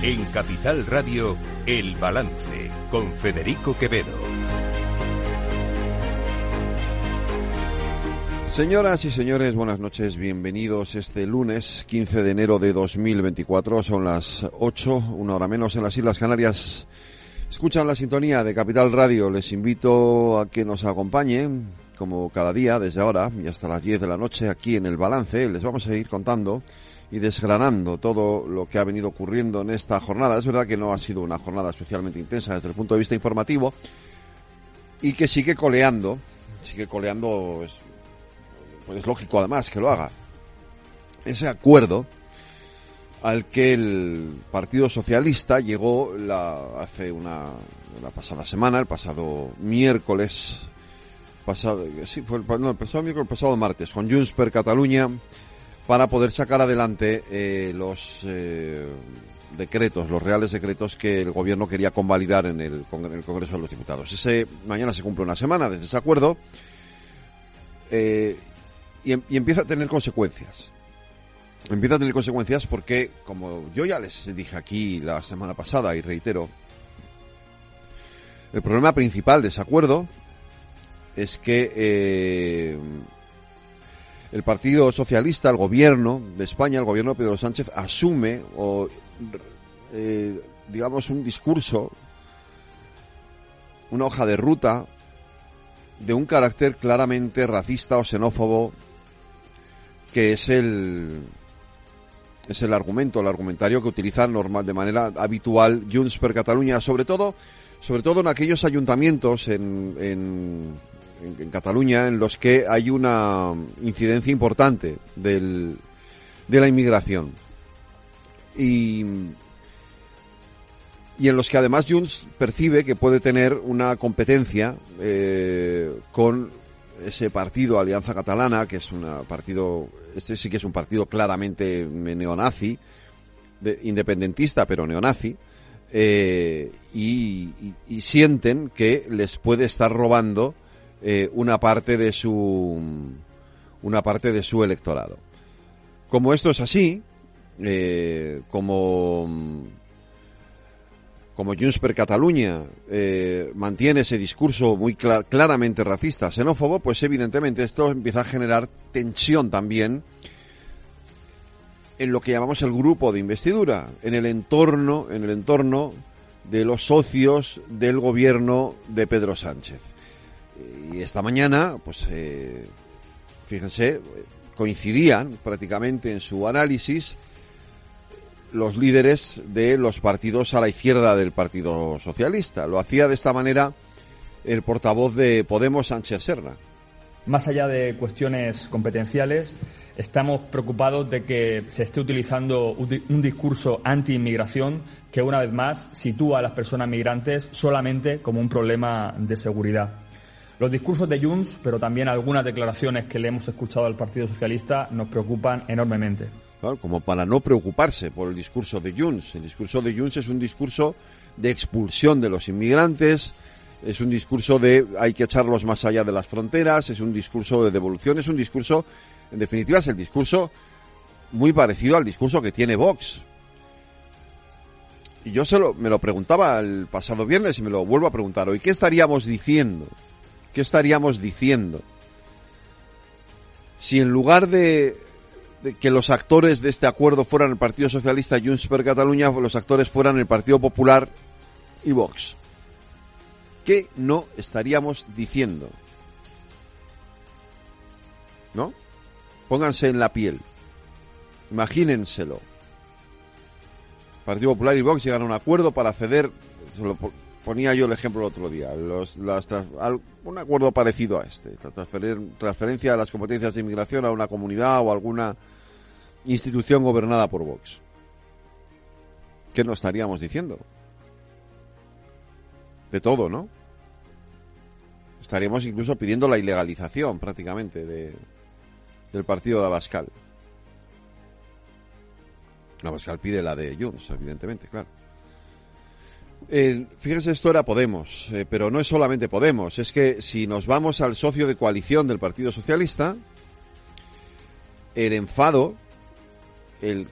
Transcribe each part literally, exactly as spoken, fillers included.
En Capital Radio, El Balance, con Federico Quevedo. Señoras y señores, buenas noches, bienvenidos este lunes quince de enero de dos mil veinticuatro, son las ocho, una hora menos en las Islas Canarias. Escuchan la sintonía de Capital Radio, les invito a que nos acompañen, como cada día, desde ahora y hasta las diez de la noche, aquí en El Balance. Les vamos a ir contando y desgranando todo lo que ha venido ocurriendo en esta jornada. Es verdad que no ha sido una jornada especialmente intensa desde el punto de vista informativo y que sigue coleando, sigue coleando, es, pues es lógico además que lo haga. Ese acuerdo al que el Partido Socialista llegó la, hace una, la pasada semana, el pasado miércoles, pasado, sí, fue el, no, el pasado miércoles, el pasado martes, con Junts per Catalunya, para poder sacar adelante eh, los eh, decretos, los reales decretos que el gobierno quería convalidar en el, en el Congreso de los Diputados. Ese, mañana se cumple una semana desde ese acuerdo eh, y, y empieza a tener consecuencias. Empieza a tener consecuencias porque, como yo ya les dije aquí la semana pasada y reitero, el problema principal de ese acuerdo es que eh, el Partido Socialista, el gobierno de España, el gobierno de Pedro Sánchez, asume o eh, digamos un discurso, una hoja de ruta de un carácter claramente racista o xenófobo, que es el es el argumento, el argumentario que utiliza normal de manera habitual Junts per Catalunya, sobre todo sobre todo en aquellos ayuntamientos en, en En, en Cataluña, en los que hay una incidencia importante del, de la inmigración y, y en los que además Junts percibe que puede tener una competencia eh, con ese partido Alianza Catalana, que es un partido, este sí que es un partido claramente neonazi, de, independentista pero neonazi, eh, y, y, y sienten que les puede estar robando Eh, una parte de su una parte de su electorado. Como esto es así, eh, como como Junts per Catalunya eh, mantiene ese discurso muy clar, claramente racista, xenófobo, pues evidentemente esto empieza a generar tensión también en lo que llamamos el grupo de investidura, en el entorno, en el entorno de los socios del gobierno de Pedro Sánchez. Y esta mañana, pues, eh, fíjense, coincidían prácticamente en su análisis los líderes de los partidos a la izquierda del Partido Socialista. Lo hacía de esta manera el portavoz de Podemos, Sánchez Serra. Más allá de cuestiones competenciales, estamos preocupados de que se esté utilizando un discurso anti-inmigración que, una vez más, sitúa a las personas migrantes solamente como un problema de seguridad. Los discursos de Junts, pero también algunas declaraciones que le hemos escuchado al Partido Socialista, nos preocupan enormemente. Claro, como para no preocuparse por el discurso de Junts. El discurso de Junts es un discurso de expulsión de los inmigrantes, es un discurso de hay que echarlos más allá de las fronteras, es un discurso de devolución, es un discurso, en definitiva, es el discurso muy parecido al discurso que tiene Vox. Y yo se lo, me lo preguntaba el pasado viernes y me lo vuelvo a preguntar hoy. ¿Qué estaríamos diciendo? ¿Qué estaríamos diciendo si en lugar de, de que los actores de este acuerdo fueran el Partido Socialista y Junts per Catalunya, los actores fueran el Partido Popular y Vox? ¿Qué no estaríamos diciendo? ¿No? Pónganse en la piel. Imagínenselo. Partido Popular y Vox llegan a un acuerdo para ceder, ponía yo el ejemplo el otro día, los, las, un acuerdo parecido a este, la transfer, transferencia de las competencias de inmigración a una comunidad o alguna institución gobernada por Vox. ¿Qué nos estaríamos diciendo? De todo, ¿no? Estaríamos incluso pidiendo la ilegalización prácticamente de, del partido de Abascal. Abascal pide la de Junts, evidentemente, claro. Eh, fíjense, esto era Podemos, eh, pero no es solamente Podemos, es que si nos vamos al socio de coalición del Partido Socialista, el enfado, el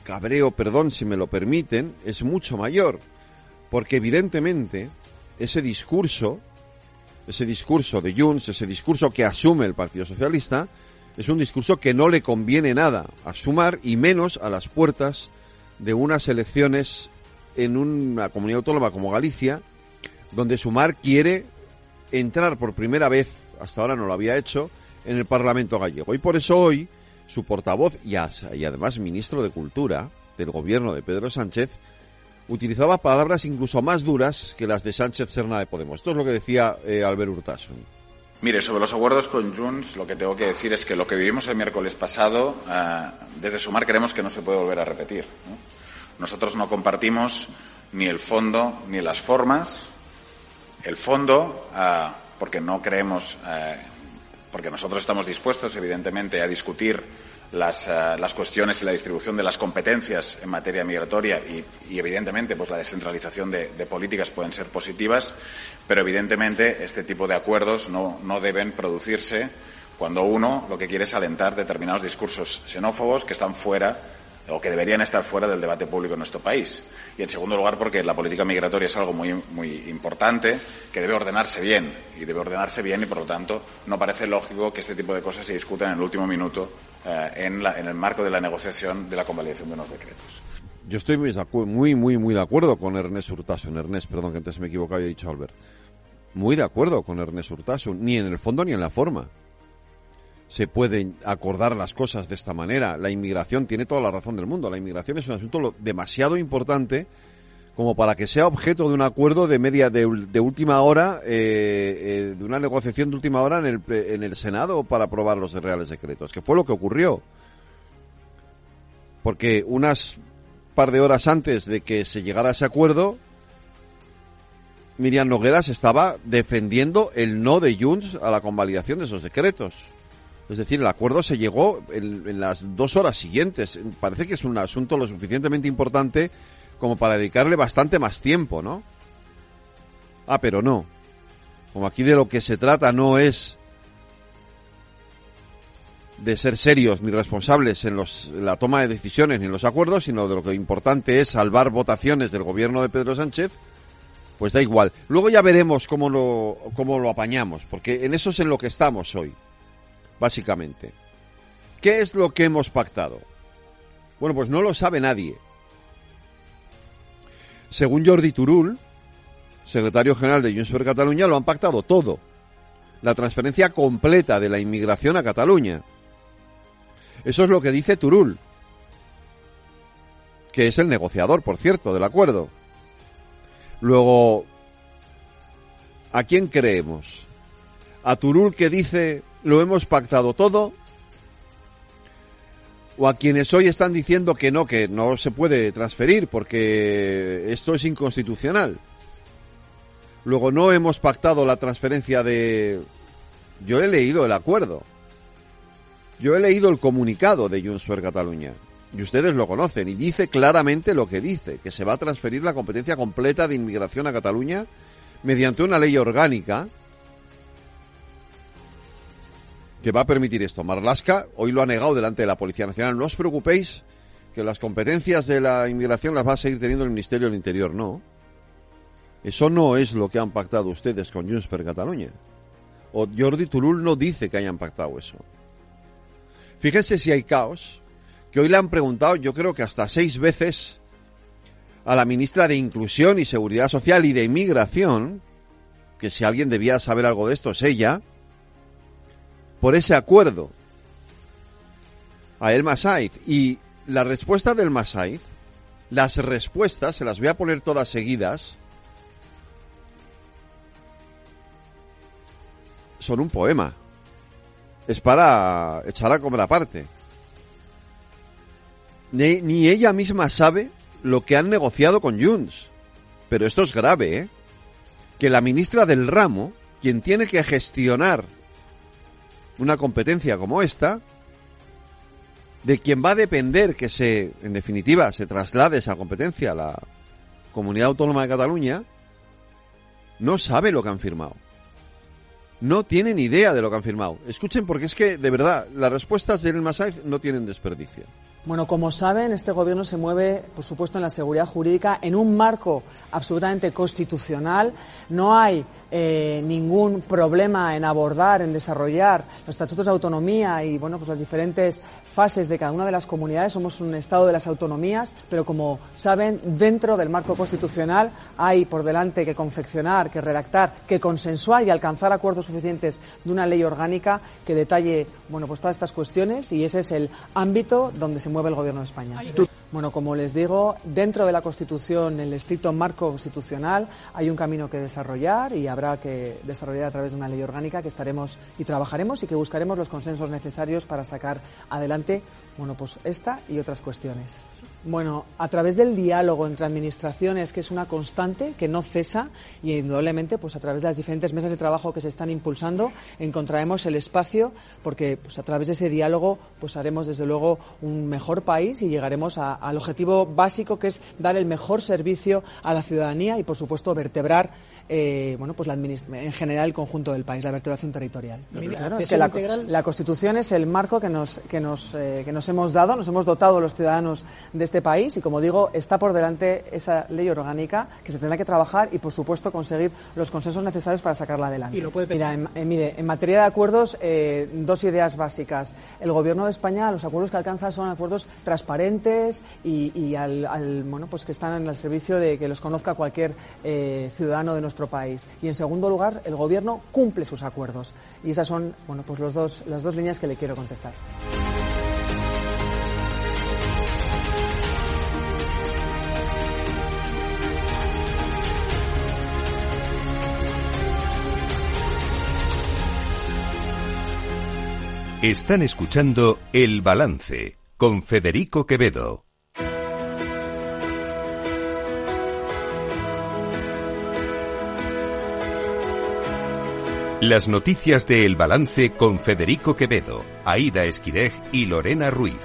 cabreo, perdón si me lo permiten, es mucho mayor, porque evidentemente ese discurso, ese discurso de Junts, ese discurso que asume el Partido Socialista, es un discurso que no le conviene nada a Sumar y menos a las puertas de unas elecciones en una comunidad autónoma como Galicia, donde Sumar quiere entrar por primera vez, hasta ahora no lo había hecho, en el Parlamento gallego. Y por eso hoy su portavoz y, y además ministro de Cultura del gobierno de Pedro Sánchez utilizaba palabras incluso más duras que las de Sánchez Serna de Podemos. Esto es lo que decía eh, Albert Urtasun. Mire, sobre los acuerdos con Junts, lo que tengo que decir es que lo que vivimos el miércoles pasado, eh, desde Sumar creemos que no se puede volver a repetir, ¿no? Nosotros no compartimos ni el fondo ni las formas. El fondo, eh, porque no creemos, eh, porque nosotros estamos dispuestos, evidentemente, a discutir las, uh, las cuestiones y la distribución de las competencias en materia migratoria y, y evidentemente, pues la descentralización de, de políticas pueden ser positivas, pero evidentemente este tipo de acuerdos no, no deben producirse cuando uno lo que quiere es alentar determinados discursos xenófobos que están fuera o que deberían estar fuera del debate público en nuestro país. Y, en segundo lugar, porque la política migratoria es algo muy, muy importante, que debe ordenarse bien, y debe ordenarse bien, y, por lo tanto, no parece lógico que este tipo de cosas se discutan en el último minuto eh, en, la, en el marco de la negociación de la convalidación de unos decretos. Yo estoy muy, muy, muy, muy de acuerdo con Ernest Urtasun. Ernest, perdón, que antes me he equivocado y he dicho Albert. Muy de acuerdo con Ernest Urtasun, ni en el fondo ni en la forma se pueden acordar las cosas de esta manera. La inmigración tiene toda la razón del mundo. La inmigración es un asunto lo, demasiado importante como para que sea objeto de un acuerdo de media de, de última hora, eh, eh, de una negociación de última hora en el, en el Senado para aprobar los reales decretos, que fue lo que ocurrió. Porque unas par de horas antes de que se llegara a ese acuerdo, Míriam Nogueras estaba defendiendo el no de Junts a la convalidación de esos decretos. Es decir, el acuerdo se llegó en, en las dos horas siguientes. Parece que es un asunto lo suficientemente importante como para dedicarle bastante más tiempo, ¿no? Ah, pero no. Como aquí de lo que se trata no es de ser serios ni responsables en, los, en la toma de decisiones ni en los acuerdos, sino de lo que importante es salvar votaciones del gobierno de Pedro Sánchez, pues da igual. Luego ya veremos cómo lo, cómo lo apañamos, porque en eso es en lo que estamos hoy. Básicamente, ¿qué es lo que hemos pactado? Bueno, pues no lo sabe nadie. Según Jordi Turull, secretario general de Junts per Catalunya, lo han pactado todo. La transferencia completa de la inmigración a Cataluña. Eso es lo que dice Turull, que es el negociador, por cierto, del acuerdo. Luego, ¿a quién creemos? ¿A Turull, que dice lo hemos pactado todo? ¿O a quienes hoy están diciendo que no, que no se puede transferir porque esto es inconstitucional? Luego, no hemos pactado la transferencia de... Yo he leído el acuerdo. Yo he leído el comunicado de Junts per Catalunya. Y ustedes lo conocen. Y dice claramente lo que dice, que se va a transferir la competencia completa de inmigración a Cataluña mediante una ley orgánica que va a permitir esto. Marlaska hoy lo ha negado delante de la Policía Nacional. No os preocupéis que las competencias de la inmigración las va a seguir teniendo el Ministerio del Interior. No. Eso no es lo que han pactado ustedes con Junts per Catalunya. O Jordi Turull no dice que hayan pactado eso. Fíjense si hay caos, que hoy le han preguntado, yo creo que hasta seis veces, a la ministra de Inclusión y Seguridad Social y de Inmigración, que si alguien debía saber algo de esto es ella, por ese acuerdo a El Masaiz. Y la respuesta del Masaiz, las respuestas, se las voy a poner todas seguidas, son un poema. Es para echar a comer aparte. Ni, ni ella misma sabe lo que han negociado con Junts. Pero esto es grave, ¿eh? Que la ministra del ramo, quien tiene que gestionar una competencia como esta, de quien va a depender que se, en definitiva, se traslade esa competencia a la Comunidad Autónoma de Cataluña, no sabe lo que han firmado. no tienen idea de lo que han firmado. Escuchen, porque es que, de verdad, las respuestas de Elma Saiz no tienen desperdicio. Bueno, como saben, este Gobierno se mueve, por supuesto, en la seguridad jurídica, en un marco absolutamente constitucional. No hay eh, ningún problema en abordar, en desarrollar los estatutos de autonomía y, bueno, pues las diferentes fases de cada una de las comunidades. Somos un Estado de las autonomías, pero como saben, dentro del marco constitucional hay por delante que confeccionar, que redactar, que consensuar y alcanzar acuerdos suficientes de una ley orgánica que detalle, bueno, pues todas estas cuestiones, y ese es el ámbito donde se mueve el Gobierno de España. Bueno, como les digo, dentro de la Constitución, en el estricto marco constitucional, hay un camino que desarrollar y habrá que desarrollar a través de una ley orgánica que estaremos y trabajaremos y que buscaremos los consensos necesarios para sacar adelante, bueno, pues esta y otras cuestiones. Bueno, a través del diálogo entre administraciones, que es una constante que no cesa, y indudablemente, pues a través de las diferentes mesas de trabajo que se están impulsando, encontraremos el espacio, porque pues a través de ese diálogo, pues haremos desde luego un mejor país y llegaremos a, al objetivo básico, que es dar el mejor servicio a la ciudadanía y, por supuesto, vertebrar, eh, bueno, pues la en general el conjunto del país, la vertebración territorial. Claro, es que la, la Constitución es el marco que nos que nos eh, que nos hemos dado, nos hemos dotado los ciudadanos de este país, y como digo, está por delante esa ley orgánica que se tendrá que trabajar y, por supuesto, conseguir los consensos necesarios para sacarla adelante. ¿Y lo puede... Mira, en, en, mire, en materia de acuerdos, eh, dos ideas básicas. El Gobierno de España, los acuerdos que alcanza son acuerdos transparentes y, y al, al, bueno, pues que están al servicio de que los conozca cualquier eh, ciudadano de nuestro país. Y en segundo lugar, el Gobierno cumple sus acuerdos. Y esas son, bueno, pues los dos, las dos líneas que le quiero contestar. Están escuchando El Balance con Federico Quevedo. Las noticias de El Balance con Federico Quevedo, Aida Esquirej y Lorena Ruiz.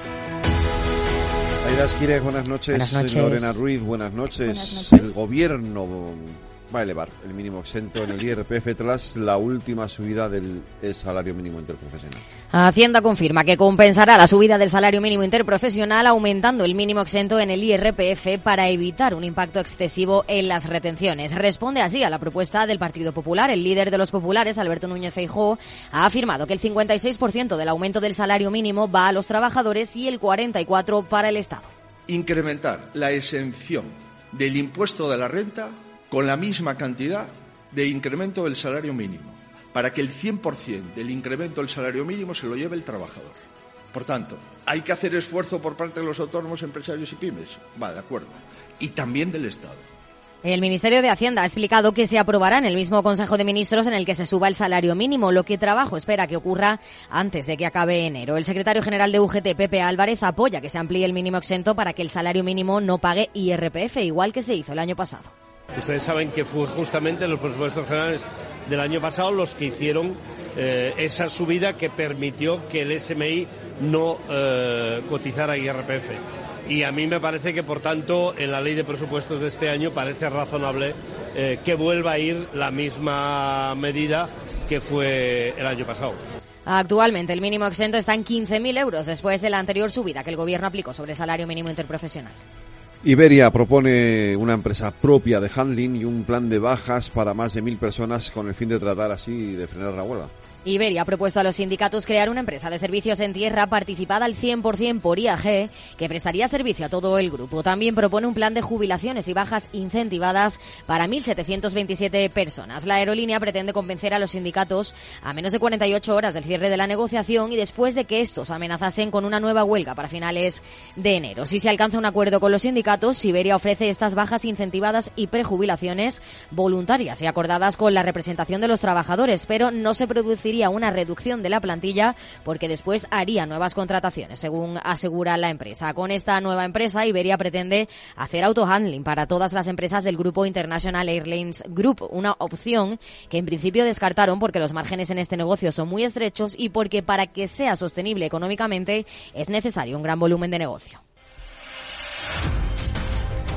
Aida Esquirej, buenas noches. Buenas noches. Lorena Ruiz, buenas noches. Buenas noches. El Gobierno va a elevar el mínimo exento en el I R P F tras la última subida del salario mínimo interprofesional. Hacienda confirma que compensará la subida del salario mínimo interprofesional aumentando el mínimo exento en el I R P F para evitar un impacto excesivo en las retenciones. Responde así a la propuesta del Partido Popular. El líder de los populares, Alberto Núñez Feijóo, ha afirmado que el cincuenta y seis por ciento del aumento del salario mínimo va a los trabajadores y el cuarenta y cuatro por ciento para el Estado. Incrementar la exención del impuesto de la renta con la misma cantidad de incremento del salario mínimo, para que el cien por ciento del incremento del salario mínimo se lo lleve el trabajador. Por tanto, hay que hacer esfuerzo por parte de los autónomos, empresarios y pymes. Va, de acuerdo. Y también del Estado. El Ministerio de Hacienda ha explicado que se aprobará en el mismo Consejo de Ministros en el que se suba el salario mínimo, lo que Trabajo espera que ocurra antes de que acabe enero. El secretario general de U G T, Pepe Álvarez, apoya que se amplíe el mínimo exento para que el salario mínimo no pague I R P F, igual que se hizo el año pasado. Ustedes saben que fue justamente los presupuestos generales del año pasado los que hicieron eh, esa subida que permitió que el S M I no eh, cotizara I R P F. Y a mí me parece que, por tanto, en la ley de presupuestos de este año parece razonable eh, que vuelva a ir la misma medida que fue el año pasado. Actualmente el mínimo exento está en quince mil euros después de la anterior subida que el Gobierno aplicó sobre el salario mínimo interprofesional. Iberia propone una empresa propia de handling y un plan de bajas para más de mil personas con el fin de tratar así de frenar la huelga. Iberia ha propuesto a los sindicatos crear una empresa de servicios en tierra participada al cien por ciento por I A G que prestaría servicio a todo el grupo. También propone un plan de jubilaciones y bajas incentivadas para mil setecientas veintisiete personas. La aerolínea pretende convencer a los sindicatos a menos de cuarenta y ocho horas del cierre de la negociación y después de que estos amenazasen con una nueva huelga para finales de enero. Si se alcanza un acuerdo con los sindicatos, Iberia ofrece estas bajas incentivadas y prejubilaciones voluntarias y acordadas con la representación de los trabajadores, pero no se produciría una reducción de la plantilla porque después haría nuevas contrataciones, según asegura la empresa. Con esta nueva empresa, Iberia pretende hacer autohandling para todas las empresas del grupo International Airlines Group, una opción que en principio descartaron porque los márgenes en este negocio son muy estrechos y porque para que sea sostenible económicamente es necesario un gran volumen de negocio.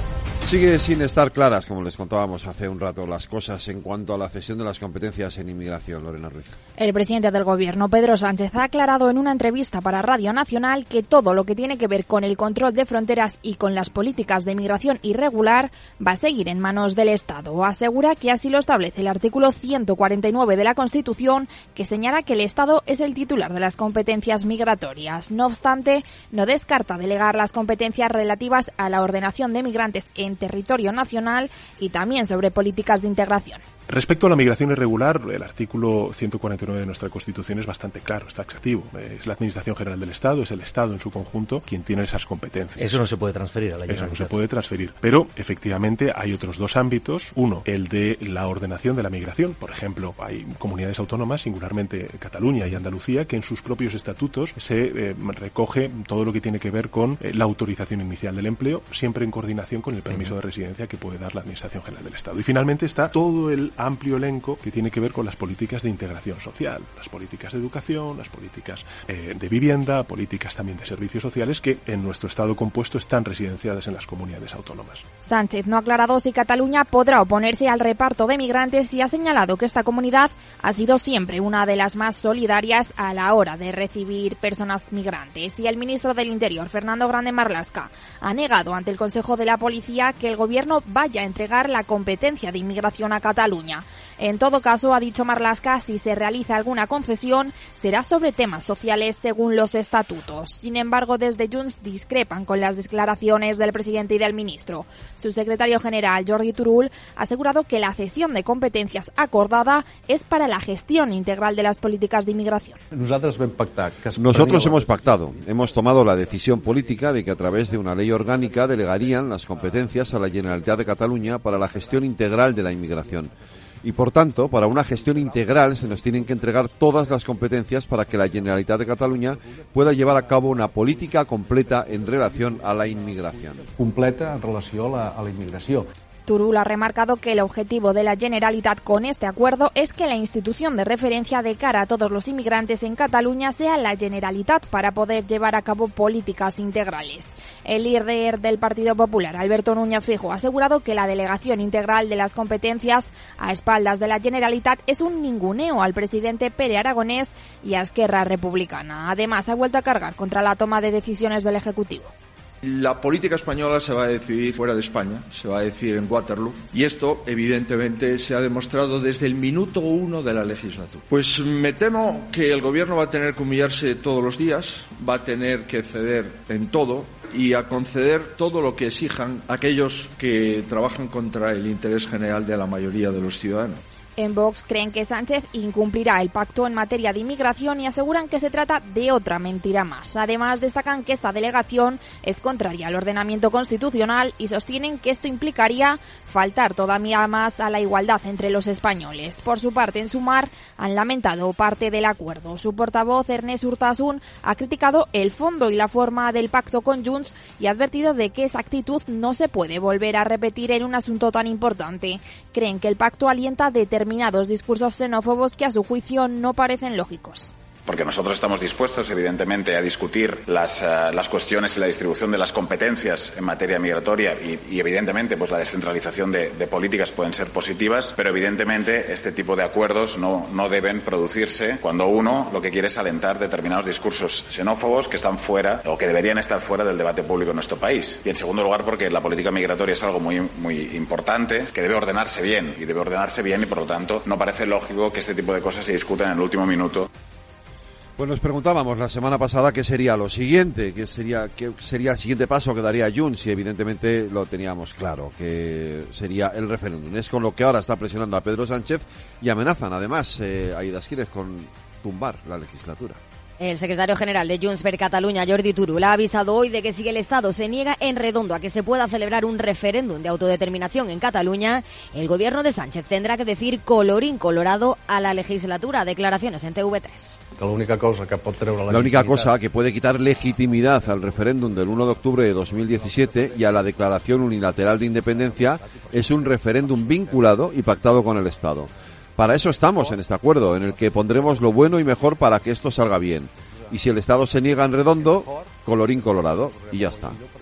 Sigue sin estar claras, como les contábamos hace un rato, las cosas en cuanto a la cesión de las competencias en inmigración. Lorena Ruiz. El presidente del Gobierno, Pedro Sánchez, ha aclarado en una entrevista para Radio Nacional que todo lo que tiene que ver con el control de fronteras y con las políticas de migración irregular va a seguir en manos del Estado. Asegura que así lo establece el artículo ciento cuarenta y nueve de la Constitución, que señala que el Estado es el titular de las competencias migratorias. No obstante, no descarta delegar las competencias relativas a la ordenación de migrantes en territorio nacional y también sobre políticas de integración. Respecto a la migración irregular, el artículo ciento cuarenta y nueve de nuestra Constitución es bastante claro, es taxativo. Es la Administración General del Estado, es el Estado en su conjunto quien tiene esas competencias. Eso no se puede transferir a la Eso no se puede transferir. Pero, efectivamente, hay otros dos ámbitos. Uno, el de la ordenación de la migración. Por ejemplo, hay comunidades autónomas, singularmente Cataluña y Andalucía, que en sus propios estatutos se eh, recoge todo lo que tiene que ver con eh, la autorización inicial del empleo, siempre en coordinación con el permiso de residencia que puede dar la Administración General del Estado. Y finalmente está todo el amplio elenco que tiene que ver con las políticas de integración social, las políticas de educación, las políticas eh, de vivienda, políticas también de servicios sociales que en nuestro Estado compuesto están residenciadas en las comunidades autónomas. Sánchez no ha aclarado si Cataluña podrá oponerse al reparto de migrantes y ha señalado que esta comunidad ha sido siempre una de las más solidarias a la hora de recibir personas migrantes. Y el ministro del Interior, Fernando Grande Marlaska, ha negado ante el Consejo de la Policía que el Gobierno vaya a entregar la competencia de inmigración a Cataluña. En todo caso, ha dicho Marlaska, si se realiza alguna concesión, será sobre temas sociales según los estatutos. Sin embargo, desde Junts discrepan con las declaraciones del presidente y del ministro. Su secretario general, Jordi Turull, ha asegurado que la cesión de competencias acordada es para la gestión integral de las políticas de inmigración. Nosotros hemos pactado, hemos tomado la decisión política de que a través de una ley orgánica delegarían las competencias a la Generalitat de Cataluña para la gestión integral de la inmigración. Y, por tanto, para una gestión integral se nos tienen que entregar todas las competencias para que la Generalitat de Cataluña pueda llevar a cabo una política completa en relación a la inmigración. Completa en relación a la, a la inmigración. Turull ha remarcado que el objetivo de la Generalitat con este acuerdo es que la institución de referencia de cara a todos los inmigrantes en Cataluña sea la Generalitat para poder llevar a cabo políticas integrales. El líder del Partido Popular, Alberto Núñez Feijóo, ha asegurado que la delegación integral de las competencias a espaldas de la Generalitat es un ninguneo al presidente Pere Aragonés y a Esquerra Republicana. Además, ha vuelto a cargar contra la toma de decisiones del Ejecutivo. La política española se va a decidir fuera de España, se va a decidir en Waterloo, y esto evidentemente se ha demostrado desde el minuto uno de la legislatura. Pues me temo que el gobierno va a tener que humillarse todos los días, va a tener que ceder en todo y a conceder todo lo que exijan aquellos que trabajan contra el interés general de la mayoría de los ciudadanos. En Vox creen que Sánchez incumplirá el pacto en materia de inmigración y aseguran que se trata de otra mentira más. Además, destacan que esta delegación es contraria al ordenamiento constitucional y sostienen que esto implicaría faltar todavía más a la igualdad entre los españoles. Por su parte, en Sumar han lamentado parte del acuerdo. Su portavoz, Ernest Urtasun, ha criticado el fondo y la forma del pacto con Junts y ha advertido de que esa actitud no se puede volver a repetir en un asunto tan importante. Creen que el pacto alienta determinados determinados discursos xenófobos que a su juicio no parecen lógicos. Porque nosotros estamos dispuestos, evidentemente, a discutir las, uh, las cuestiones y la distribución de las competencias en materia migratoria y, y evidentemente, pues la descentralización de, de políticas pueden ser positivas, pero evidentemente este tipo de acuerdos no, no deben producirse cuando uno lo que quiere es alentar determinados discursos xenófobos que están fuera o que deberían estar fuera del debate público en nuestro país. Y en segundo lugar, porque la política migratoria es algo muy, muy importante que debe ordenarse bien y debe ordenarse bien y por lo tanto no parece lógico que este tipo de cosas se discutan en el último minuto. Pues nos preguntábamos la semana pasada qué sería lo siguiente, qué sería qué sería el siguiente paso que daría Junts y evidentemente lo teníamos claro, que sería el referéndum. Es con lo que ahora está presionando a Pedro Sánchez y amenazan además eh, a Aida Esquiret con tumbar la legislatura. El secretario general de Junts per Catalunya, Jordi Turull, ha avisado hoy de que si el Estado se niega en redondo a que se pueda celebrar un referéndum de autodeterminación en Cataluña, el gobierno de Sánchez tendrá que decir colorín colorado a la legislatura. Declaraciones en T V tres. La única cosa que pot treure la única cosa que puede quitar legitimidad al referéndum del uno de octubre de dos mil diecisiete y a la declaración unilateral de independencia es un referéndum vinculado y pactado con el Estado. Para eso estamos en este acuerdo, en el que pondremos lo bueno y mejor para que esto salga bien. Y si el Estado se niega en redondo, colorín colorado, y ya está.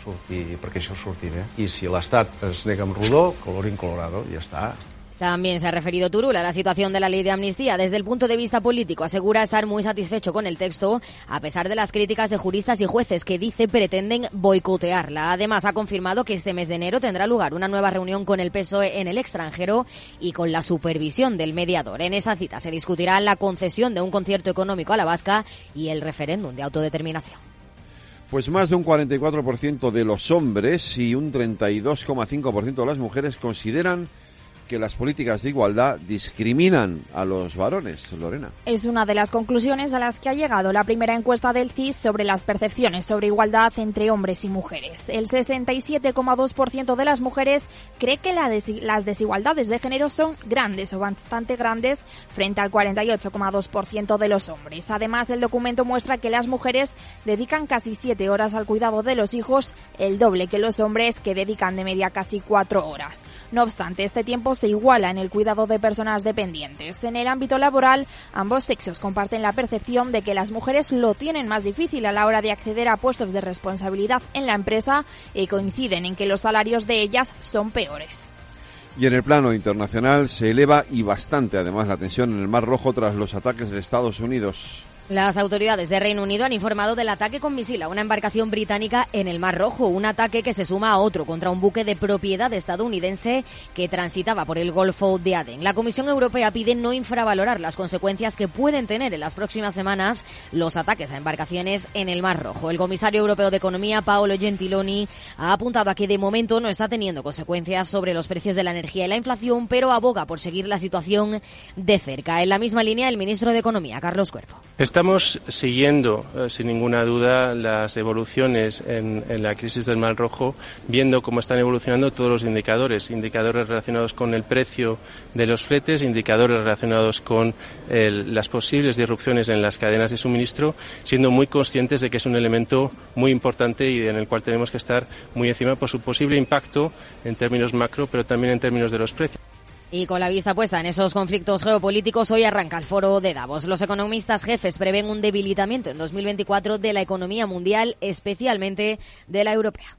surti, perquè això surti bé. I si l'Estat es nega amb rodó, colorín colorado, ja està. También se ha referido Turull a la situación de la ley de amnistía. Desde el punto de vista político, asegura estar muy satisfecho con el texto, a pesar de las críticas de juristas y jueces que, dice, pretenden boicotearla. Además, ha confirmado que este mes de enero tendrá lugar una nueva reunión con el P S O E en el extranjero y con la supervisión del mediador. En esa cita se discutirá la concesión de un concierto económico a la vasca y el referéndum de autodeterminación. Pues más de un cuarenta y cuatro por ciento de los hombres y un treinta y dos coma cinco por ciento de las mujeres consideran que las políticas de igualdad discriminan a los varones. Lorena. Es una de las conclusiones a las que ha llegado la primera encuesta del C I S sobre las percepciones sobre igualdad entre hombres y mujeres. El sesenta y siete coma dos por ciento de las mujeres cree que la des- las desigualdades de género son grandes o bastante grandes frente al cuarenta y ocho coma dos por ciento de los hombres. Además, el documento muestra que las mujeres dedican casi siete horas al cuidado de los hijos, el doble que los hombres, que dedican de media casi cuatro horas. No obstante, este tiempo se iguala en el cuidado de personas dependientes. En el ámbito laboral, ambos sexos comparten la percepción de que las mujeres lo tienen más difícil a la hora de acceder a puestos de responsabilidad en la empresa y coinciden en que los salarios de ellas son peores. Y en el plano internacional se eleva y bastante además la tensión en el Mar Rojo tras los ataques de Estados Unidos. Las autoridades de Reino Unido han informado del ataque con misil a una embarcación británica en el Mar Rojo, un ataque que se suma a otro contra un buque de propiedad estadounidense que transitaba por el Golfo de Adén. La Comisión Europea pide no infravalorar las consecuencias que pueden tener en las próximas semanas los ataques a embarcaciones en el Mar Rojo. El comisario europeo de Economía, Paolo Gentiloni, ha apuntado a que de momento no está teniendo consecuencias sobre los precios de la energía y la inflación, pero aboga por seguir la situación de cerca. En la misma línea, el ministro de Economía, Carlos Cuervo. Estamos siguiendo, eh, sin ninguna duda, las evoluciones en, en la crisis del Mar Rojo, viendo cómo están evolucionando todos los indicadores, indicadores relacionados con el precio de los fletes, indicadores relacionados con el, las posibles disrupciones en las cadenas de suministro, siendo muy conscientes de que es un elemento muy importante y en el cual tenemos que estar muy encima por su posible impacto en términos macro, pero también en términos de los precios. Y con la vista puesta en esos conflictos geopolíticos, hoy arranca el foro de Davos. Los economistas jefes prevén un debilitamiento en dos mil veinticuatro de la economía mundial, especialmente de la europea.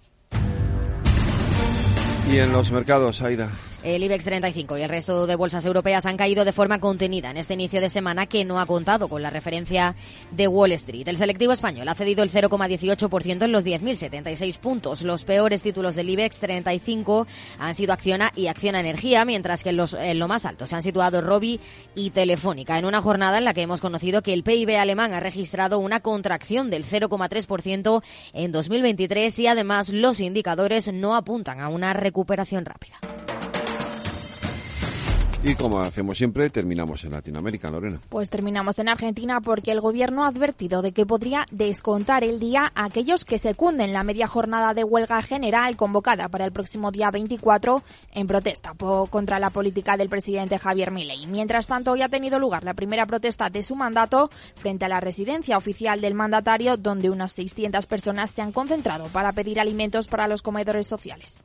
Y en los mercados, Aida. El IBEX treinta y cinco y el resto de bolsas europeas han caído de forma contenida en este inicio de semana que no ha contado con la referencia de Wall Street. El selectivo español ha cedido el cero coma dieciocho por ciento en los diez mil setenta y seis puntos. Los peores títulos del IBEX treinta y cinco han sido Acciona y Acciona Energía, mientras que en, los, en lo más alto se han situado Robi y Telefónica, en una jornada en la que hemos conocido que el P I B alemán ha registrado una contracción del cero coma tres por ciento en dos mil veintitrés y además los indicadores no apuntan a una recuperación rápida. Y como hacemos siempre, terminamos en Latinoamérica, Lorena. Pues terminamos en Argentina porque el gobierno ha advertido de que podría descontar el día a aquellos que secunden la media jornada de huelga general convocada para el próximo día veinticuatro en protesta por, contra la política del presidente Javier Milei. Mientras tanto, hoy ha tenido lugar la primera protesta de su mandato frente a la residencia oficial del mandatario, donde unas seiscientas personas se han concentrado para pedir alimentos para los comedores sociales.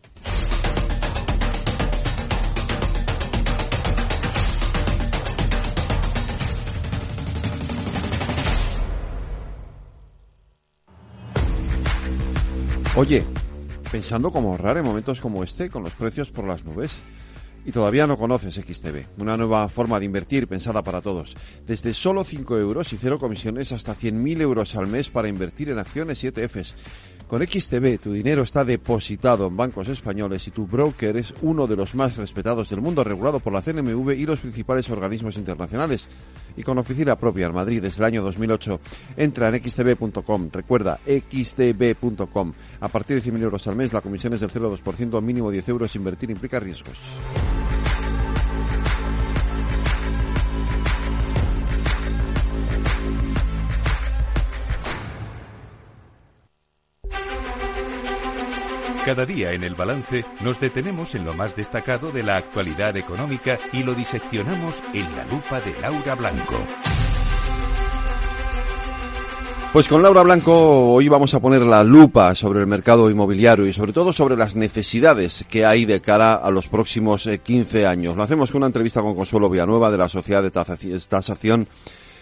Oye, pensando cómo ahorrar en momentos como este, con los precios por las nubes, y todavía no conoces X T B, una nueva forma de invertir pensada para todos. Desde solo cinco euros y cero comisiones hasta cien mil euros al mes para invertir en acciones y E T Fs. Con X T B tu dinero está depositado en bancos españoles y tu broker es uno de los más respetados del mundo, regulado por la C N M V y los principales organismos internacionales. Y con oficina propia en Madrid desde el año dos mil ocho. Entra en x t b punto com. Recuerda, x t b punto com. A partir de cien mil euros al mes, la comisión es del cero coma dos por ciento, mínimo diez euros. Invertir implica riesgos. Cada día en El Balance nos detenemos en lo más destacado de la actualidad económica y lo diseccionamos en la lupa de Laura Blanco. Pues con Laura Blanco hoy vamos a poner la lupa sobre el mercado inmobiliario y sobre todo sobre las necesidades que hay de cara a los próximos quince años. Lo hacemos con una entrevista con Consuelo Villanueva de la Sociedad de Tasación,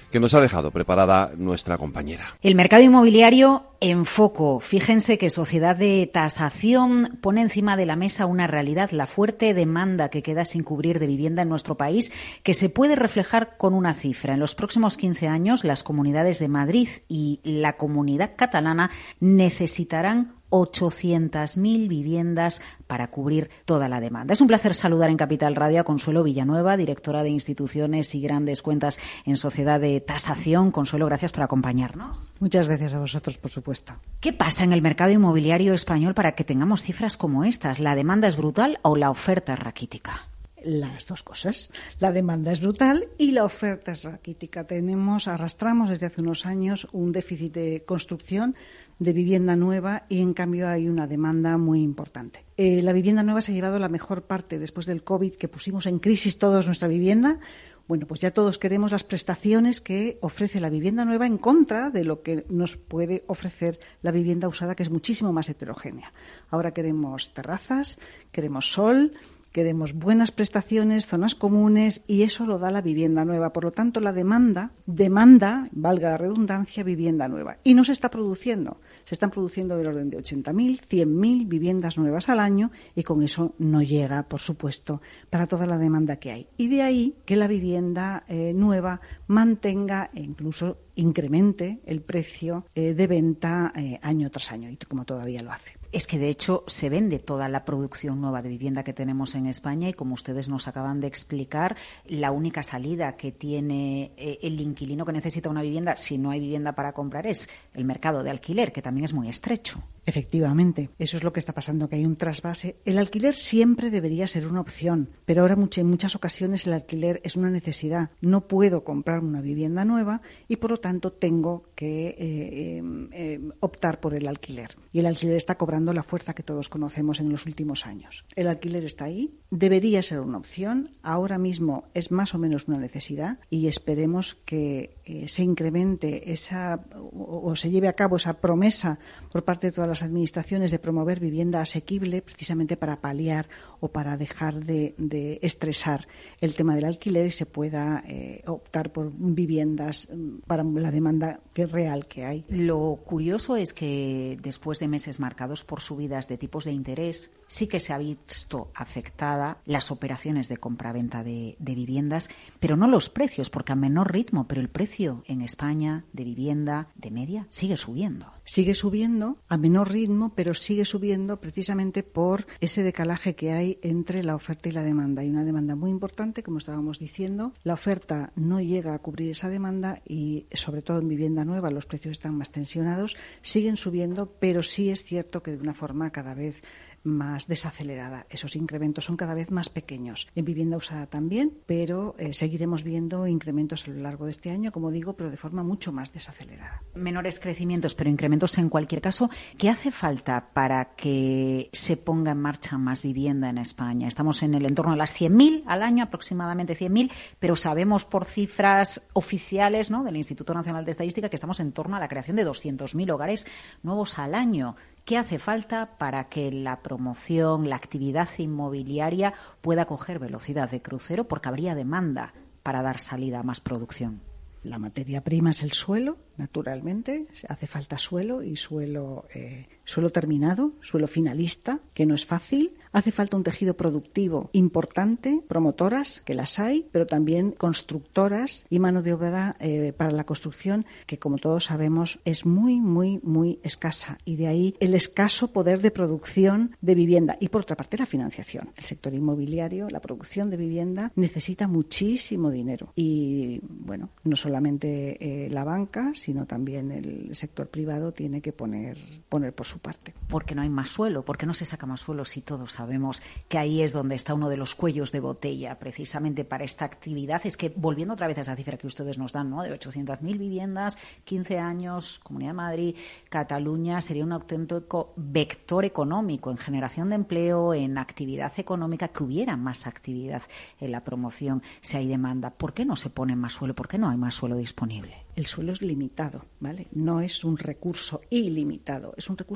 que nos ha dejado preparada nuestra compañera. El mercado inmobiliario en foco. Fíjense que Sociedad de Tasación pone encima de la mesa una realidad, la fuerte demanda que queda sin cubrir de vivienda en nuestro país, que se puede reflejar con una cifra. En los próximos quince años, las comunidades de Madrid y la Comunidad Catalana necesitarán ochocientas mil viviendas para cubrir toda la demanda. Es un placer saludar en Capital Radio a Consuelo Villanueva, directora de Instituciones y Grandes Cuentas en Sociedad de Tasación. Consuelo, gracias por acompañarnos. Muchas gracias a vosotros, por supuesto. ¿Qué pasa en el mercado inmobiliario español para que tengamos cifras como estas? ¿La demanda es brutal o la oferta es raquítica? Las dos cosas. La demanda es brutal y la oferta es raquítica. Tenemos, arrastramos desde hace unos años un déficit de construcción de vivienda nueva y, en cambio, hay una demanda muy importante. Eh, la vivienda nueva se ha llevado la mejor parte después del COVID, que pusimos en crisis todos nuestra vivienda. Bueno, pues ya todos queremos las prestaciones que ofrece la vivienda nueva en contra de lo que nos puede ofrecer la vivienda usada, que es muchísimo más heterogénea. Ahora queremos terrazas, queremos sol, queremos buenas prestaciones, zonas comunes, y eso lo da la vivienda nueva. Por lo tanto, la demanda demanda, valga la redundancia, vivienda nueva. Y no se está produciendo. Se están produciendo del orden de ochenta mil, cien mil viviendas nuevas al año, y con eso no llega, por supuesto, para toda la demanda que hay. Y de ahí que la vivienda eh, nueva mantenga e incluso incremente el precio eh, de venta eh, año tras año, y como todavía lo hace. Es que, de hecho, se vende toda la producción nueva de vivienda que tenemos en España y, como ustedes nos acaban de explicar, la única salida que tiene eh, el inquilino que necesita una vivienda, si no hay vivienda para comprar, es el mercado de alquiler, que también es muy estrecho. Efectivamente, eso es lo que está pasando, que hay un trasvase. El alquiler siempre debería ser una opción, pero ahora mucho, en muchas ocasiones el alquiler es una necesidad. No puedo comprar una vivienda nueva y, por lo tanto, tengo que eh, eh, eh, optar por el alquiler. Y el alquiler está cobrando la fuerza que todos conocemos en los últimos años. El alquiler está ahí, debería ser una opción, ahora mismo es más o menos una necesidad, y esperemos que eh, se incremente esa o, o se lleve a cabo esa promesa por parte de todas las administraciones de promover vivienda asequible, precisamente para paliar o para dejar de, de estresar el tema del alquiler y se pueda eh, optar por viviendas para la demanda que real que hay. Lo curioso es que después de meses marcados por subidas de tipos de interés, sí que se ha visto afectada las operaciones de compraventa de, de viviendas, pero no los precios, porque a menor ritmo, pero el precio en España de vivienda de media sigue subiendo. Sigue subiendo a menor ritmo, pero sigue subiendo precisamente por ese decalaje que hay entre la oferta y la demanda. Hay una demanda muy importante, como estábamos diciendo. La oferta no llega a cubrir esa demanda y, sobre todo en vivienda nueva, los precios están más tensionados, siguen subiendo, pero sí es cierto que de una forma cada vez más desacelerada. Esos incrementos son cada vez más pequeños. En vivienda usada también, pero eh, seguiremos viendo incrementos a lo largo de este año, como digo, pero de forma mucho más desacelerada. Menores crecimientos, pero incrementos en cualquier caso. ¿Qué hace falta para que se ponga en marcha más vivienda en España? Estamos en el entorno de las cien mil al año, aproximadamente cien mil, pero sabemos por cifras oficiales, ¿no?, del Instituto Nacional de Estadística, que estamos en torno a la creación de doscientos mil hogares nuevos al año. ¿Qué hace falta para que la promoción, la actividad inmobiliaria pueda coger velocidad de crucero? Porque habría demanda para dar salida a más producción. La materia prima es el suelo, naturalmente. Hace falta suelo y suelo, eh, suelo terminado, suelo finalista, que no es fácil. Hace falta un tejido productivo importante, promotoras, que las hay, pero también constructoras y mano de obra eh, para la construcción, que, como todos sabemos, es muy, muy, muy escasa. Y de ahí el escaso poder de producción de vivienda. Y, por otra parte, la financiación. El sector inmobiliario, la producción de vivienda, necesita muchísimo dinero. Y, bueno, no solamente eh, la banca, sino también el sector privado tiene que poner, poner por su parte. ¿Por qué no hay más suelo? ¿Por qué no se saca más suelo si todos sabemos que ahí es donde está uno de los cuellos de botella precisamente para esta actividad? Es que, volviendo otra vez a esa cifra que ustedes nos dan, ¿no?, de ochocientas mil viviendas, quince años, Comunidad de Madrid, Cataluña, sería un auténtico vector económico en generación de empleo, en actividad económica, que hubiera más actividad en la promoción si hay demanda. ¿Por qué no se pone más suelo? ¿Por qué no hay más suelo disponible? El suelo es limitado, ¿vale? No es un recurso ilimitado, es un recurso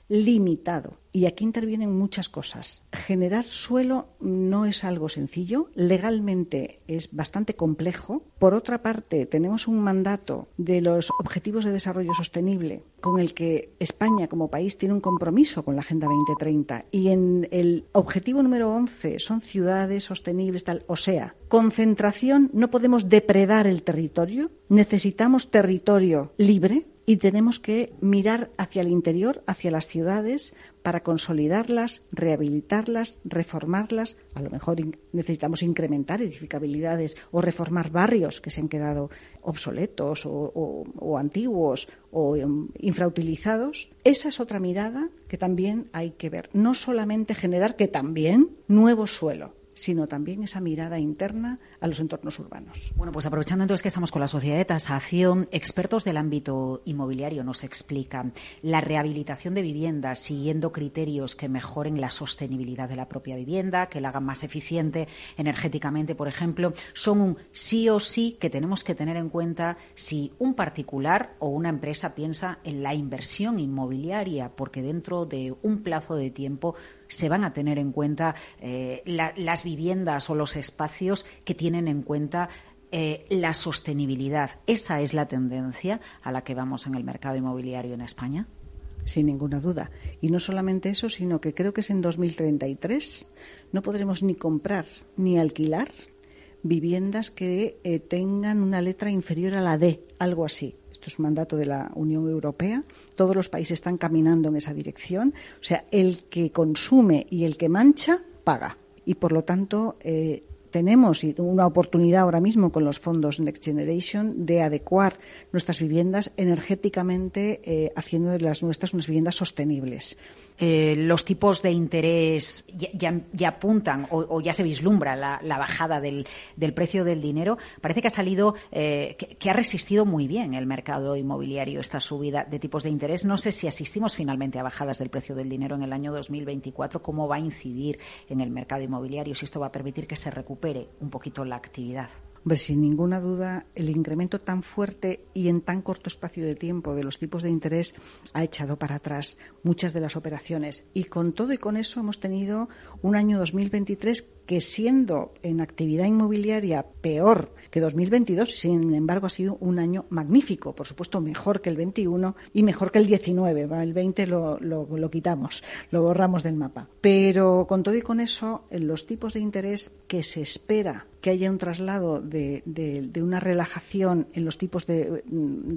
limitado. Y aquí intervienen muchas cosas. Generar suelo no es algo sencillo, legalmente es bastante complejo. Por otra parte, tenemos un mandato de los Objetivos de Desarrollo Sostenible con el que España como país tiene un compromiso con la Agenda veinte treinta, y en el objetivo número once son ciudades sostenibles, tal, o sea, concentración, no podemos depredar el territorio, necesitamos territorio libre. Y tenemos que mirar hacia el interior, hacia las ciudades, para consolidarlas, rehabilitarlas, reformarlas. A lo mejor in- necesitamos incrementar edificabilidades o reformar barrios que se han quedado obsoletos o, o, o antiguos o um, infrautilizados. Esa es otra mirada que también hay que ver. No solamente generar, que también, nuevo suelo, sino también esa mirada interna a los entornos urbanos. Bueno, pues aprovechando entonces que estamos con la Sociedad de Tasación, expertos del ámbito inmobiliario nos explican la rehabilitación de viviendas siguiendo criterios que mejoren la sostenibilidad de la propia vivienda, que la hagan más eficiente energéticamente, por ejemplo, son un sí o sí que tenemos que tener en cuenta si un particular o una empresa piensa en la inversión inmobiliaria, porque dentro de un plazo de tiempo se van a tener en cuenta eh, la, las viviendas o los espacios que tienen en cuenta eh, la sostenibilidad. ¿Esa es la tendencia a la que vamos en el mercado inmobiliario en España? Sin ninguna duda. Y no solamente eso, sino que creo que es en dos mil treinta y tres no podremos ni comprar ni alquilar viviendas que eh, tengan una letra inferior a la D, algo así. Esto es un mandato de la Unión Europea. Todos los países están caminando en esa dirección. O sea, el que consume y el que mancha, paga. Y, por lo tanto, eh, tenemos una oportunidad ahora mismo con los fondos Next Generation de adecuar nuestras viviendas energéticamente, eh, haciendo de las nuestras unas viviendas sostenibles. Eh, los tipos de interés ya, ya, ya apuntan o, o ya se vislumbra la, la bajada del, del precio del dinero. Parece que ha salido, eh, que, que ha resistido muy bien el mercado inmobiliario esta subida de tipos de interés. No sé si asistimos finalmente a bajadas del precio del dinero en el año dos mil veinticuatro. ¿Cómo va a incidir en el mercado inmobiliario? Si esto va a permitir que se recupere un poquito la actividad. Hombre, sin ninguna duda, el incremento tan fuerte y en tan corto espacio de tiempo de los tipos de interés ha echado para atrás muchas de las operaciones. Y con todo y con eso hemos tenido un año dos mil veintitrés que, siendo en actividad inmobiliaria peor que dos mil veintidós, sin embargo ha sido un año magnífico. Por supuesto, mejor que el veintiuno y mejor que el diecinueve. El veinte lo, lo, lo quitamos, lo borramos del mapa. Pero con todo y con eso, los tipos de interés que se espera que haya un traslado de, de, de una relajación en los tipos de,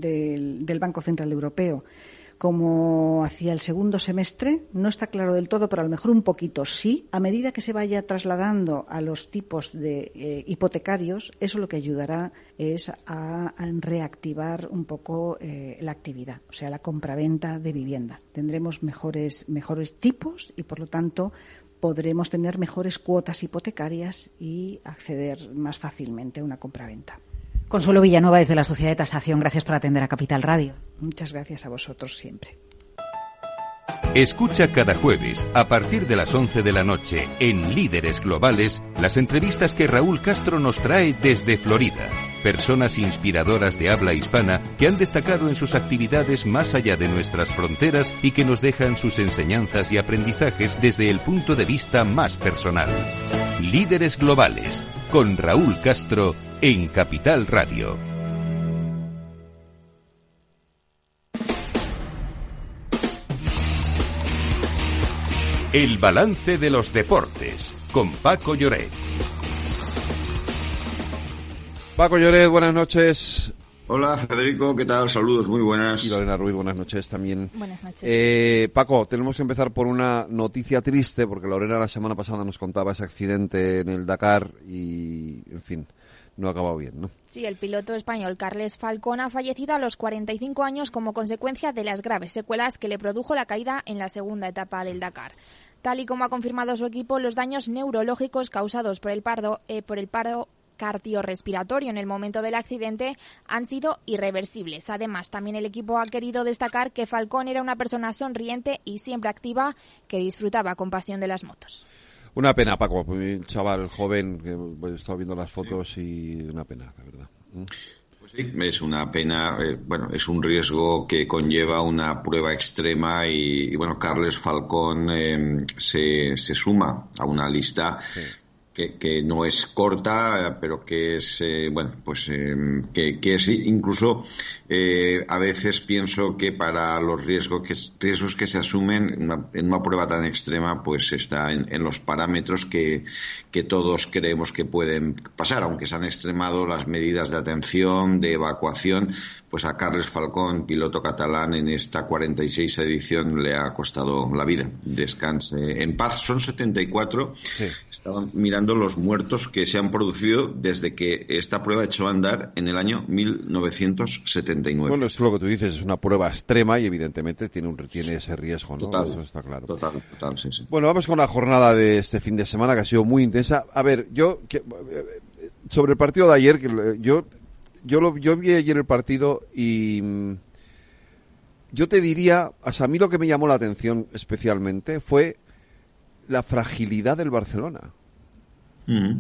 de, del Banco Central Europeo como hacia el segundo semestre, no está claro del todo, pero a lo mejor un poquito sí. A medida que se vaya trasladando a los tipos de eh, hipotecarios, eso lo que ayudará es a, a reactivar un poco eh, la actividad, o sea, la compraventa de vivienda. Tendremos mejores, mejores tipos y, por lo tanto, podremos tener mejores cuotas hipotecarias y acceder más fácilmente a una compraventa. Consuelo Villanueva, desde la Sociedad de Tasación, gracias por atender a Capital Radio. Muchas gracias a vosotros siempre. Escucha cada jueves, a partir de las once de la noche, en Líderes Globales, las entrevistas que Raúl Castro nos trae desde Florida. Personas inspiradoras de habla hispana que han destacado en sus actividades más allá de nuestras fronteras y que nos dejan sus enseñanzas y aprendizajes desde el punto de vista más personal. Líderes Globales, con Raúl Castro, en Capital Radio. El balance de los deportes, con Paco Lloret. Paco Lloret, buenas noches. Hola, Federico, ¿qué tal? Saludos, muy buenas. Y Lorena Ruiz, buenas noches también. Buenas noches. Eh, Paco, tenemos que empezar por una noticia triste, porque Lorena la semana pasada nos contaba ese accidente en el Dakar y, en fin, no ha acabado bien, ¿no? Sí, el piloto español Carles Falcón ha fallecido a los cuarenta y cinco años como consecuencia de las graves secuelas que le produjo la caída en la segunda etapa del Dakar. Tal y como ha confirmado su equipo, los daños neurológicos causados por el, pardo, eh, por el paro cardiorrespiratorio en el momento del accidente han sido irreversibles. Además, también el equipo ha querido destacar que Falcón era una persona sonriente y siempre activa que disfrutaba con pasión de las motos. Una pena, Paco, un chaval joven que he estado viendo las fotos y una pena, la verdad. Sí, es una pena, eh, bueno, es un riesgo que conlleva una prueba extrema y, y bueno, Carles Falcón eh, se, se suma a una lista sí. que, que no es corta, pero que es, eh, bueno, pues eh, que, que es incluso eh, a veces pienso que para los riesgos que, riesgos que se asumen en una, en una prueba tan extrema, pues está en, en los parámetros que, que todos creemos que pueden pasar, aunque se han extremado las medidas de atención, de evacuación, pues a Carles Falcón, piloto catalán, en esta cuarenta y seis edición le ha costado la vida. Descanse en paz. Son setenta y cuatro. Sí. Estaban mirando los muertos que se han producido desde que esta prueba echó a andar en el año mil novecientos setenta y nueve. Bueno, es lo que tú dices, es una prueba extrema y evidentemente tiene un tiene ese riesgo, ¿no? Total, eso está claro. Total, total, sí, sí. Bueno, vamos con la jornada de este fin de semana que ha sido muy intensa. A ver, yo que, sobre el partido de ayer, que yo yo lo yo vi ayer el partido y yo te diría, o sea, a mí lo que me llamó la atención especialmente fue la fragilidad del Barcelona. Mm.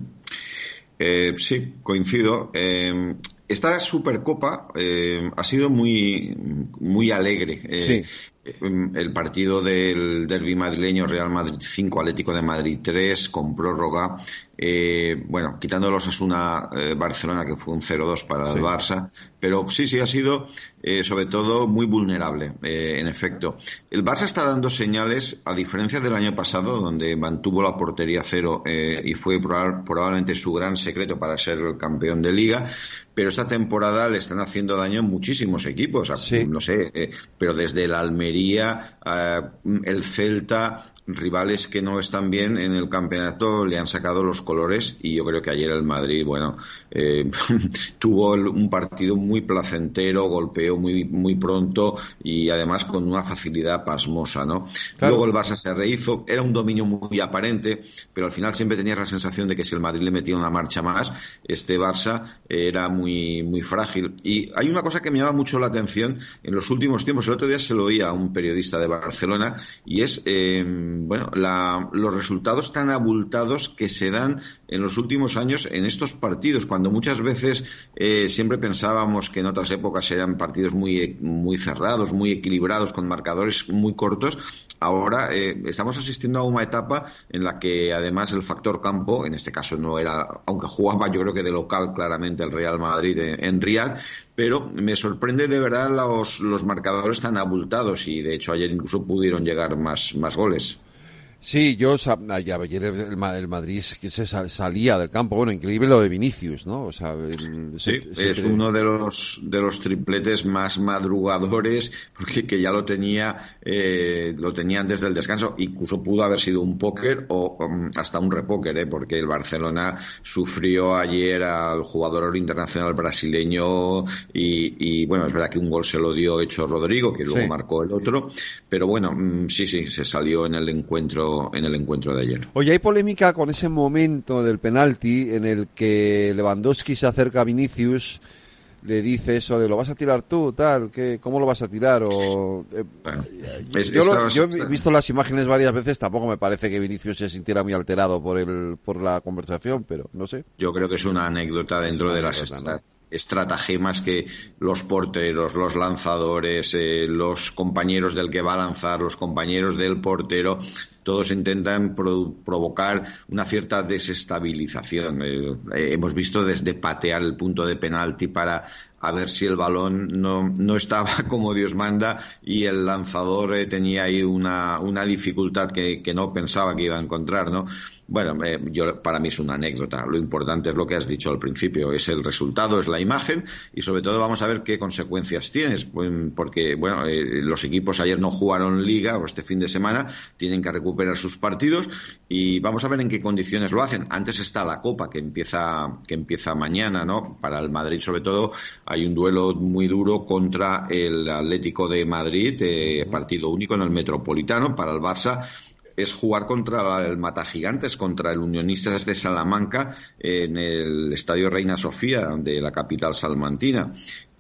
Eh, sí, coincido. Eh, esta Supercopa eh, ha sido muy muy alegre. Eh, sí. El partido del derbi madrileño, Real Madrid cinco, Atlético de Madrid tres, con prórroga. Eh, bueno, quitando los Osasuna eh, Barcelona, que fue un cero dos para sí. el Barça, pero sí, sí ha sido eh, sobre todo muy vulnerable, eh, en efecto. El Barça está dando señales, a diferencia del año pasado, donde mantuvo la portería cero eh, y fue proba- probablemente su gran secreto para ser el campeón de Liga, pero esta temporada le están haciendo daño muchísimos equipos, sí. no sé, eh, pero desde el Almería, eh, el Celta, rivales que no están bien en el campeonato le han sacado los colores, y yo creo que ayer el Madrid, bueno, eh, tuvo un partido muy placentero, golpeó muy muy pronto y además con una facilidad pasmosa, ¿no? Claro. Luego el Barça se rehizo, era un dominio muy aparente, pero al final siempre tenías la sensación de que si el Madrid le metía una marcha más, este Barça era muy muy frágil. Y hay una cosa que me llama mucho la atención en los últimos tiempos, el otro día se lo oía a un periodista de Barcelona, y es eh, bueno, la, los resultados tan abultados que se dan en los últimos años en estos partidos, cuando muchas veces eh, siempre pensábamos que en otras épocas eran partidos muy, muy cerrados, muy equilibrados, con marcadores muy cortos. Ahora eh, estamos asistiendo a una etapa en la que además el factor campo, en este caso no era, aunque jugaba yo creo que de local claramente el Real Madrid en, en Riad, pero me sorprende de verdad los, los marcadores tan abultados, y de hecho ayer incluso pudieron llegar más, más goles. Sí, yo ayer el, el Madrid que se salía del campo, bueno, increíble lo de Vinicius, ¿no? O sea, el, sí, se, es se... uno de los de los tripletes más madrugadores, porque que ya lo tenía eh, lo tenía antes del descanso, incluso pudo haber sido un póker o um, hasta un repóker, ¿eh? Porque el Barcelona sufrió ayer al jugador internacional brasileño y, y bueno, es verdad que un gol se lo dio hecho Rodrigo, que luego sí. marcó el otro, pero bueno, sí, sí, se salió en el encuentro en el encuentro de ayer. Oye, hay polémica con ese momento del penalti en el que Lewandowski se acerca a Vinicius, le dice eso de lo vas a tirar tú, tal, que cómo lo vas a tirar o eh, bueno, es, yo, lo, yo he visto las imágenes varias veces, tampoco me parece que Vinicius se sintiera muy alterado por el por la conversación, pero no sé. Yo creo que es una anécdota dentro de las estrategias. estratagemas que los porteros, los lanzadores, eh, los compañeros del que va a lanzar, los compañeros del portero, todos intentan pro- provocar una cierta desestabilización. Eh, eh, hemos visto desde patear el punto de penalti para a ver si el balón no, no estaba como Dios manda y el lanzador eh, tenía ahí una, una dificultad que, que no pensaba que iba a encontrar, ¿no? Bueno, eh, yo, para mí es una anécdota. Lo importante es lo que has dicho al principio, es el resultado, es la imagen y sobre todo vamos a ver qué consecuencias tienes, porque bueno, eh, los equipos ayer no jugaron Liga o este fin de semana, tienen que recuperar sus partidos y vamos a ver en qué condiciones lo hacen. Antes está la Copa que empieza que empieza mañana, ¿no? Para el Madrid sobre todo hay un duelo muy duro contra el Atlético de Madrid, eh, partido único en el Metropolitano. Para el Barça es jugar contra el Matagigantes, contra el Unionistas de Salamanca en el Estadio Reina Sofía de la capital salmantina.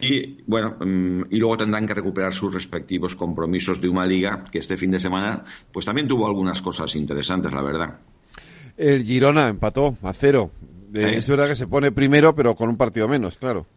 Y bueno, y luego tendrán que recuperar sus respectivos compromisos de una liga que este fin de semana pues también tuvo algunas cosas interesantes, la verdad. El Girona empató a cero. ¿Eh? Es verdad que se pone primero, pero con un partido menos, claro.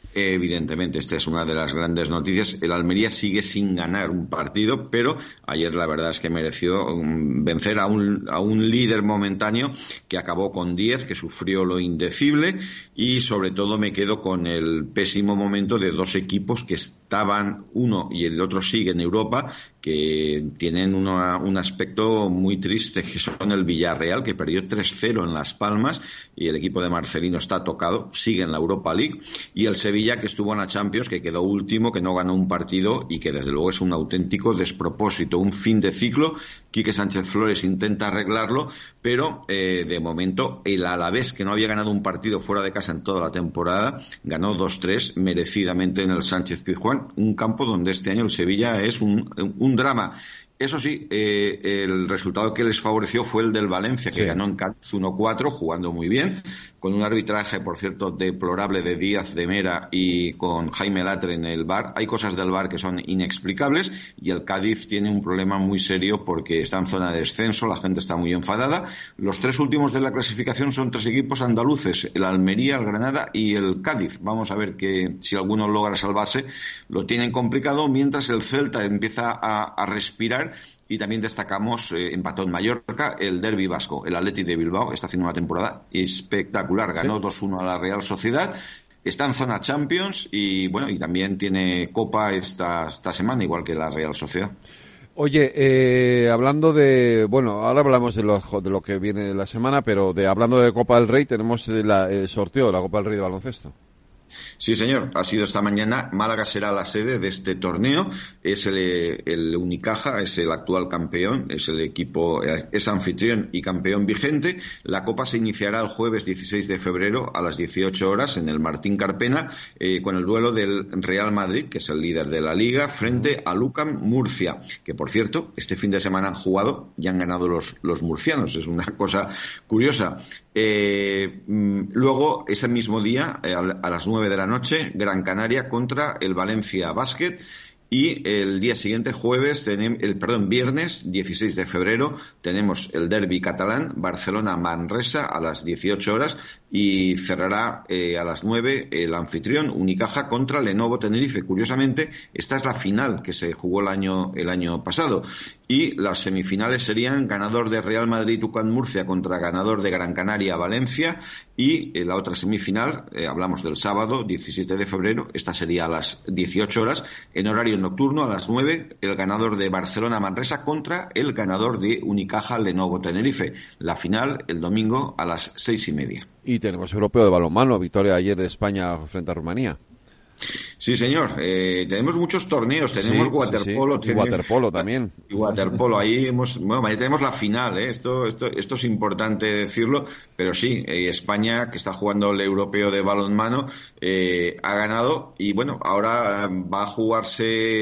Evidentemente, esta es una de las grandes noticias. El Almería sigue sin ganar un partido, pero ayer la verdad es que mereció vencer a un, a un líder momentáneo que acabó con diez, que sufrió lo indecible, y sobre todo me quedo con el pésimo momento de dos equipos que estaban, uno y el otro sigue en Europa, que tienen una, un aspecto muy triste, que son el Villarreal, que perdió tres cero en Las Palmas, y el equipo de Marcelino está tocado, sigue en la Europa League, y el Sevilla, que estuvo en la Champions, que quedó último, que no ganó un partido y que desde luego es un auténtico despropósito, un fin de ciclo. Quique Sánchez Flores intenta arreglarlo, pero eh, de momento el Alavés, que no había ganado un partido fuera de casa en toda la temporada, ganó dos tres merecidamente en el Sánchez Pizjuán, un campo donde este año el Sevilla es un, un drama. Eso sí, eh, el resultado que les favoreció fue el del Valencia, que sí. ganó en Cádiz uno cuatro, jugando muy bien, con un arbitraje, por cierto, deplorable de Díaz de Mera y con Jaime Latre en el V A R. Hay cosas del V A R que son inexplicables, y el Cádiz tiene un problema muy serio porque está en zona de descenso, la gente está muy enfadada. Los tres últimos de la clasificación son tres equipos andaluces, el Almería, el Granada y el Cádiz. Vamos a ver que si alguno logra salvarse. Lo tienen complicado, mientras el Celta empieza a, a respirar. Y también destacamos, eh, empató en Mallorca, el derbi vasco. El Athletic de Bilbao está haciendo una temporada espectacular. Ganó sí. dos uno a la Real Sociedad. Está en zona Champions y bueno, y también tiene Copa esta, esta semana, igual que la Real Sociedad. Oye, eh, hablando de, bueno, ahora hablamos de lo, de lo que viene de la semana, pero de hablando de Copa del Rey, tenemos la, el sorteo de la Copa del Rey de baloncesto. Sí, señor, ha sido esta mañana. Málaga será la sede de este torneo. Es el, el Unicaja, es el actual campeón, es el equipo, es anfitrión y campeón vigente. La Copa se iniciará el jueves dieciséis de febrero a las dieciocho horas en el Martín Carpena, eh, con el duelo del Real Madrid, que es el líder de la Liga, frente a Lucam Murcia, que por cierto, este fin de semana han jugado y han ganado los, los murcianos. Es una cosa curiosa. Eh, luego, ese mismo día, eh, a las nueve de la noche, Gran Canaria contra el Valencia Basket. Y el día siguiente, jueves, tenemos, el, perdón, viernes dieciséis de febrero, tenemos el derbi catalán, Barcelona-Manresa a las dieciocho horas, y cerrará eh, a las nueve el anfitrión Unicaja contra Lenovo Tenerife. Curiosamente, esta es la final que se jugó el año, el año pasado. Y las semifinales serían ganador de Real Madrid-Ucán Murcia contra ganador de Gran Canaria-Valencia, y eh, la otra semifinal, eh, hablamos del sábado diecisiete de febrero, esta sería a las dieciocho horas, en horario nocturno a las nueve, el ganador de Barcelona-Manresa contra el ganador de Unicaja-Lenovo Tenerife. La final el domingo a las seis y media. Y tenemos europeo de balonmano, victoria ayer de España frente a Rumanía. Sí, señor. Eh, tenemos muchos torneos. Tenemos sí, waterpolo. Sí, sí. Y waterpolo también. Y waterpolo. Ahí hemos, bueno, ahí tenemos la final, ¿eh? Esto, esto, esto es importante decirlo. Pero sí, eh, España, que está jugando el europeo de balonmano, eh, ha ganado. Y bueno, ahora va a jugarse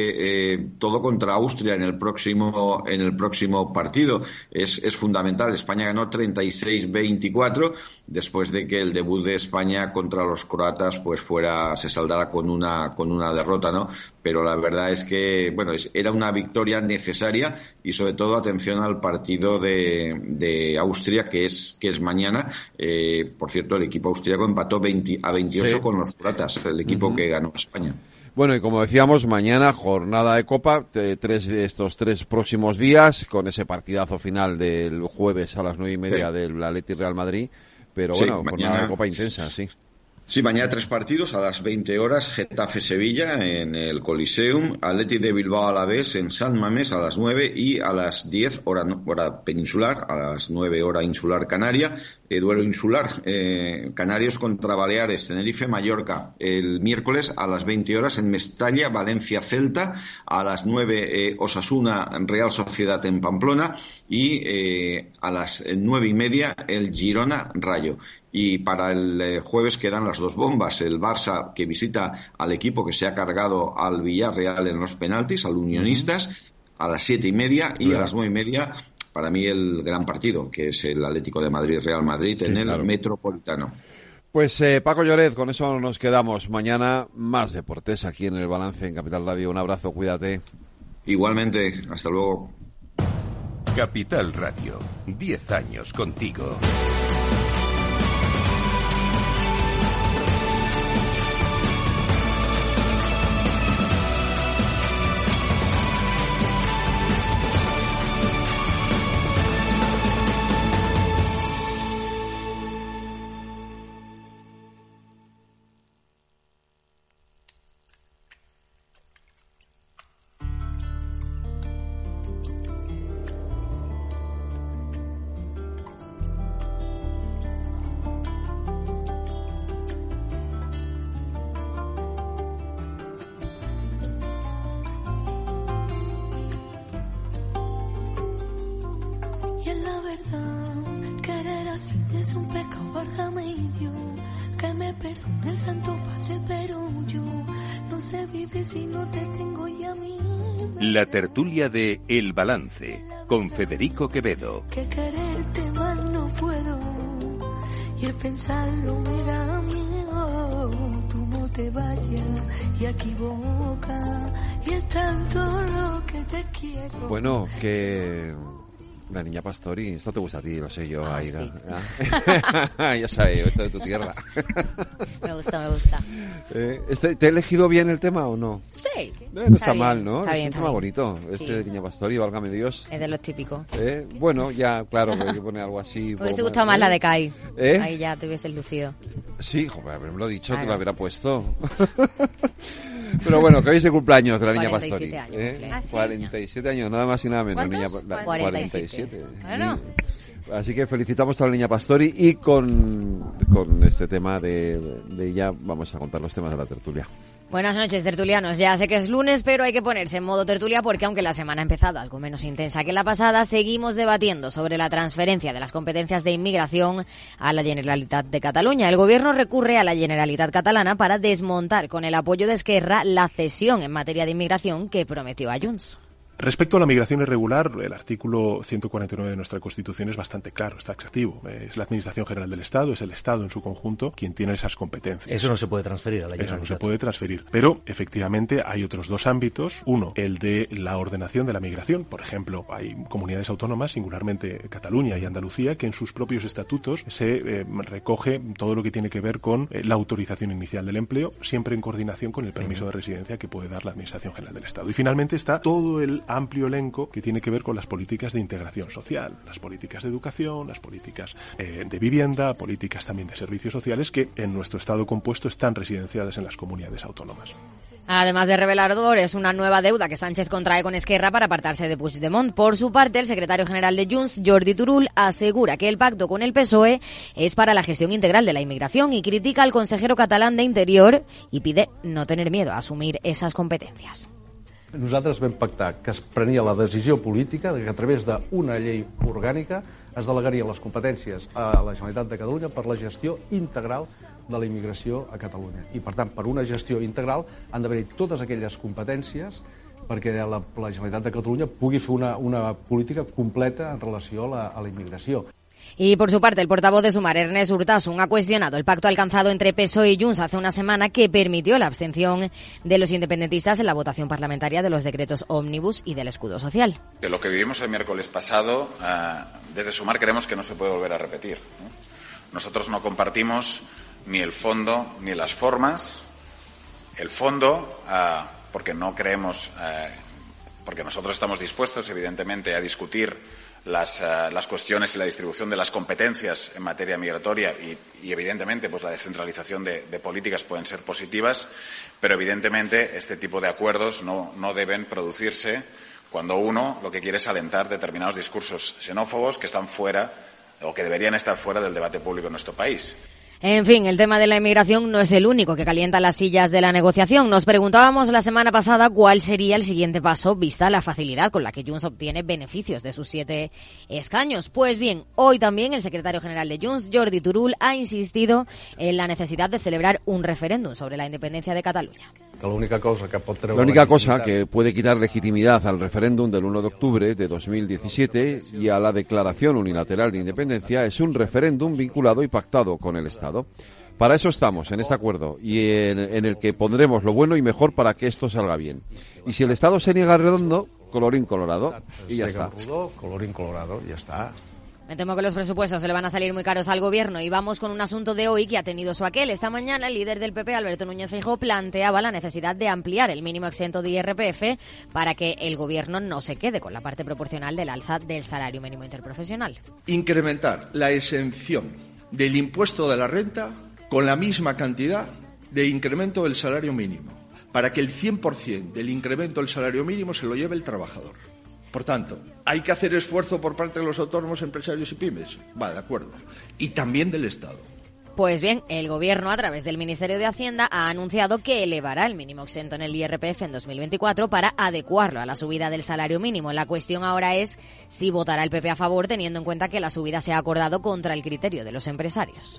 eh, todo contra Austria en el próximo, en el próximo partido. Es, es fundamental. España ganó treinta y seis veinticuatro después de que el debut de España contra los croatas pues fuera, se saldara con una con una derrota, ¿no? Pero la verdad es que, bueno, es, era una victoria necesaria, y sobre todo atención al partido de, de Austria, que es que es mañana. Eh, por cierto, el equipo austríaco empató veinte a veintiocho sí. con los croatas, el equipo uh-huh. que ganó España. Bueno, y como decíamos, mañana jornada de Copa, de tres de estos tres próximos días, con ese partidazo final del jueves a las nueve y media sí. del Athletic Real Madrid. Pero sí, bueno, mañana, jornada de Copa intensa, sí. Sí, mañana tres partidos a las veinte horas, Getafe-Sevilla en el Coliseum, Athletic de Bilbao Alavés en San Mamés a las nueve, y a las diez hora, hora peninsular, a las nueve hora insular canaria, eh, duelo insular, eh, Canarios contra Baleares, Tenerife-Mallorca, el miércoles a las veinte horas en Mestalla, Valencia-Celta, a las nueve eh, Osasuna-Real Sociedad en Pamplona, y eh, a las nueve y media el Girona-Rayo. Y para el eh, jueves quedan las dos bombas. El Barça, que visita al equipo que se ha cargado al Villarreal en los penaltis, al Unionistas, a las siete y media, y claro. a las nueve y media, para mí, el gran partido, que es el Atlético de Madrid-Real Madrid en sí, el claro. Metropolitano. Pues eh, Paco Lloret, con eso nos quedamos. Mañana más deportes aquí en El Balance, en Capital Radio. Un abrazo, cuídate. Igualmente, hasta luego. Capital Radio, diez años contigo. Y es la verdad, querer así es un pecado, válgame Dios. Que me perdone el Santo Padre, pero yo no sé vivir si no te tengo y a mí. La tertulia de El Balance, con Federico Quevedo. Que quererte más no puedo, y el pensarlo me da miedo. Tú no te vayas y equivoca, y es tanto lo que te quiero. Bueno, que... La Niña Pastori, esto te gusta a ti, lo sé yo, ah, Aida. Sí. ¿Ah? Ya sabes, esto de tu tierra. Me gusta, me gusta. Eh, este, ¿Te he elegido bien el tema o no? Sí. Eh, no está, está bien, mal, ¿no? Está es bien, un tema bonito, este sí. de Niña Pastori, válgame Dios. Es de los típicos. Eh, bueno, ya, claro, hay que poner algo así. Me hubiese gustado más la de Kai. ¿Eh? Ahí ya te hubieses lucido. Sí, joder, haberme lo dicho, claro. te lo hubiera puesto. Pero bueno, que hoy es el cumpleaños de la Niña Pastori. Años, ¿eh? ¿Ah, cuarenta y siete años, nada más y nada menos. Niña, la, cuarenta y siete. Bueno. Así que felicitamos a la Niña Pastori y con, con este tema de, de ella vamos a contar los temas de la tertulia. Buenas noches, tertulianos. Ya sé que es lunes, pero hay que ponerse en modo tertulia porque aunque la semana ha empezado algo menos intensa que la pasada, seguimos debatiendo sobre la transferencia de las competencias de inmigración a la Generalitat de Cataluña. El gobierno recurre a la Generalitat catalana para desmontar con el apoyo de Esquerra la cesión en materia de inmigración que prometió a Junts. Respecto a la migración irregular, el artículo ciento cuarenta y nueve de nuestra Constitución es bastante claro, es taxativo. Es la Administración General del Estado, es el Estado en su conjunto quien tiene esas competencias. Eso no se puede transferir a la Generalitat. Eso no se puede transferir. Pero, efectivamente, hay otros dos ámbitos. Uno, el de la ordenación de la migración. Por ejemplo, hay comunidades autónomas, singularmente Cataluña y Andalucía, que en sus propios estatutos se eh, recoge todo lo que tiene que ver con eh, la autorización inicial del empleo, siempre en coordinación con el permiso de residencia que puede dar la Administración General del Estado. Y finalmente está todo el amplio elenco que tiene que ver con las políticas de integración social, las políticas de educación, las políticas eh, de vivienda, políticas también de servicios sociales que en nuestro Estado compuesto están residenciadas en las comunidades autónomas. Además de revelador, es una nueva deuda que Sánchez contrae con Esquerra para apartarse de Puigdemont. Por su parte, el secretario general de Junts, Jordi Turull, asegura que el pacto con el P S O E es para la gestión integral de la inmigración y critica al consejero catalán de Interior y pide no tener miedo a asumir esas competencias. Nosaltres vam pactar que es prenia la decisió política de que a través d'una llei orgànica es delegarien les competències a la Generalitat de Catalunya per la gestió integral de la immigració a Catalunya. I, per tant, per una gestió integral han d'haver-hi totes aquelles competències perquè la, la Generalitat de Catalunya pugui fer una, una política completa en relació a la, a la immigració. Y por su parte, el portavoz de Sumar, Ernest Urtasun, ha cuestionado el pacto alcanzado entre P S O E y Junts hace una semana que permitió la abstención de los independentistas en la votación parlamentaria de los decretos ómnibus y del escudo social. De lo que vivimos el miércoles pasado, uh, desde Sumar creemos que no se puede volver a repetir, ¿no? Nosotros no compartimos ni el fondo ni las formas. El fondo, uh, porque no creemos, uh, porque nosotros estamos dispuestos, evidentemente, a discutir Las, uh, las cuestiones y la distribución de las competencias en materia migratoria y, y evidentemente, pues la descentralización de, de políticas pueden ser positivas, pero evidentemente este tipo de acuerdos no, no deben producirse cuando uno lo que quiere es alentar determinados discursos xenófobos que están fuera o que deberían estar fuera del debate público en nuestro país. En fin, el tema de la inmigración no es el único que calienta las sillas de la negociación. Nos preguntábamos la semana pasada cuál sería el siguiente paso vista la facilidad con la que Junts obtiene beneficios de sus siete escaños. Pues bien, hoy también el secretario general de Junts, Jordi Turull, ha insistido en la necesidad de celebrar un referéndum sobre la independencia de Cataluña. La única cosa que pot treure La única cosa que puede quitar legitimidad al referéndum del uno de octubre de dos mil diecisiete y a la declaración unilateral de independencia es un referéndum vinculado y pactado con el Estado. Para eso estamos, en este acuerdo, y en, en el que pondremos lo bueno y mejor para que esto salga bien. Y si el Estado se niega redondo, colorín colorado, y ya está. Colorín colorado, ya está. Me temo que los presupuestos se le van a salir muy caros al gobierno y vamos con un asunto de hoy que ha tenido su aquel. Esta mañana el líder del P P, Alberto Núñez Feijóo, planteaba la necesidad de ampliar el mínimo exento de I R P F para que el gobierno no se quede con la parte proporcional del alza del salario mínimo interprofesional. Incrementar la exención del impuesto de la renta con la misma cantidad de incremento del salario mínimo, para que el cien por ciento del incremento del salario mínimo se lo lleve el trabajador. Por tanto, hay que hacer esfuerzo por parte de los autónomos, empresarios y pymes. Va, de acuerdo. Y también del Estado. Pues bien, el Gobierno, a través del Ministerio de Hacienda, ha anunciado que elevará el mínimo exento en el I R P F en dos mil veinticuatro para adecuarlo a la subida del salario mínimo. La cuestión ahora es si votará el P P a favor, teniendo en cuenta que la subida se ha acordado contra el criterio de los empresarios.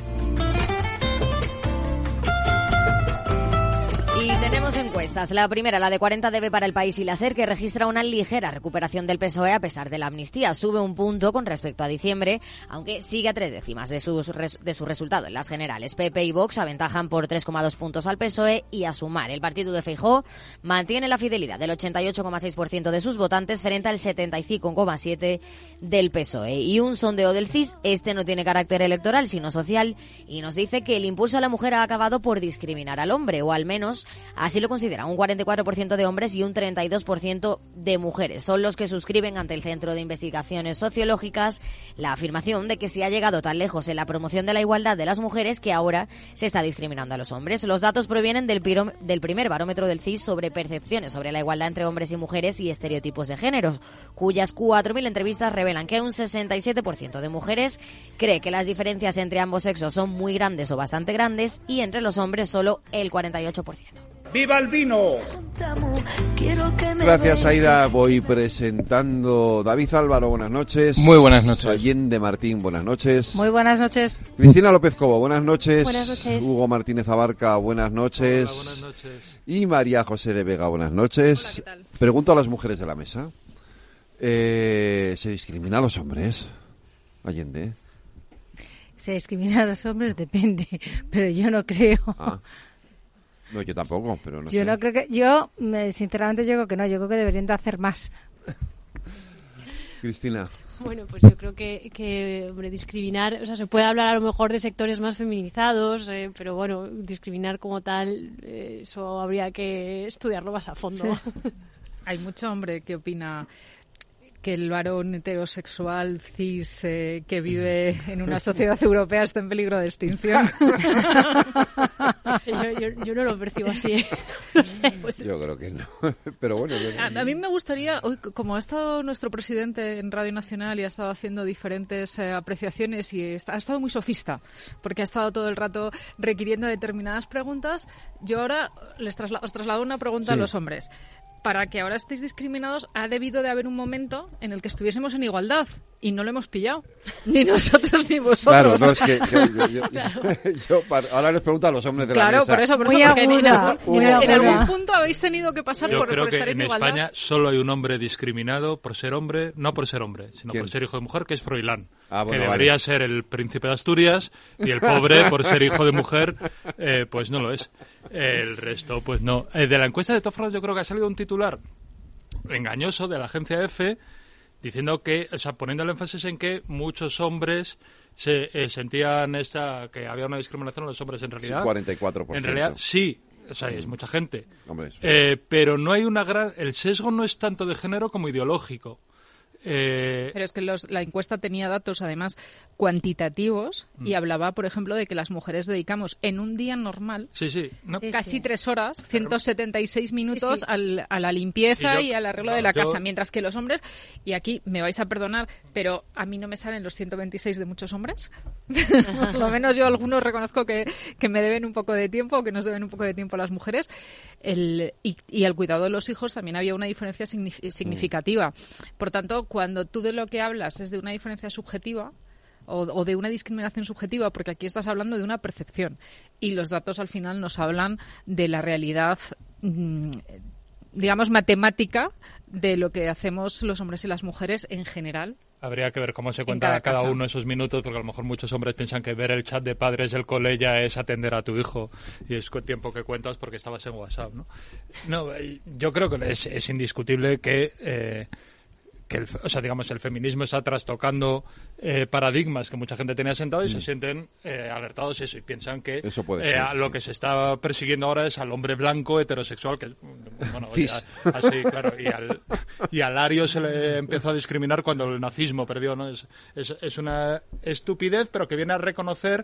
Y tenemos encuestas. La primera, la de cuarenta D B para El País y la SER, que registra una ligera recuperación del P S O E a pesar de la amnistía. Sube un punto con respecto a diciembre, aunque sigue a tres décimas de, sus res, de su resultado en las generales. P P y Vox aventajan por tres coma dos puntos al P S O E y a Sumar. El partido de Feijóo mantiene la fidelidad del ochenta y ocho coma seis por ciento de sus votantes frente al setenta y cinco coma siete por ciento del P S O E. Y un sondeo del C I S, este no tiene carácter electoral sino social, y nos dice que el impulso a la mujer ha acabado por discriminar al hombre, o al menos así lo considera un cuarenta y cuatro por ciento de hombres y un treinta y dos por ciento de mujeres. Son los que suscriben ante el Centro de Investigaciones Sociológicas la afirmación de que se ha llegado tan lejos en la promoción de la igualdad de las mujeres que ahora se está discriminando a los hombres. Los datos provienen del, piro, del primer barómetro del C I S sobre percepciones sobre la igualdad entre hombres y mujeres y estereotipos de géneros, cuyas cuatro mil entrevistas revelan que un sesenta y siete por ciento de mujeres cree que las diferencias entre ambos sexos son muy grandes o bastante grandes, y entre los hombres solo el cuarenta y ocho por ciento. ¡Viva el vino! Gracias, Aida. Voy presentando David Álvaro, buenas noches. Muy buenas noches. Allende Martín, buenas noches. Muy buenas noches. Cristina López Cobo, buenas noches. Buenas noches. Hugo Martínez Abarca, buenas noches. Hola, buenas noches. Y María José de Vega, buenas noches. Hola, ¿qué tal? Pregunto a las mujeres de la mesa. Eh, ¿Se discrimina a los hombres? Allende. Se discrimina a los hombres, depende, pero yo no creo. Ah. No, yo tampoco, pero no Yo sé. no creo que, yo, sinceramente, yo creo que no, yo creo que deberían de hacer más. Cristina. Bueno, pues yo creo que, que hombre, discriminar, o sea, se puede hablar a lo mejor de sectores más feminizados, eh, pero bueno, discriminar como tal, eh, eso habría que estudiarlo más a fondo. Sí. Hay mucho hombre que opina que el varón heterosexual cis eh, que vive en una sociedad europea está en peligro de extinción. Sí, yo, yo, yo no lo percibo así. No sé. Pues, yo creo que no. Pero bueno, yo... a, a mí me gustaría, hoy, como ha estado nuestro presidente en Radio Nacional y ha estado haciendo diferentes eh, apreciaciones y está, ha estado muy sofista, porque ha estado todo el rato requiriendo determinadas preguntas, yo ahora les trasla- os traslado una pregunta Sí. a los hombres. Para que ahora estéis discriminados, ha debido de haber un momento en el que estuviésemos en igualdad y no lo hemos pillado. Ni nosotros ni vosotros. Claro, no, es que yo, yo, yo, claro. yo para, ahora les pregunto a los hombres de claro, la mesa. por eso, por Muy eso, porque aguda, en, algún, muy en aguda. algún punto habéis tenido que pasar Yo por, creo por que estar en, en igualdad. España solo hay un hombre discriminado por ser hombre, no por ser hombre, sino ¿Quién? por ser hijo de mujer, que es Froilán, Ah, bueno, que debería vale. ser el príncipe de Asturias, y el pobre, por ser hijo de mujer, eh, pues no lo es. El resto, pues no. Eh, de la encuesta de todas formas, yo creo que ha salido un titular engañoso de la agencia EFE diciendo que, o sea, poniendo el énfasis en que muchos hombres se eh, sentían esta que había una discriminación a los hombres. En realidad, Sí, cuarenta y cuatro por ciento. en realidad sí, o sea, es mucha gente. Hombre, es- Eh, pero no hay una gran, el sesgo no es tanto de género como ideológico. Eh, Pero es que los- la encuesta tenía datos, además, cuantitativos y hablaba, por ejemplo, de que las mujeres dedicamos en un día normal sí, sí, no, Sí, casi sí. tres horas, ciento setenta y seis minutos Sí, sí. Al, a la limpieza Y yo- y al arreglo no, de la yo- casa, mientras que los hombres, y aquí me vais a perdonar, pero a mí no me salen los ciento veintiséis de muchos hombres. Por lo menos yo algunos reconozco que, que me deben un poco de tiempo, que nos deben un poco de tiempo a las mujeres. El, y, y el cuidado de los hijos también había una diferencia signif- significativa. Por tanto, cuando tú de lo que hablas es de una diferencia subjetiva, o, o de una discriminación subjetiva, porque aquí estás hablando de una percepción y los datos al final nos hablan de la realidad, mmm, digamos, matemática de lo que hacemos los hombres y las mujeres en general. habría que ver cómo se En cuenta cada cada, casa. uno esos minutos, porque a lo mejor muchos hombres piensan que ver el chat de padres del cole ya es atender a tu hijo y es cu- tiempo que cuentas porque estabas en WhatsApp, ¿no? No, eh, yo creo que es, es indiscutible que... Eh, que el, o sea, digamos, el feminismo está trastocando eh, paradigmas que mucha gente tenía sentado y Mm. se sienten eh, alertados eso, y piensan que Eso puede eh, ser, a lo sí. que se está persiguiendo ahora es al hombre blanco heterosexual, que bueno, Cis. ya- así, claro, y al, y al ario se le empezó a discriminar cuando el nazismo perdió, ¿no? Es, es, es una estupidez, pero que viene a reconocer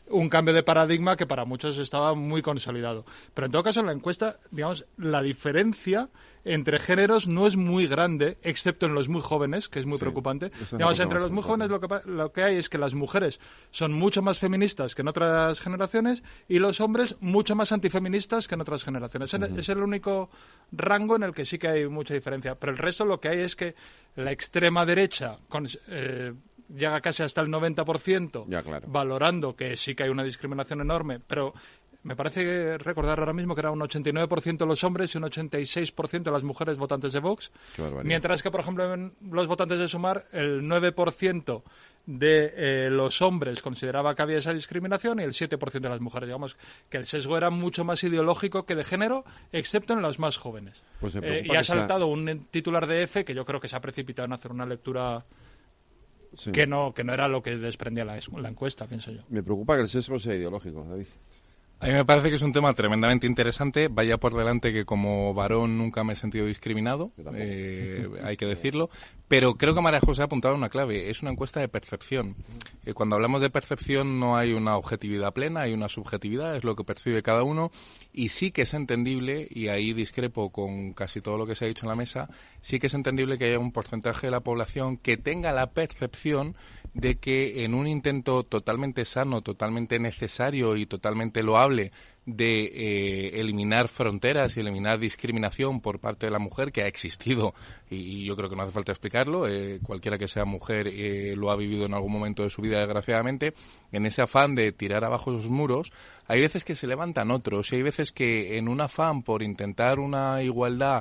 un cambio de paradigma que para muchos estaba muy consolidado. Pero en todo caso, en la encuesta, digamos, la diferencia entre géneros no es muy grande, excepto en los muy jóvenes, que es muy sí, preocupante. Digamos, entre los muy jóvenes lo que, lo que hay es que las mujeres son mucho más feministas que en otras generaciones y los hombres mucho más antifeministas que en otras generaciones. Uh-huh. Es el único rango en el que sí que hay mucha diferencia. Pero el resto lo que hay es que la extrema derecha con, eh, llega casi hasta el noventa por ciento, ya, claro, valorando que sí que hay una discriminación enorme, pero me parece recordar ahora mismo que era un ochenta y nueve por ciento los hombres y un ochenta y seis por ciento las mujeres votantes de Vox, mientras que, por ejemplo, en los votantes de Sumar, el nueve por ciento de eh, los hombres consideraba que había esa discriminación y el siete por ciento de las mujeres. Digamos que el sesgo era mucho más ideológico que de género, excepto en los más jóvenes. Pues eh, y ha saltado un titular de F que yo creo que se ha precipitado en hacer una lectura sí. que no que no era lo que desprendía la, la encuesta, pienso yo. Me preocupa que el sesgo sea ideológico, David. A mí me parece que es un tema tremendamente interesante. Vaya por delante que como varón nunca me he sentido discriminado, eh, hay que decirlo. Pero creo que María José ha apuntado una clave. Es una encuesta de percepción. Eh, cuando hablamos de percepción no hay una objetividad plena, hay una subjetividad, es lo que percibe cada uno. Y sí que es entendible, y ahí discrepo con casi todo lo que se ha dicho en la mesa, sí que es entendible que haya un porcentaje de la población que tenga la percepción de que en un intento totalmente sano, totalmente necesario y totalmente loable de eh, eliminar fronteras y eliminar discriminación por parte de la mujer, que ha existido y, y yo creo que no hace falta explicarlo, eh, cualquiera que sea mujer eh, lo ha vivido en algún momento de su vida, desgraciadamente, en ese afán de tirar abajo esos muros, hay veces que se levantan otros y hay veces que en un afán por intentar una igualdad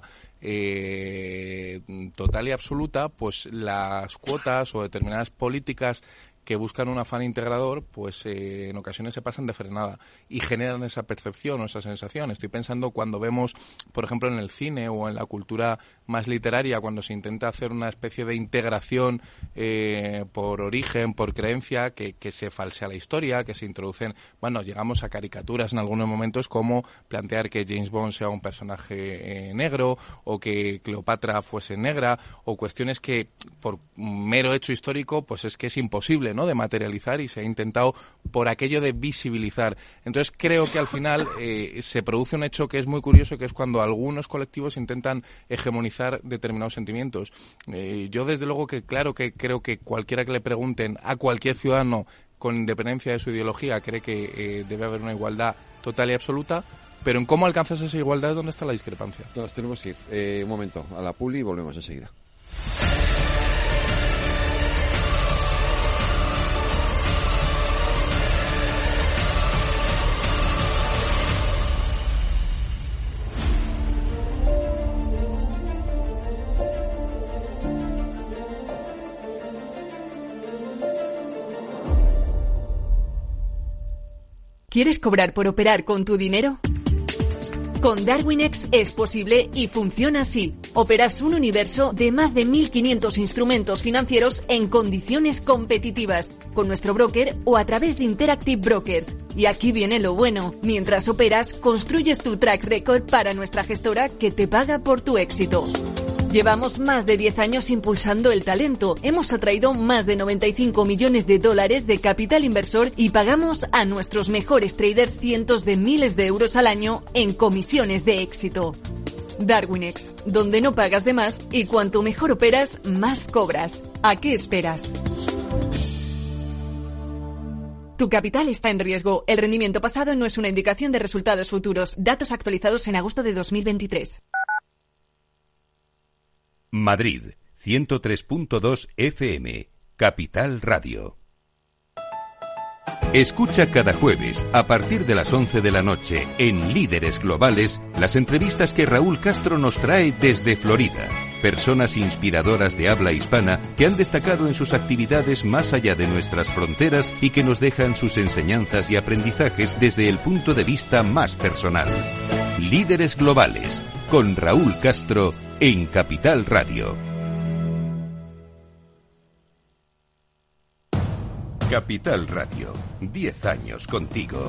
eh, total y absoluta, pues las cuotas o determinadas políticas que buscan un afán integrador, pues eh, en ocasiones se pasan de frenada y generan esa percepción o esa sensación. Estoy pensando cuando vemos, por ejemplo, en el cine o en la cultura más literaria, cuando se intenta hacer una especie de integración eh, por origen, por creencia, que, que se falsea la historia, que se introducen, bueno, llegamos a caricaturas en algunos momentos como plantear que James Bond sea un personaje eh, negro o que Cleopatra fuese negra o cuestiones que por mero hecho histórico pues es que es imposible, ¿no?, de materializar y se ha intentado por aquello de visibilizar. Entonces creo que al final eh, se produce un hecho que es muy curioso, que es cuando algunos colectivos intentan hegemonizar determinados sentimientos. Eh, yo desde luego que claro que creo que cualquiera que le pregunten a cualquier ciudadano con independencia de su ideología cree que eh, debe haber una igualdad total y absoluta, pero en cómo alcanzas esa igualdad es donde está la discrepancia. Nos tenemos que ir. Eh, un momento a la publi y volvemos enseguida. ¿Quieres cobrar por operar con tu dinero? Con Darwinex es posible y funciona así. Operas un universo de más de mil quinientos instrumentos financieros en condiciones competitivas, con nuestro broker o a través de Interactive Brokers. Y aquí viene lo bueno. Mientras operas, construyes tu track record para nuestra gestora que te paga por tu éxito. Llevamos más de diez años impulsando el talento. Hemos atraído más de noventa y cinco millones de dólares de capital inversor y pagamos a nuestros mejores traders cientos de miles de euros al año en comisiones de éxito. Darwinex, donde no pagas de más y cuanto mejor operas, más cobras. ¿A qué esperas? Tu capital está en riesgo. El rendimiento pasado no es una indicación de resultados futuros. Datos actualizados en agosto de dos mil veintitrés. Madrid, ciento tres punto dos F M, Capital Radio. Escucha cada jueves, a partir de las once de la noche, en Líderes Globales, las entrevistas que Raúl Castro nos trae desde Florida. Personas inspiradoras de habla hispana que han destacado en sus actividades más allá de nuestras fronteras y que nos dejan sus enseñanzas y aprendizajes desde el punto de vista más personal. Líderes Globales, con Raúl Castro, en Capital Radio. Capital Radio, diez años contigo.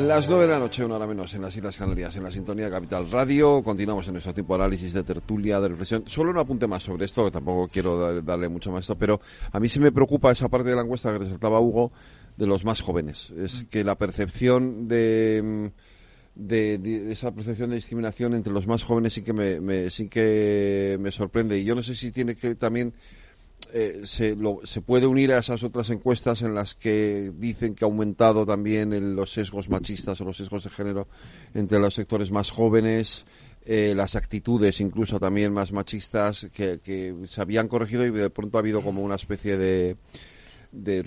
Las nueve de la noche, una hora menos, en las Islas Canarias, en la sintonía de Capital Radio. Continuamos en nuestro tiempo de análisis, de tertulia, de reflexión. Solo un apunte más sobre esto, que tampoco quiero dar, darle mucho más esto, pero a mí sí me preocupa esa parte de la encuesta que resaltaba Hugo, de los más jóvenes. Es que la percepción de... De, de esa percepción de discriminación entre los más jóvenes sí que me, me sí que me sorprende, y yo no sé si tiene que también eh, se, lo, se puede unir a esas otras encuestas en las que dicen que ha aumentado también el, los sesgos machistas o los sesgos de género entre los sectores más jóvenes, eh, las actitudes incluso también más machistas que, que se habían corregido, y de pronto ha habido como una especie de De,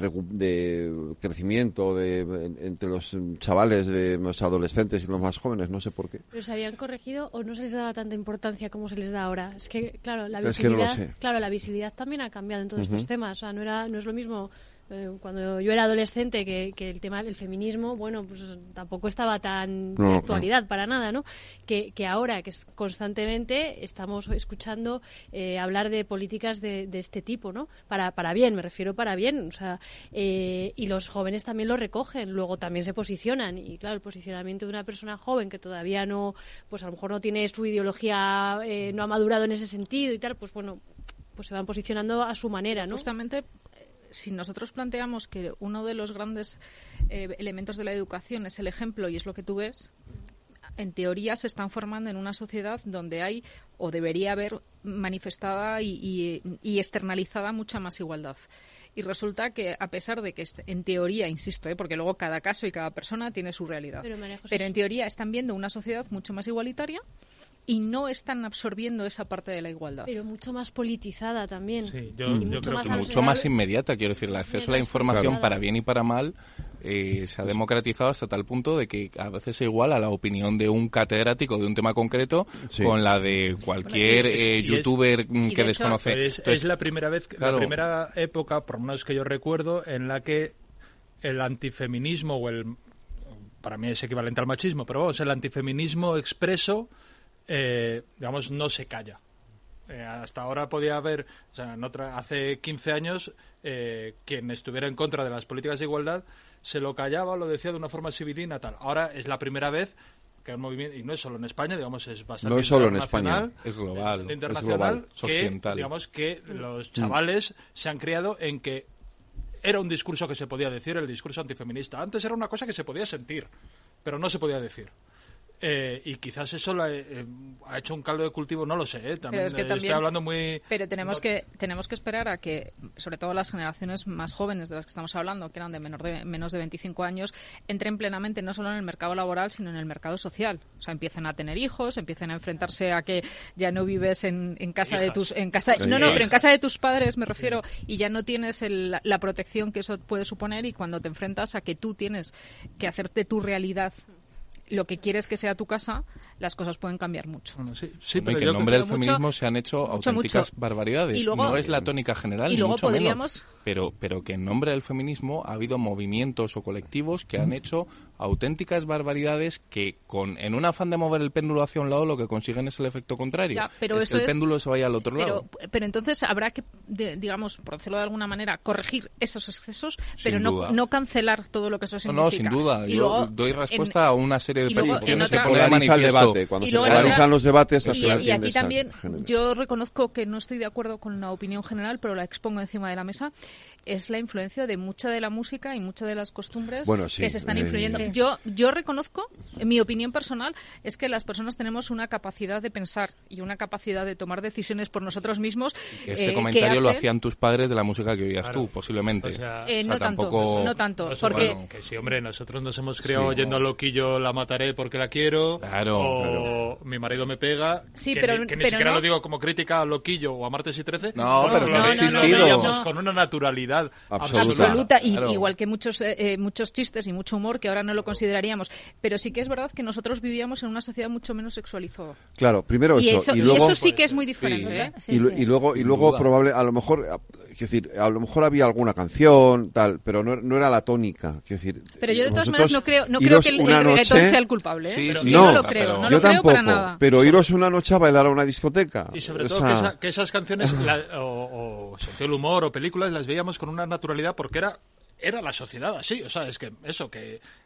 de crecimiento de, entre los chavales, de los adolescentes y los más jóvenes, no sé por qué. ¿Pero se habían corregido o no se les daba tanta importancia como se les da ahora? Es que, claro, la es visibilidad, que no lo sé. claro, la visibilidad también ha cambiado en todos Uh-huh. estos temas. O sea, no era, no es lo mismo eh, cuando yo era adolescente que, que el tema del feminismo, bueno, pues tampoco estaba tan No, de actualidad claro. para nada, ¿no? Que, que ahora, que es, constantemente estamos escuchando eh, hablar de políticas de, de este tipo, ¿no? Para, para bien, me refiero para bien, o sea, eh, y los jóvenes también lo recogen, luego también se posicionan, y claro, el posicionamiento de una persona joven que todavía no, pues a lo mejor no tiene su ideología, eh, no ha madurado en ese sentido y tal, pues bueno, pues se van posicionando a su manera, ¿no? Justamente, si nosotros planteamos que uno de los grandes eh, elementos de la educación es el ejemplo y es lo que tú ves, en teoría se están formando en una sociedad donde hay o debería haber manifestada y, y, y externalizada mucha más igualdad. Y resulta que, a pesar de que en teoría, insisto, ¿eh? porque luego cada caso y cada persona tiene su realidad, Pero, María José, pero en teoría están viendo una sociedad mucho más igualitaria y no están absorbiendo esa parte de la igualdad. Pero mucho más politizada también. Sí, yo, Mm. yo Mucho creo más que mucho más más inmediata, quiero decir, el acceso a la información Claro. para bien y para mal eh, se ha democratizado hasta tal punto de que a veces se iguala la opinión de un catedrático de un tema concreto Sí. con la de cualquier Bueno, y es- eh, y es- youtuber mm, y que de hecho, desconoce. Es, Entonces, es la primera vez, claro. la primera época, por lo menos que yo recuerdo, en la que el antifeminismo o el, para mí es equivalente al machismo, pero vamos, el antifeminismo expreso, eh, digamos, no se calla. Eh, hasta ahora podía haber, o sea, en otra, hace quince años, eh, quien estuviera en contra de las políticas de igualdad se lo callaba o lo decía de una forma civilina, tal. Ahora es la primera vez que hay un movimiento, y no es solo en España, digamos, es bastante No es solo en internacional, España. Es global, bastante es internacional, global, es que, occidental. digamos, que los chavales se han criado en que era un discurso que se podía decir, el discurso antifeminista. Antes era una cosa que se podía sentir, pero no se podía decir. Eh, y quizás eso la, eh, ha hecho un caldo de cultivo, no lo sé, eh, también, Pero es que eh, también- estoy hablando muy... Pero tenemos no- que tenemos que esperar a que, sobre todo las generaciones más jóvenes de las que estamos hablando, que eran de, menor de menos de veinticinco años, entren plenamente no solo en el mercado laboral, sino en el mercado social. O sea, empiecen a tener hijos, empiecen a enfrentarse a que ya no vives en, en casa de Hijas. tus... en casa No, no, pero en casa de tus padres, me refiero, y ya no tienes el- la protección que eso puede suponer, y cuando te enfrentas a que tú tienes que hacerte tu realidad lo que quieres que sea tu casa, las cosas pueden cambiar mucho. Bueno, sí, sí, Bueno, y pero que yo en nombre del creo mucho- feminismo se han hecho mucho, auténticas mucho. barbaridades. Y luego- no es la tónica general, y ni luego mucho podríamos- menos. Pero, pero que en nombre del feminismo ha habido movimientos o colectivos que han hecho auténticas barbaridades que, con en un afán de mover el péndulo hacia un lado, lo que consiguen es el efecto contrario. Ya, pero es eso que el es- péndulo se vaya al otro pero, lado. pero entonces habrá que, de- digamos, por decirlo de alguna manera, corregir esos excesos, pero Sin no, duda. no cancelar todo lo que eso No, significa. no, sin duda. Y Yo luego, doy en- respuesta a una serie de y luego, percepciones en que otra- ponen de Polariza el manifiesto. debate. Cuando Y se luego en polarizan otra- los debates, Y, al final y tiende aquí esa también genera. yo reconozco que no estoy de acuerdo con la opinión general, pero la expongo encima de la mesa. Es la influencia de mucha de la música y muchas de las costumbres Bueno, sí, que se están eh, influyendo. sí. Yo, yo reconozco, en mi opinión personal, es que las personas tenemos una capacidad de pensar y una capacidad de tomar decisiones por nosotros mismos. Este eh, comentario que lo hace- hacían tus padres de la música que oías Claro. tú, posiblemente. O sea, Eh, O sea, no tanto, tampoco- no tanto, Pues, porque bueno, que sí, hombre, nosotros nos hemos criado Sí. oyendo a Loquillo La mataré porque la quiero, Claro, o claro. Mi marido me pega, Sí, que, pero- ni, que ni pero siquiera no. lo digo como crítica a Loquillo o a Martes y Trece, No, lo pero que ha ve- existido. lo veíamos No. con una naturalidad Absoluta. absoluta, y, Claro. igual que muchos eh, eh, muchos chistes y mucho humor que ahora no lo consideraríamos, pero sí que es verdad que nosotros vivíamos en una sociedad mucho menos sexualizada. Claro, primero Y eso, eso, y y luego eso sí que es muy diferente. Sí. ¿eh? Sí, y, lu- sí. y luego y Sin luego duda. probable a lo mejor a- quiero decir a lo mejor había alguna canción tal, pero no, no era la tónica, quiero decir. Pero yo de todas vosotros maneras no creo no creo iros que el, el una reggaetón noche- sea el culpable. ¿eh? Sí, Yo sí, no, no, lo creo, pero- no yo lo creo tampoco, para nada. pero iros una noche a bailar a una discoteca. Y sobre O todo sea, que, esa- que esas canciones, la- o, o sentido del humor o películas, las veíamos con una naturalidad porque era era la sociedad así. O sea, es que eso, que,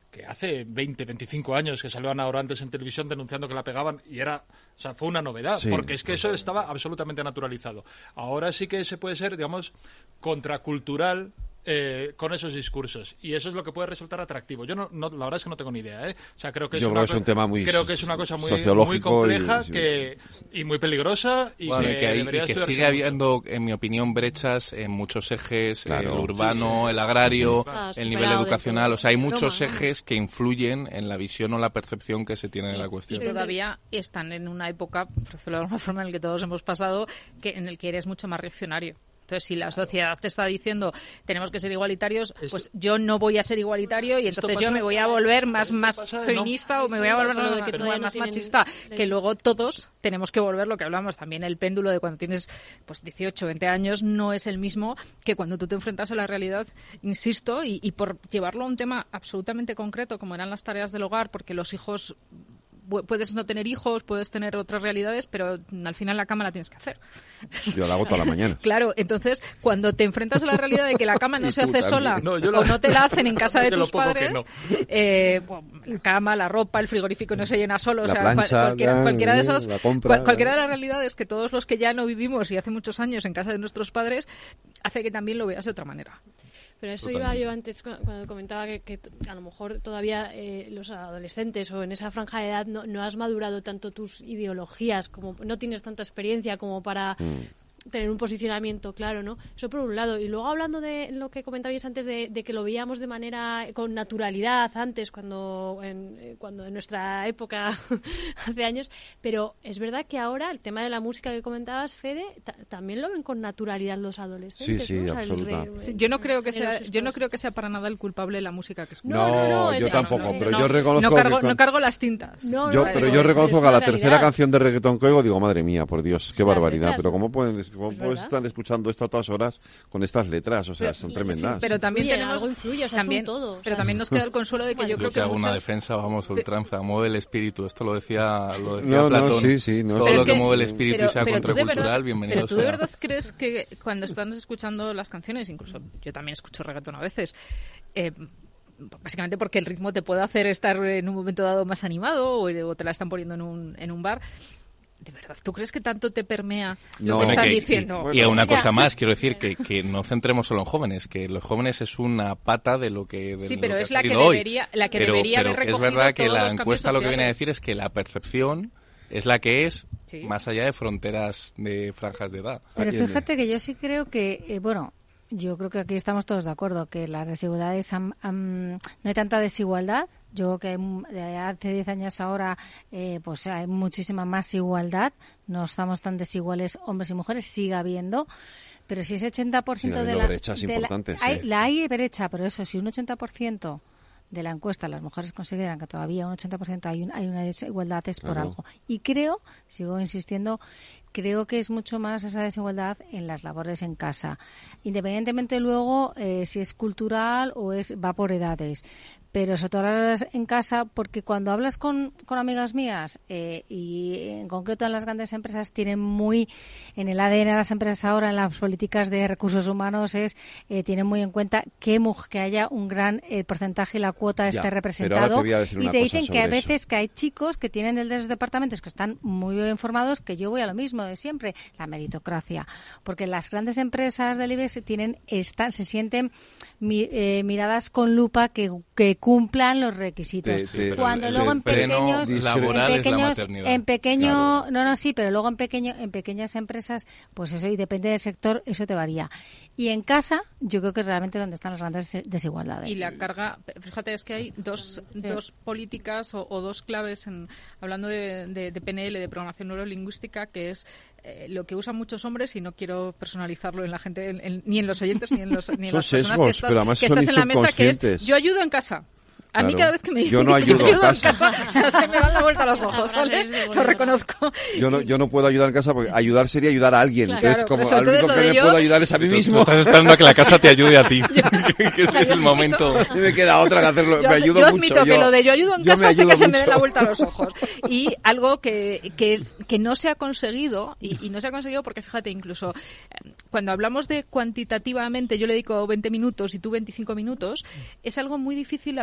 que hace veinte, veinticinco años que salieron ahora antes en televisión denunciando que la pegaban y era, o sea, fue una novedad, Sí. porque es que eso estaba absolutamente naturalizado. Ahora sí que se puede ser, digamos, contracultural eh, con esos discursos, y eso es lo que puede resultar atractivo. Yo no, no la verdad es que no tengo ni idea, ¿eh? O sea, creo que es, Yo una, creo que es un tema muy creo que es una cosa muy, muy sociológico compleja y- que, y muy peligrosa y Bueno, que, y que, hay- debería y que estudiarse sigue mucho. habiendo, en mi opinión, brechas en muchos ejes, Claro. el urbano, el agrario, Ah, el nivel superado de educacional, todo. o sea, hay muchos Broma, ¿no? ejes que influyen en la visión o la percepción que se tiene de la Y cuestión. todavía están en una época, por decirlo de alguna forma, en la que todos hemos pasado, que en el que eres mucho más reaccionario. Entonces, si la sociedad te está diciendo tenemos que ser igualitarios, pues yo no voy a ser igualitario y Esto entonces pasa- yo me voy a volver más, esto más pasa de no- feminista o me voy a volver Eso, lo de que más, todavía no más tienen machista, la- que luego todos tenemos que volver, lo que hablamos también, el péndulo de cuando tienes pues dieciocho, veinte años no es el mismo que cuando tú te enfrentas a la realidad, insisto, y, y por llevarlo a un tema absolutamente concreto como eran las tareas del hogar, porque los hijos... pu- Puedes no tener hijos, puedes tener otras realidades, pero al final la cama la tienes que hacer. Yo la hago toda la mañana. Claro, entonces cuando te enfrentas a la realidad de que la cama no Y se tú hace también. sola No, yo o la- no te la hacen en casa de de lo tus poco que padres, no. eh, pues, la cama, la ropa, el frigorífico no se llena solo, o La sea, plancha, cual- cualquiera, la- cualquiera de esas, la compra, cual- cualquiera la- de las realidades que todos los que ya no vivimos y hace muchos años en casa de nuestros padres hace que también lo veas de otra manera. Pero eso Totalmente. iba yo antes cu- cuando comentaba que, que t- a lo mejor todavía eh, los adolescentes o en esa franja de edad no, no has madurado tanto tus ideologías, como no tienes tanta experiencia como para tener un posicionamiento claro, ¿no? Eso por un lado. Y luego hablando de lo que comentabais antes de, de que lo veíamos de manera con naturalidad antes, cuando en, eh, cuando en nuestra época hace años, pero es verdad que ahora el tema de la música que comentabas, Fede, ta- también lo ven con naturalidad los adolescentes. Sí, sí, ¿no? O sea, el absoluta. re- Sí, yo no creo que sea, géneros yo no estos. creo que sea para nada el culpable la música que escucho. No, No, no, no, yo es- tampoco, no, pero no, yo reconozco no cargo, que cuan- no cargo las tintas. No, yo, no, pero eso yo es- reconozco es que a la una tercera realidad. canción de reggaetón que oigo digo, madre mía, por Dios, qué Las barbaridad. letras, Pero ¿no? ¿cómo pueden, cómo Es pueden verdad. estar escuchando esto a todas horas con estas letras? O sea, Pero- son y- tremendas. sí, Pero también Influye, tenemos algo influye, o sea, es un también, todo, o sea, pero también nos queda el consuelo de que yo Yo creo que que hago una muchas defensa, vamos, ultranza, mueve el espíritu. Esto lo decía, lo decía No, no, Platón. sí, sí, no, Todo sí. lo Pero que, es que- mueve el espíritu pero, y sea pero tú de contracultural, verdad, bienvenido pero tú de sea. verdad crees que cuando estás escuchando las canciones, incluso yo también escucho reggaetón a veces, eh, básicamente porque el ritmo te puede hacer estar en un momento dado más animado o, o te la están poniendo en un, en un bar. ¿De verdad tú crees que tanto te permea lo No. que Bueno, están que- diciendo? Y, y una Mira. cosa más, quiero decir que, que no centremos solo en jóvenes, que los jóvenes es una pata de lo que de Sí, lo pero que es ha la que salido hoy. debería- la que pero, debería pero haber que es recogido verdad que todos la los cambios encuesta lo que viene a sociales. decir es que la percepción es la que es, Sí. más allá de fronteras de franjas de edad. Pero Atiende. fíjate que yo sí creo que, eh, bueno, yo creo que aquí estamos todos de acuerdo, que las desigualdades, han- han- no hay tanta desigualdad. Yo creo que hay mu- de hace diez años ahora, eh, pues hay muchísima más igualdad. No estamos tan desiguales hombres y mujeres, sigue habiendo. Pero si ese ochenta por ciento Sigue de habiendo la... brechas de la- importantes, hay- sí. La hay brecha, pero eso, si un ochenta por ciento de la encuesta las mujeres consideran que todavía un ochenta por ciento hay, un, hay una desigualdad, es por Claro. algo. Y creo, sigo insistiendo, creo que es mucho más esa desigualdad en las labores en casa. Independientemente luego eh, si es cultural o es va por edades. Pero sobre todo las en casa, porque cuando hablas con, con amigas mías, eh, y en concreto en las grandes empresas, tienen muy, en el A D N de las empresas ahora, en las políticas de recursos humanos, es eh, tienen muy en cuenta que, mu- que haya un gran eh, porcentaje y la cuota Ya, esté pero ahora representado. te voy a decir Y una te cosa dicen que a sobre veces que hay chicos que tienen desde los departamentos que están muy bien informados, que yo voy a lo mismo de siempre, la meritocracia. Porque las grandes empresas del IBEX tienen, están, se sienten mi- eh, miradas con lupa que, que cumplan los requisitos. Te- te- Cuando te- luego en te- pequeños, discre- laboral en es la pequeños, maternidad. en pequeño, Claro. no, no, sí, pero luego en pequeño, en pequeñas empresas, pues eso, y depende del sector, eso te varía. Y en casa, yo creo que es realmente donde están las grandes desigualdades. Y la carga, fíjate, es que hay dos, dos políticas o, o dos claves, en, hablando de, de, de P N L, de programación neurolingüística, que es eh, lo que usan muchos hombres, y no quiero personalizarlo en la gente, en- en- ni en los oyentes, ni en, los, ni en Son las personas sesgos, que estás, pero además que son estás en la mesa, que es subconscientes. yo ayudo en casa. A mí Claro. cada vez que me Yo dicen no que ayudo en ayudo en casa. casa, o sea, se me dan la vuelta a los ojos, ¿vale? Lo reconozco. Yo no, yo no puedo ayudar en casa porque ayudar sería ayudar a alguien. Claro, Entonces, como por eso, al único entonces que lo me de yo- puedo ayudar es a mí Tú- tú mismo. estás esperando a que la casa te ayude a ti. que, que ese es el momento. Y me queda otra que hacerlo. Yo, me ayudo yo mucho. admito que yo- lo de yo ayudo en yo me casa hace ayudo que se me dé mucho. la vuelta a los ojos. Y algo que, que, que no se ha conseguido, y, y no se ha conseguido porque, fíjate, incluso eh, cuando hablamos de cuantitativamente, yo le dedico veinte minutos y tú veinticinco minutos, es algo muy difícil haber trasladado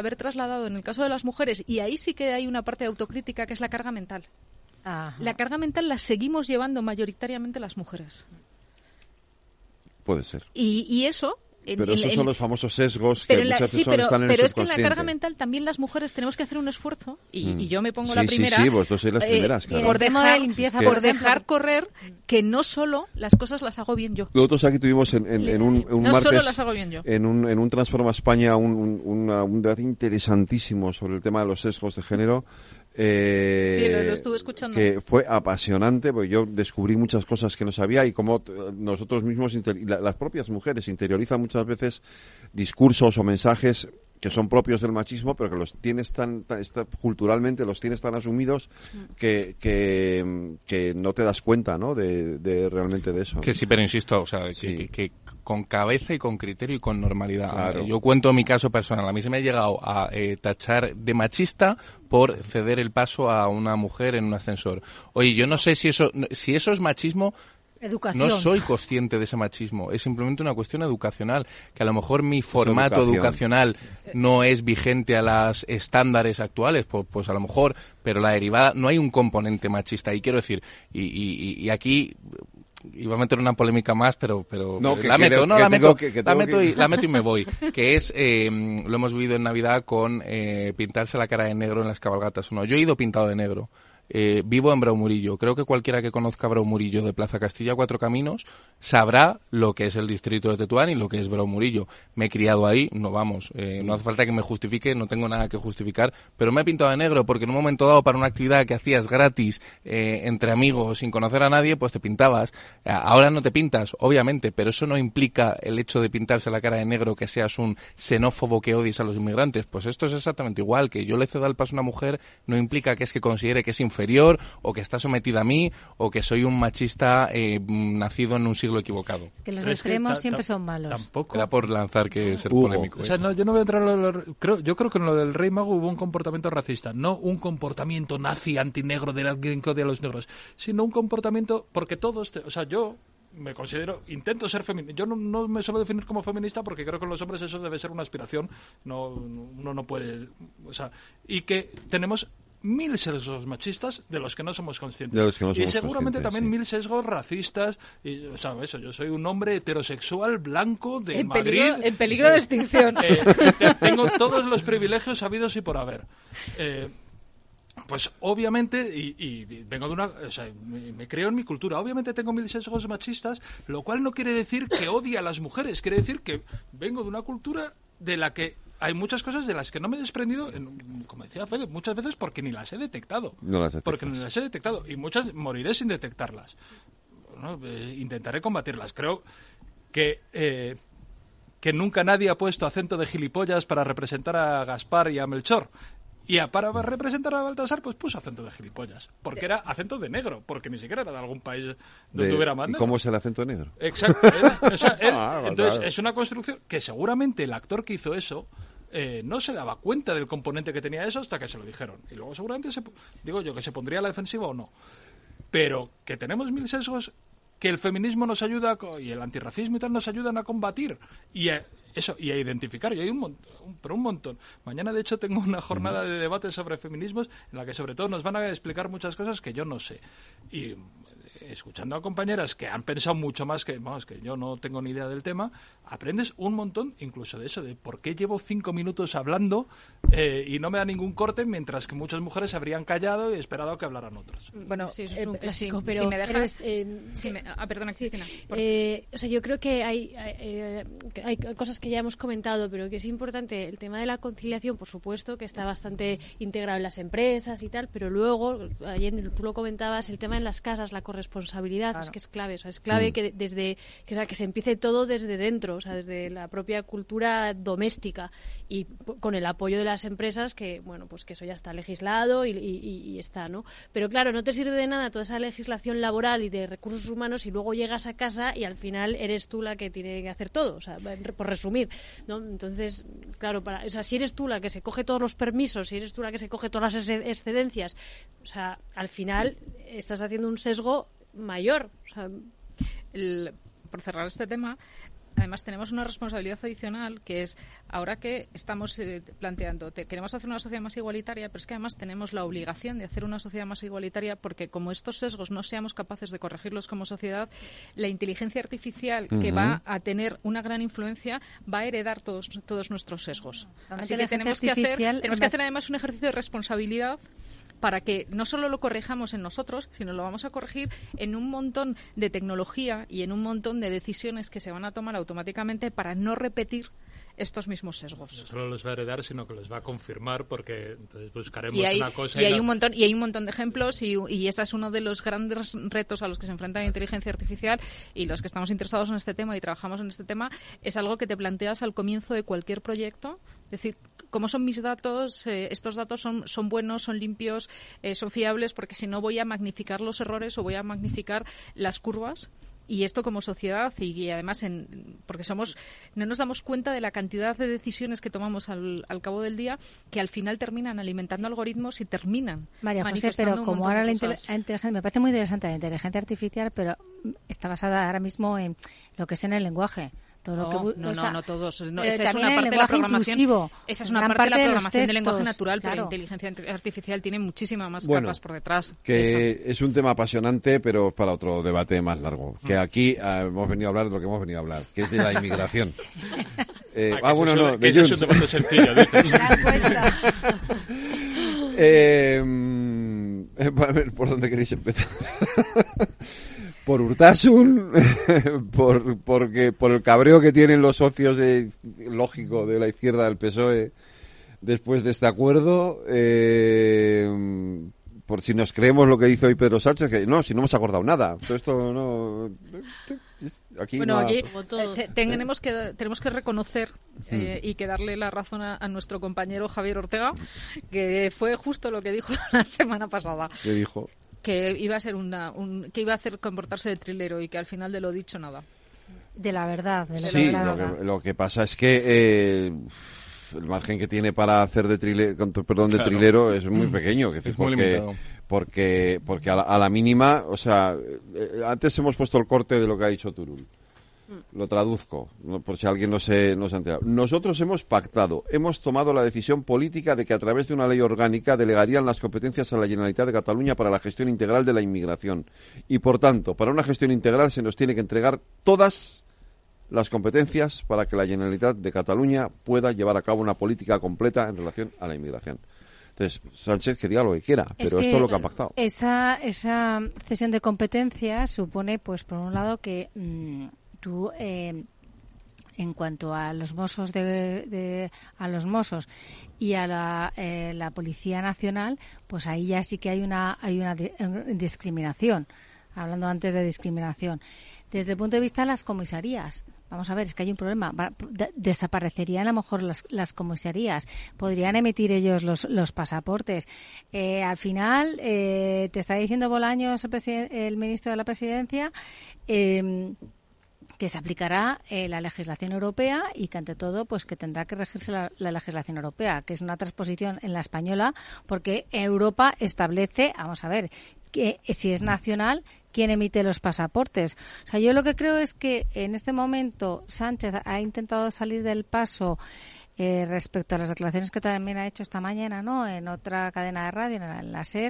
ha dado en el caso de las mujeres, y ahí sí que hay una parte de autocrítica, que es la carga mental. Ajá. La carga mental la seguimos llevando mayoritariamente las mujeres. Puede ser. Y, y eso... En, pero esos en, son en, los famosos sesgos que la, muchas sí, personas pero, están en pero el es que en la carga mental también las mujeres tenemos que hacer un esfuerzo, y, mm. y yo me pongo sí, la primera, sí, sí, vosotros sois las primeras, eh, claro. por dejar, de limpieza, es que, por dejar correr que no solo las cosas las hago bien yo. Nosotros aquí tuvimos en, en, en un, un no martes, solo las hago bien yo. En, un, en un Transforma España, un, un, una, un debate interesantísimo sobre el tema de los sesgos de género. Eh, sí, lo, lo estuve escuchando. Que fue apasionante, porque yo descubrí muchas cosas que no sabía y cómo nosotros mismos, las propias mujeres, interiorizan muchas veces discursos o mensajes que son propios del machismo, pero que los tienes tan, tan está, culturalmente los tienes tan asumidos que, que, que no te das cuenta, ¿no? De, de realmente de eso. Que sí, pero insisto, o sea, sí. que, que, que con cabeza y con criterio y con normalidad. Claro. Yo cuento mi caso personal. A mí se me ha llegado a eh, tachar de machista por ceder el paso a una mujer en un ascensor. Oye, yo no sé si eso, si eso es machismo. Educación. No soy consciente de ese machismo, es simplemente una cuestión educacional, que a lo mejor mi formato educación. educacional no es vigente a los estándares actuales, pues, pues a lo mejor, pero la derivada, no hay un componente machista, y quiero decir, y, y, y aquí iba a meter una polémica más, pero pero no, que, la meto, que, no que la meto, que, que la meto que... y la meto y me voy, que es eh, lo hemos vivido en Navidad con eh, pintarse la cara de negro en las cabalgatas. No, yo he ido pintado de negro. Eh, vivo en Braumurillo. Creo que cualquiera que conozca Braumurillo de Plaza Castilla Cuatro Caminos sabrá lo que es el distrito de Tetuán y lo que es Braumurillo. Me he criado ahí, no vamos, eh, no hace falta que me justifique, no tengo nada que justificar, pero me he pintado de negro porque en un momento dado, para una actividad que hacías gratis eh, entre amigos sin conocer a nadie, pues te pintabas. Ahora no te pintas, obviamente, pero eso no implica el hecho de pintarse la cara de negro que seas un xenófobo que odies a los inmigrantes. Pues esto es exactamente igual, que yo le ceda el paso a una mujer no implica que es que considere que es inferior inferior o que está sometida a mí o que soy un machista eh, nacido en un siglo equivocado. Es que los Pero extremos es que ta, siempre ta, son malos. Tampoco. Era por lanzar que ser Hugo. polémico. ¿eh? O sea, no, yo no voy a entrar en lo, lo, creo, yo creo que en lo del Rey Mago hubo un comportamiento racista, no un comportamiento nazi antinegro de alguien que odia a los negros, sino un comportamiento porque todos, te, o sea, yo me considero, intento ser feminista. Yo no, no me suelo definir como feminista porque creo que en los hombres eso debe ser una aspiración. No, uno no puede, o sea, y que tenemos mil sesgos machistas de los que no somos conscientes. De los que no somos y seguramente también sí. mil sesgos racistas. Y, o sea, eso, yo soy un hombre heterosexual, blanco, de en Madrid. Peligro, en peligro de extinción. Eh, te, tengo todos los privilegios habidos y por haber. Eh, Pues obviamente, y, y vengo de una, o sea, me, me creo en mi cultura, obviamente tengo mil sesgos machistas, lo cual no quiere decir que odie a las mujeres, quiere decir que vengo de una cultura de la que hay muchas cosas de las que no me he desprendido, en, como decía Fede, muchas veces porque ni las he detectado. No las porque ni las he detectado, y muchas moriré sin detectarlas. Bueno, eh, intentaré combatirlas. Creo que... Eh, que nunca nadie ha puesto acento de gilipollas para representar a Gaspar y a Melchor. Y a, para representar a Baltasar, pues puso acento de gilipollas. Porque era acento de negro, porque ni siquiera era de algún país donde de, hubiera más ¿Y negro. cómo es el acento de negro? Exacto. Era, o sea, él, ah, entonces, claro. es una construcción que seguramente el actor que hizo eso eh, no se daba cuenta del componente que tenía eso hasta que se lo dijeron. Y luego seguramente, se, digo yo, que se pondría a la defensiva o no. Pero que tenemos mil sesgos que el feminismo nos ayuda y el antirracismo y tal nos ayudan a combatir y a, eso y a identificar, y hay un montón, pero un montón. Mañana de hecho tengo una jornada de debate sobre feminismos en la que sobre todo nos van a explicar muchas cosas que yo no sé. Y escuchando a compañeras que han pensado mucho más que, vamos, que yo no tengo ni idea del tema, aprendes un montón, incluso de eso, de por qué llevo cinco minutos hablando eh, y no me da ningún corte, mientras que muchas mujeres se habrían callado y esperado a que hablaran otros. Bueno, sí, eso es un eh, clásico, si, pero si me dejas... eh, si me, ah, perdona, Cristina. Sí, eh, o sea, yo creo que hay, hay, eh, hay cosas que ya hemos comentado, pero que es importante. El tema de la conciliación, por supuesto, que está bastante integrado en las empresas y tal, pero luego, ayer tú lo comentabas, el tema en las casas, la corresponsabilidad, claro. Es que es clave. O sea, es clave mm. que desde que, o sea, que se empiece todo desde dentro, o sea, desde la propia cultura doméstica y p- con el apoyo de las empresas, que, bueno, pues que eso ya está legislado y, y, y está, ¿no? Pero claro, no te sirve de nada toda esa legislación laboral y de recursos humanos y luego llegas a casa y al final eres tú la que tiene que hacer todo, o sea, por resumir, ¿no? Entonces, claro, para, o sea, si eres tú la que se coge todos los permisos, si eres tú la que se coge todas las excedencias, o sea, al final estás haciendo un sesgo mayor. O sea, el, por cerrar este tema, además tenemos una responsabilidad adicional, que es, ahora que estamos eh, planteando, te, queremos hacer una sociedad más igualitaria, pero es que además tenemos la obligación de hacer una sociedad más igualitaria, porque como estos sesgos no seamos capaces de corregirlos como sociedad, la inteligencia artificial uh-huh. que va a tener una gran influencia va a heredar todos, todos nuestros sesgos. O sea, Así que tenemos que hacer, tenemos que hacer además un ejercicio de responsabilidad para que no solo lo corrijamos en nosotros, sino lo vamos a corregir en un montón de tecnología y en un montón de decisiones que se van a tomar automáticamente para no repetir estos mismos sesgos. No solo los va a heredar, sino que los va a confirmar, porque entonces buscaremos y hay, una cosa... Y, y hay no... un montón, y hay un montón de ejemplos, y, y ese es uno de los grandes retos a los que se enfrenta la inteligencia artificial, y los que estamos interesados en este tema y trabajamos en este tema, es algo que te planteas al comienzo de cualquier proyecto. Es decir, ¿cómo son mis datos? Eh, estos datos son, son buenos, son limpios, eh, son fiables, porque si no voy a magnificar los errores o voy a magnificar las curvas. Y esto como sociedad, y, y además en, porque somos no nos damos cuenta de la cantidad de decisiones que tomamos al, al cabo del día, que al final terminan alimentando algoritmos y terminan María José, pero como ahora la inteligencia, me parece muy interesante la inteligencia artificial, pero está basada ahora mismo en lo que es en el lenguaje. Todo lo no, que, no, o sea, no, no todos. No, eh, esa es una parte de la programación. Inclusivo, esa es una parte de la programación de, de lenguaje natural, claro. Pero la inteligencia artificial tiene muchísimas más bueno, capas por detrás. Que eso. Es un tema apasionante, pero para otro debate más largo. Mm. Que aquí uh, hemos venido a hablar de lo que hemos venido a hablar, que es de la inmigración. sí. eh, ah, ah, bueno, eso, no. Que eso es un debate sencillo, dices. eh, a ver, ¿por dónde queréis empezar? Por Urtasun, por porque por el cabreo que tienen los socios de, lógico de la izquierda del P S O E después de este acuerdo, eh, por si nos creemos lo que dice hoy Pedro Sánchez, que no, si no hemos acordado nada, todo esto no... Aquí bueno, no ha... aquí eh, tenemos que tenemos que reconocer eh, y que darle la razón a, a nuestro compañero Javier Ortega, que fue justo lo que dijo la semana pasada. ¿Qué dijo? Que iba a ser una, un, que iba a hacer comportarse de trilero y que al final de lo dicho nada. De la verdad. De la sí, verdad. Lo, que, lo que pasa es que eh, el margen que tiene para hacer de trilero, perdón, de claro. trilero es muy pequeño. Que es porque, muy limitado. Porque, porque a la, a la mínima, o sea, eh, antes hemos puesto el corte de lo que ha dicho Turull. Lo traduzco, no, por si alguien no se, no se ha enterado. Nosotros hemos pactado, hemos tomado la decisión política de que a través de una ley orgánica delegarían las competencias a la Generalitat de Cataluña para la gestión integral de la inmigración. Y, por tanto, para una gestión integral se nos tiene que entregar todas las competencias para que la Generalitat de Cataluña pueda llevar a cabo una política completa en relación a la inmigración. Entonces, Sánchez que diga lo que quiera, es pero que esto es lo que ha pactado. Esa, esa cesión de competencias supone, pues, por un lado, que... Mmm, Tú, eh, en cuanto a los Mossos de, de a los Mossos y a la, eh, la Policía Nacional, pues ahí ya sí que hay una hay una de, discriminación. Hablando antes de discriminación, desde el punto de vista de las comisarías. Vamos a ver, es que hay un problema. Desaparecerían a lo mejor las, las comisarías. Podrían emitir ellos los, los pasaportes. Eh, al final, eh, te está diciendo Bolaños, el, presiden- el ministro de la Presidencia, eh, que se aplicará eh, la legislación europea y que ante todo pues que tendrá que regirse la, la legislación europea, que es una transposición en la española, porque Europa establece, vamos a ver, que si es nacional, ¿quién emite los pasaportes? O sea, yo lo que creo es que en este momento Sánchez ha intentado salir del paso Eh, respecto a las declaraciones que también ha hecho esta mañana, ¿no?, en otra cadena de radio, en la, en la SER,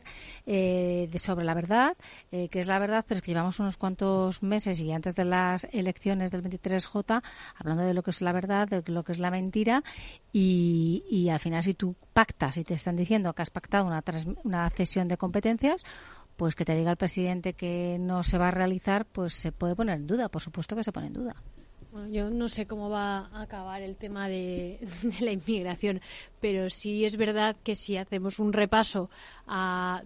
eh, de sobre la verdad, eh, que es la verdad, pero es que llevamos unos cuantos meses y antes de las elecciones del veintitrés J hablando de lo que es la verdad, de lo que es la mentira, y, y al final si tú pactas y te están diciendo que has pactado una, trans, una cesión de competencias, pues que te diga el presidente que no se va a realizar, pues se puede poner en duda, por supuesto que se pone en duda. Bueno, yo no sé cómo va a acabar el tema de, de la inmigración, pero sí es verdad que si hacemos un repaso a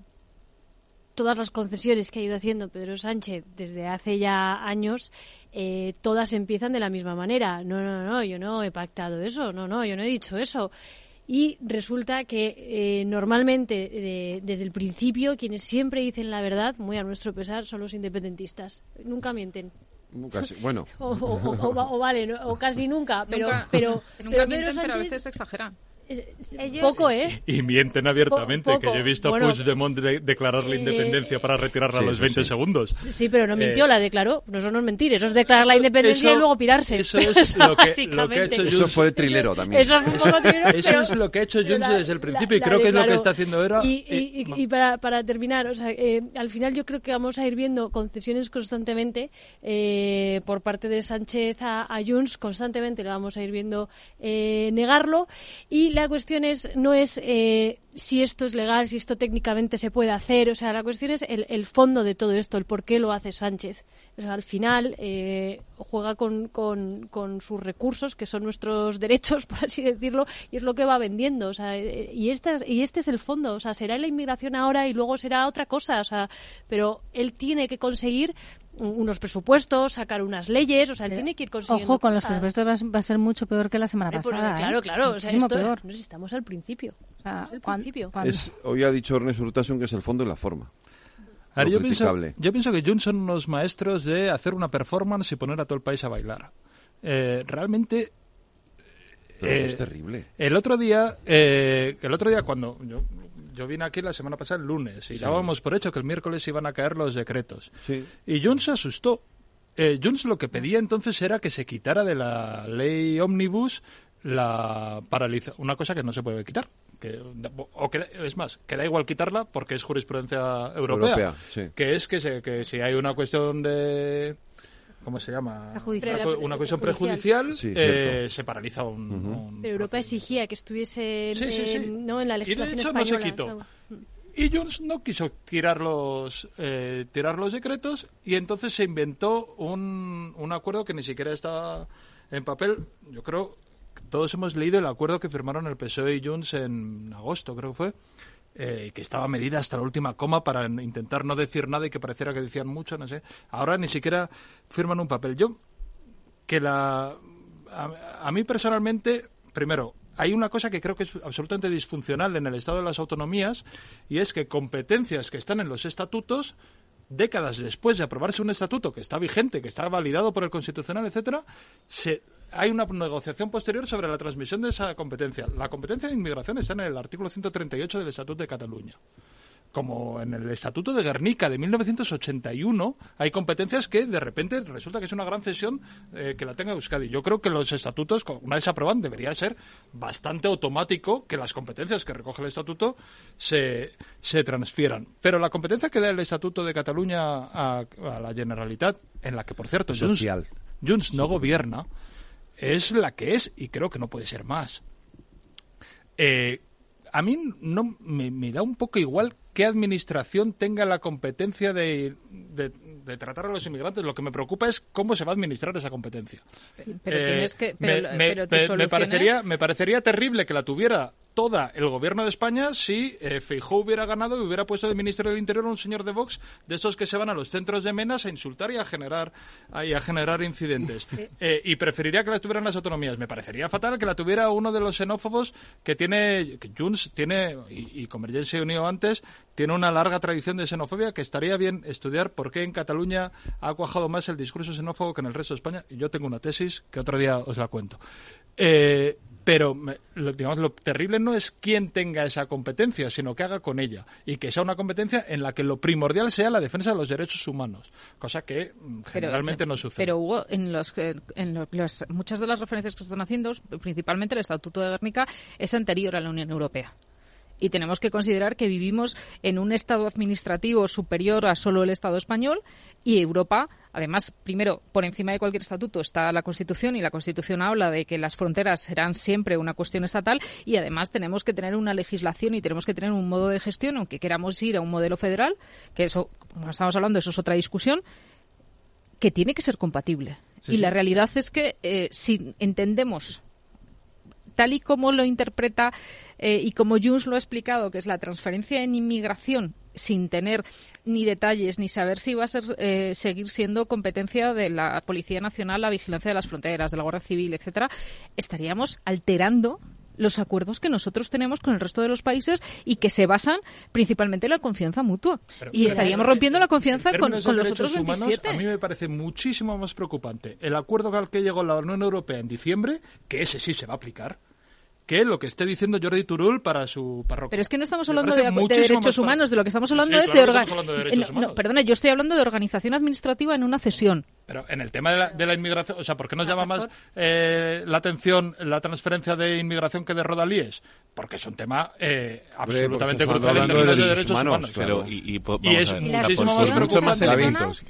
todas las concesiones que ha ido haciendo Pedro Sánchez desde hace ya años, eh, todas empiezan de la misma manera. No, no, no, yo no he pactado eso, no, no, yo no he dicho eso. Y resulta que eh, normalmente eh, desde el principio quienes siempre dicen la verdad, muy a nuestro pesar, son los independentistas. Nunca mienten. Casi, bueno. o, o, o, o vale, no, o casi nunca, pero nunca, pero, nunca pero mienten, Pedro Sánchez, pero a veces exageran. Ellos... Poco, ¿eh? Y mienten abiertamente, Po- que yo he visto a bueno, Puigdemont de- declarar la eh, independencia para retirarla sí, a los sí, veinte sí. segundos. Sí, pero no mintió, Eh, la declaró. No, eso no es mentir, eso es declarar la independencia eso- y luego pirarse. Eso es lo que, lo que ha hecho Eso Junts. fue trilero también. Eso fue un poco trilero, Eso pero- es lo que ha hecho pero Junts la- desde el la- principio y la creo que es lo que declaró. está haciendo ahora. Y, y- y- y para, para terminar, o sea, eh, al final yo creo que vamos a ir viendo concesiones constantemente eh, por parte de Sánchez a, a Junts, constantemente le vamos a ir viendo eh, negarlo. Y la cuestión es no es eh, si esto es legal, si esto técnicamente se puede hacer, o sea, la cuestión es el, el fondo de todo esto, el por qué lo hace Sánchez. O sea, al final eh, juega con, con, con sus recursos, que son nuestros derechos, por así decirlo, y es lo que va vendiendo. O sea, eh, y, esta, y este es el fondo. O sea, será la inmigración ahora y luego será otra cosa. O sea, pero él tiene que conseguir unos presupuestos, sacar unas leyes, o sea, él tiene que ir consiguiendo Ojo, con los cosas. presupuestos va, va a ser mucho peor que la semana Eh, pues, pasada. claro, ¿eh? claro, o sea, Muchísimo esto- peor. no sé, estamos al principio. O sea, Es el cuan- principio. cuando- Es, hoy ha dicho Ernest Urtasun que es el fondo y la forma. A ver, Lo yo, pienso, criticable. yo pienso que Junts son unos maestros de hacer una performance y poner a todo el país a bailar. Eh, realmente... Pero eso eh, es terrible. El otro día, eh, el otro día cuando yo, yo vine aquí la semana pasada el lunes y Sí. dábamos por hecho que el miércoles iban a caer los decretos. Sí. Y Junts se asustó. Eh, Junts lo que pedía entonces era que se quitara de la ley Omnibus la paraliza una cosa que no se puede quitar. Que, o que, es más, que da igual quitarla porque es jurisprudencia europea. Europea, sí. Que es que, se, que si hay una cuestión de... ¿Cómo se llama? Prejudicial. Una, una cuestión prejudicial, Sí, eh, cierto. se paraliza un... un- Pero Europa exigía que estuviese Sí, sí, sí. en, ¿no? en la Y de legislación hecho no se española. quitó. claro. Y Junts no quiso tirar los, eh, tirar los decretos y entonces se inventó un, un acuerdo que ni siquiera está en papel. Yo creo que todos hemos leído el acuerdo que firmaron el P S O E y Junts en agosto, creo que fue, eh, que estaba medida hasta la última coma para intentar no decir nada y que pareciera que decían mucho, no sé. Ahora ni siquiera firman un papel. Yo, que la... A, a mí personalmente, primero, hay una cosa que creo que es absolutamente disfuncional en el estado de las autonomías y es que competencias que están en los estatutos, décadas después de aprobarse un estatuto que está vigente, que está validado por el Constitucional, etcétera, se, hay una negociación posterior sobre la transmisión de esa competencia. La competencia de inmigración está en el artículo ciento treinta y ocho del Estatuto de Cataluña. Como en el Estatuto de Guernica de mil novecientos ochenta y uno, hay competencias que de repente resulta que es una gran cesión eh, que la tenga Euskadi. Yo creo que los estatutos, una vez se aprueban, debería ser bastante automático que las competencias que recoge el Estatuto se, se transfieran. Pero la competencia que da el Estatuto de Cataluña a, a la Generalitat, en la que, por cierto, Junts, Social. Junts no gobierna, es la que es y creo que no puede ser más. Eh, a mí no me, me da un poco igual qué administración tenga la competencia de, de, de tratar a los inmigrantes. Lo que me preocupa es cómo se va a administrar esa competencia. Sí, pero Eh, tienes que... me, Pero, me- pero tus me- me soluciones- parecería, me parecería terrible que la tuviera toda el gobierno de España si eh, Feijóo hubiera ganado y hubiera puesto de ministro del Interior a un señor de Vox de esos que se van a los centros de menas a insultar y a generar a, y a generar incidentes. Eh, y preferiría que la tuvieran las autonomías. Me parecería fatal que la tuviera uno de los xenófobos que tiene, que Junts tiene, y, y Convergencia y Unió antes, tiene una larga tradición de xenofobia que estaría bien estudiar por qué en Cataluña ha cuajado más el discurso xenófobo que en el resto de España. Y yo tengo una tesis que otro día os la cuento. Eh, pero, me- lo, digamos, lo terrible no es quién tenga esa competencia, sino que haga con ella. Y que sea una competencia en la que lo primordial sea la defensa de los derechos humanos. Cosa que mm, generalmente no sucede. Pero Hugo, en, los, en lo- los- muchas de las referencias que se están haciendo, principalmente el Estatuto de Guernica, es anterior a la Unión Europea. Y tenemos que considerar que vivimos en un Estado administrativo superior a solo el Estado español y Europa, además, primero, por encima de cualquier estatuto está la Constitución y la Constitución habla de que las fronteras serán siempre una cuestión estatal y además tenemos que tener una legislación y tenemos que tener un modo de gestión, aunque queramos ir a un modelo federal, que eso, como estamos hablando, eso es otra discusión, que tiene que ser compatible. Sí, y sí. la realidad es que eh, si entendemos tal y como lo interpreta eh, y como Junts lo ha explicado, que es la transferencia en inmigración sin tener ni detalles ni saber si va a ser eh, seguir siendo competencia de la Policía Nacional, la vigilancia de las fronteras, de la Guardia Civil, etcétera, estaríamos alterando los acuerdos que nosotros tenemos con el resto de los países y que se basan principalmente en la confianza mutua. Pero- y pero- estaríamos rompiendo la confianza En con, términos con de los otros derechos humanos, veintisiete. a mí me parece muchísimo más preocupante el acuerdo al que llegó la Unión Europea en diciembre, que ese sí se va a aplicar, que lo que esté diciendo Jordi Turull para su parroquia. Pero es que no estamos Me hablando de, parece de muchísimo derechos más humanos, de lo que estamos hablando Sí, es claro de, que orga- estamos hablando de eh, derechos no, humanos. no, perdona, yo estoy hablando de organización administrativa en una cesión. Pero en el tema de la, de la inmigración, o sea, ¿por qué nos llama más eh, la atención la transferencia de inmigración que de rodalíes? Porque es un tema eh, absolutamente porque crucial en estamos hablando términos de de derechos humanos, humanos. claro. Pero, y, y, po- Y vamos es a ver, muchísimo por- más por muchos más preocupante. elementos.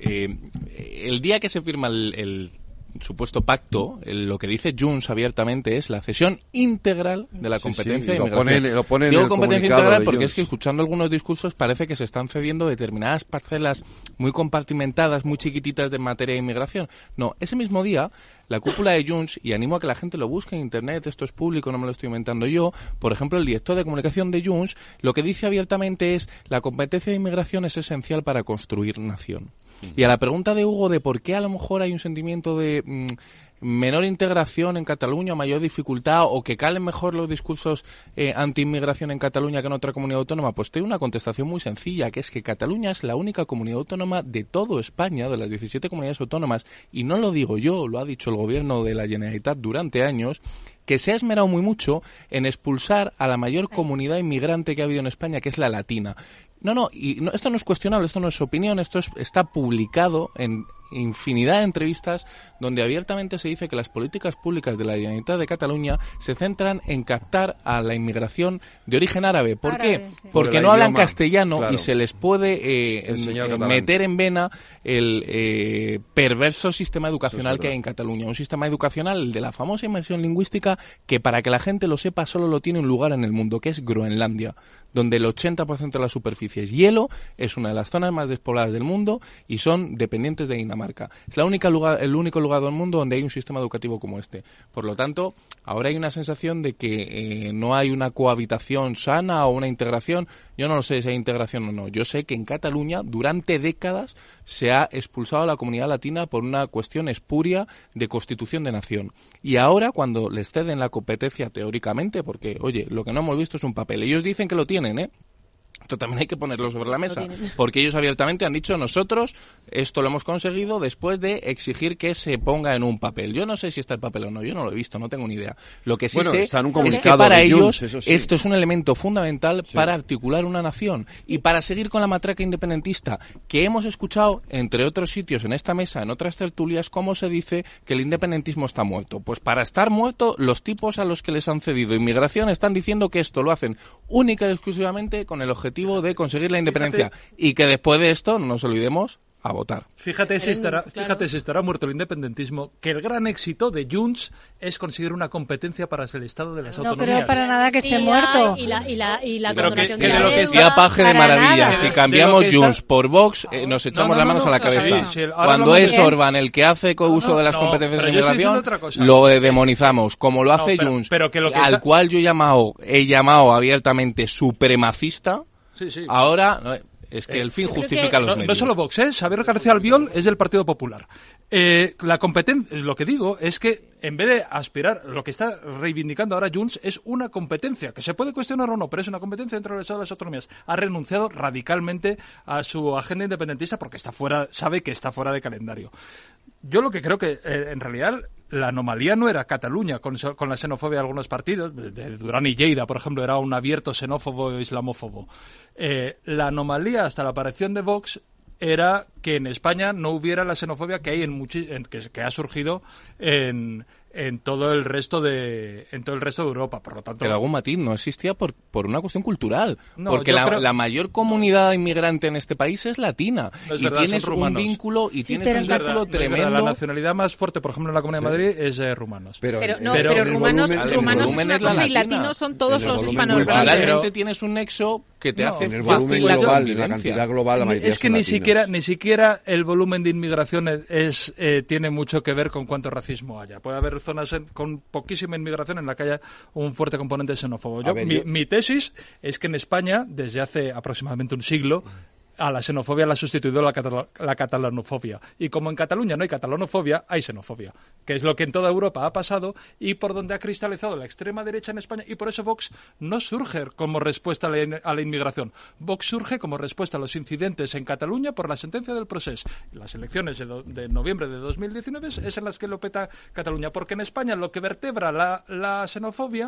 Eh, el día que se firma el, el supuesto pacto, el- lo que dice Junts abiertamente es la cesión integral de la Sí, competencia sí, de lo inmigración. pone- lo pone en Digo el competencia comunicado integral de porque Junts. es que escuchando algunos discursos parece que se están cediendo determinadas parcelas muy compartimentadas, muy chiquititas de materia de inmigración. No, ese mismo día la cúpula de Junts, y animo a que la gente lo busque en internet, esto es público, no me lo estoy inventando yo, por ejemplo, el director de comunicación de Junts, lo que dice abiertamente es la competencia de inmigración es esencial para construir nación. Y a la pregunta de Hugo de por qué a lo mejor hay un sentimiento de mm, menor integración en Cataluña, mayor dificultad, o que calen mejor los discursos eh, anti-inmigración en Cataluña que en otra comunidad autónoma, pues tengo una contestación muy sencilla, que es que Cataluña es la única comunidad autónoma de todo España, de las diecisiete comunidades autónomas, y no lo digo yo, lo ha dicho el gobierno de la Generalitat durante años, que se ha esmerado muy mucho en expulsar a la mayor comunidad inmigrante que ha habido en España, que es la latina. No, no, y no, esto no es cuestionable, esto no es opinión, esto es, está publicado en infinidad de entrevistas donde abiertamente se dice que las políticas públicas de la Generalitat de Cataluña se centran en captar a la inmigración de origen árabe. ¿Por Árabe, qué? sí. Porque Por el no hablan idioma, castellano claro. y se les puede eh, Enseñar en- catalán. meter en vena el eh, perverso sistema educacional Eso es que hay en Cataluña. Un sistema educacional, el de la famosa inmersión lingüística, que para que la gente lo sepa solo lo tiene un lugar en el mundo, que es Groenlandia, donde el ochenta por ciento de la superficie es hielo, es una de las zonas más despobladas del mundo y son dependientes de Dinamarca. Es la única lugar, el único lugar del mundo donde hay un sistema educativo como este. Por lo tanto, ahora hay una sensación de que eh, no hay una cohabitación sana o una integración. Yo no lo sé si hay integración o no. Yo sé que en Cataluña, durante décadas, se ha expulsado a la comunidad latina por una cuestión espuria de constitución de nación. Y ahora, cuando les ceden la competencia teóricamente, porque, oye, lo que no hemos visto es un papel. Ellos dicen que lo tienen, ¿eh? Esto también hay que ponerlo sobre la mesa, porque ellos abiertamente han dicho, nosotros esto lo hemos conseguido después de exigir que se ponga en un papel. Yo no sé si está el papel o no, yo no lo he visto, no tengo ni idea. Lo que sí Bueno, sé está en un es que comunicado para de ellos Junts, eso sí. esto es un elemento fundamental para articular una nación y para seguir con la matraca independentista que hemos escuchado, entre otros sitios en esta mesa, en otras tertulias, cómo se dice que el independentismo está muerto. Pues para estar muerto, los tipos a los que les han cedido inmigración están diciendo que esto lo hacen única y exclusivamente con el objetivo de conseguir la independencia. Fíjate. Y que después de esto, no nos olvidemos, a votar. Fíjate si, estará, Claro. fíjate si estará muerto el independentismo, que el gran éxito de Junts es conseguir una competencia para el Estado de las No autonomías. creo para nada que esté Y la- muerto. Y la, y la, y la Pero que- condonación que de de la lo que deuda. Ya paje de Para maravilla. nada. Si De- de cambiamos lo que está- Junts por Vox, eh, nos echamos no, no, las manos no, a la sí, cabeza. sí, ahora Cuando hablamos es de- Orbán el que hace co- uso no, de las no, competencias pero de yo estoy inmigración, diciendo otra cosa. lo demonizamos. Como lo hace No, pero- Junts, pero que lo que al está- cual yo he llamado, he llamado abiertamente supremacista, Sí, sí. ahora eh, es que Eh, el fin creo justifica que- los no, medios. no solo Vox, ¿eh? Xabier García Albiol es del Partido Popular. Eh, la competencia, lo que digo es que en vez de aspirar, lo que está reivindicando ahora Junts es una competencia, que se puede cuestionar o no, pero es una competencia dentro del Estado de las autonomías. Ha renunciado radicalmente a su agenda independentista porque está fuera, sabe que está fuera de calendario. Yo lo que creo que, eh, en realidad, la anomalía no era Cataluña con, so- con la xenofobia de algunos partidos. De, de Durán y Lleida, por ejemplo, era un abierto xenófobo e islamófobo. Eh, la anomalía hasta la aparición de Vox era que en España no hubiera la xenofobia que hay en, muchi- en que, que ha surgido en, en todo el resto de en todo el resto de Europa. Por lo tanto, Pero algún matiz no existía por, por una cuestión cultural. No, porque yo la, creo- la mayor comunidad inmigrante en este país es latina. No es y verdad, tienes son un rumanos. vínculo y Sí, tienes pero un es verdad, vínculo no es verdad. tremendo. La nacionalidad más fuerte, por ejemplo, en la Comunidad de Madrid es eh, rumanos. Pero, Pero, en- no, en- pero en el rumanos, volumen- en el rumanos es volumen una es la cosa y latina. latinos son todos En el los volumen hispanos global. blancos. Realmente tienes un nexo que te No, hace en En el fácil volumen la global, en la convivencia. cantidad global, la mayoría Es que son ni latinos. siquiera ni siquiera el volumen de inmigración es, es, eh, tiene mucho que ver con cuánto racismo haya. Puede haber zonas en- con poquísima inmigración en la que haya un fuerte componente xenófobo. Yo, ver, mi, yo- mi tesis es que en España, desde hace aproximadamente un siglo, a la xenofobia la ha sustituido la, catala- la catalanofobia. Y como en Cataluña no hay catalanofobia, hay xenofobia, que es lo que en toda Europa ha pasado y por donde ha cristalizado la extrema derecha en España. Y por eso Vox no surge como respuesta a la, in- a la inmigración. Vox surge como respuesta a los incidentes en Cataluña por la sentencia del Procés. Las elecciones de, do- de noviembre de dos mil diecinueve es en las que lo peta Cataluña, porque en España lo que vertebra la, la xenofobia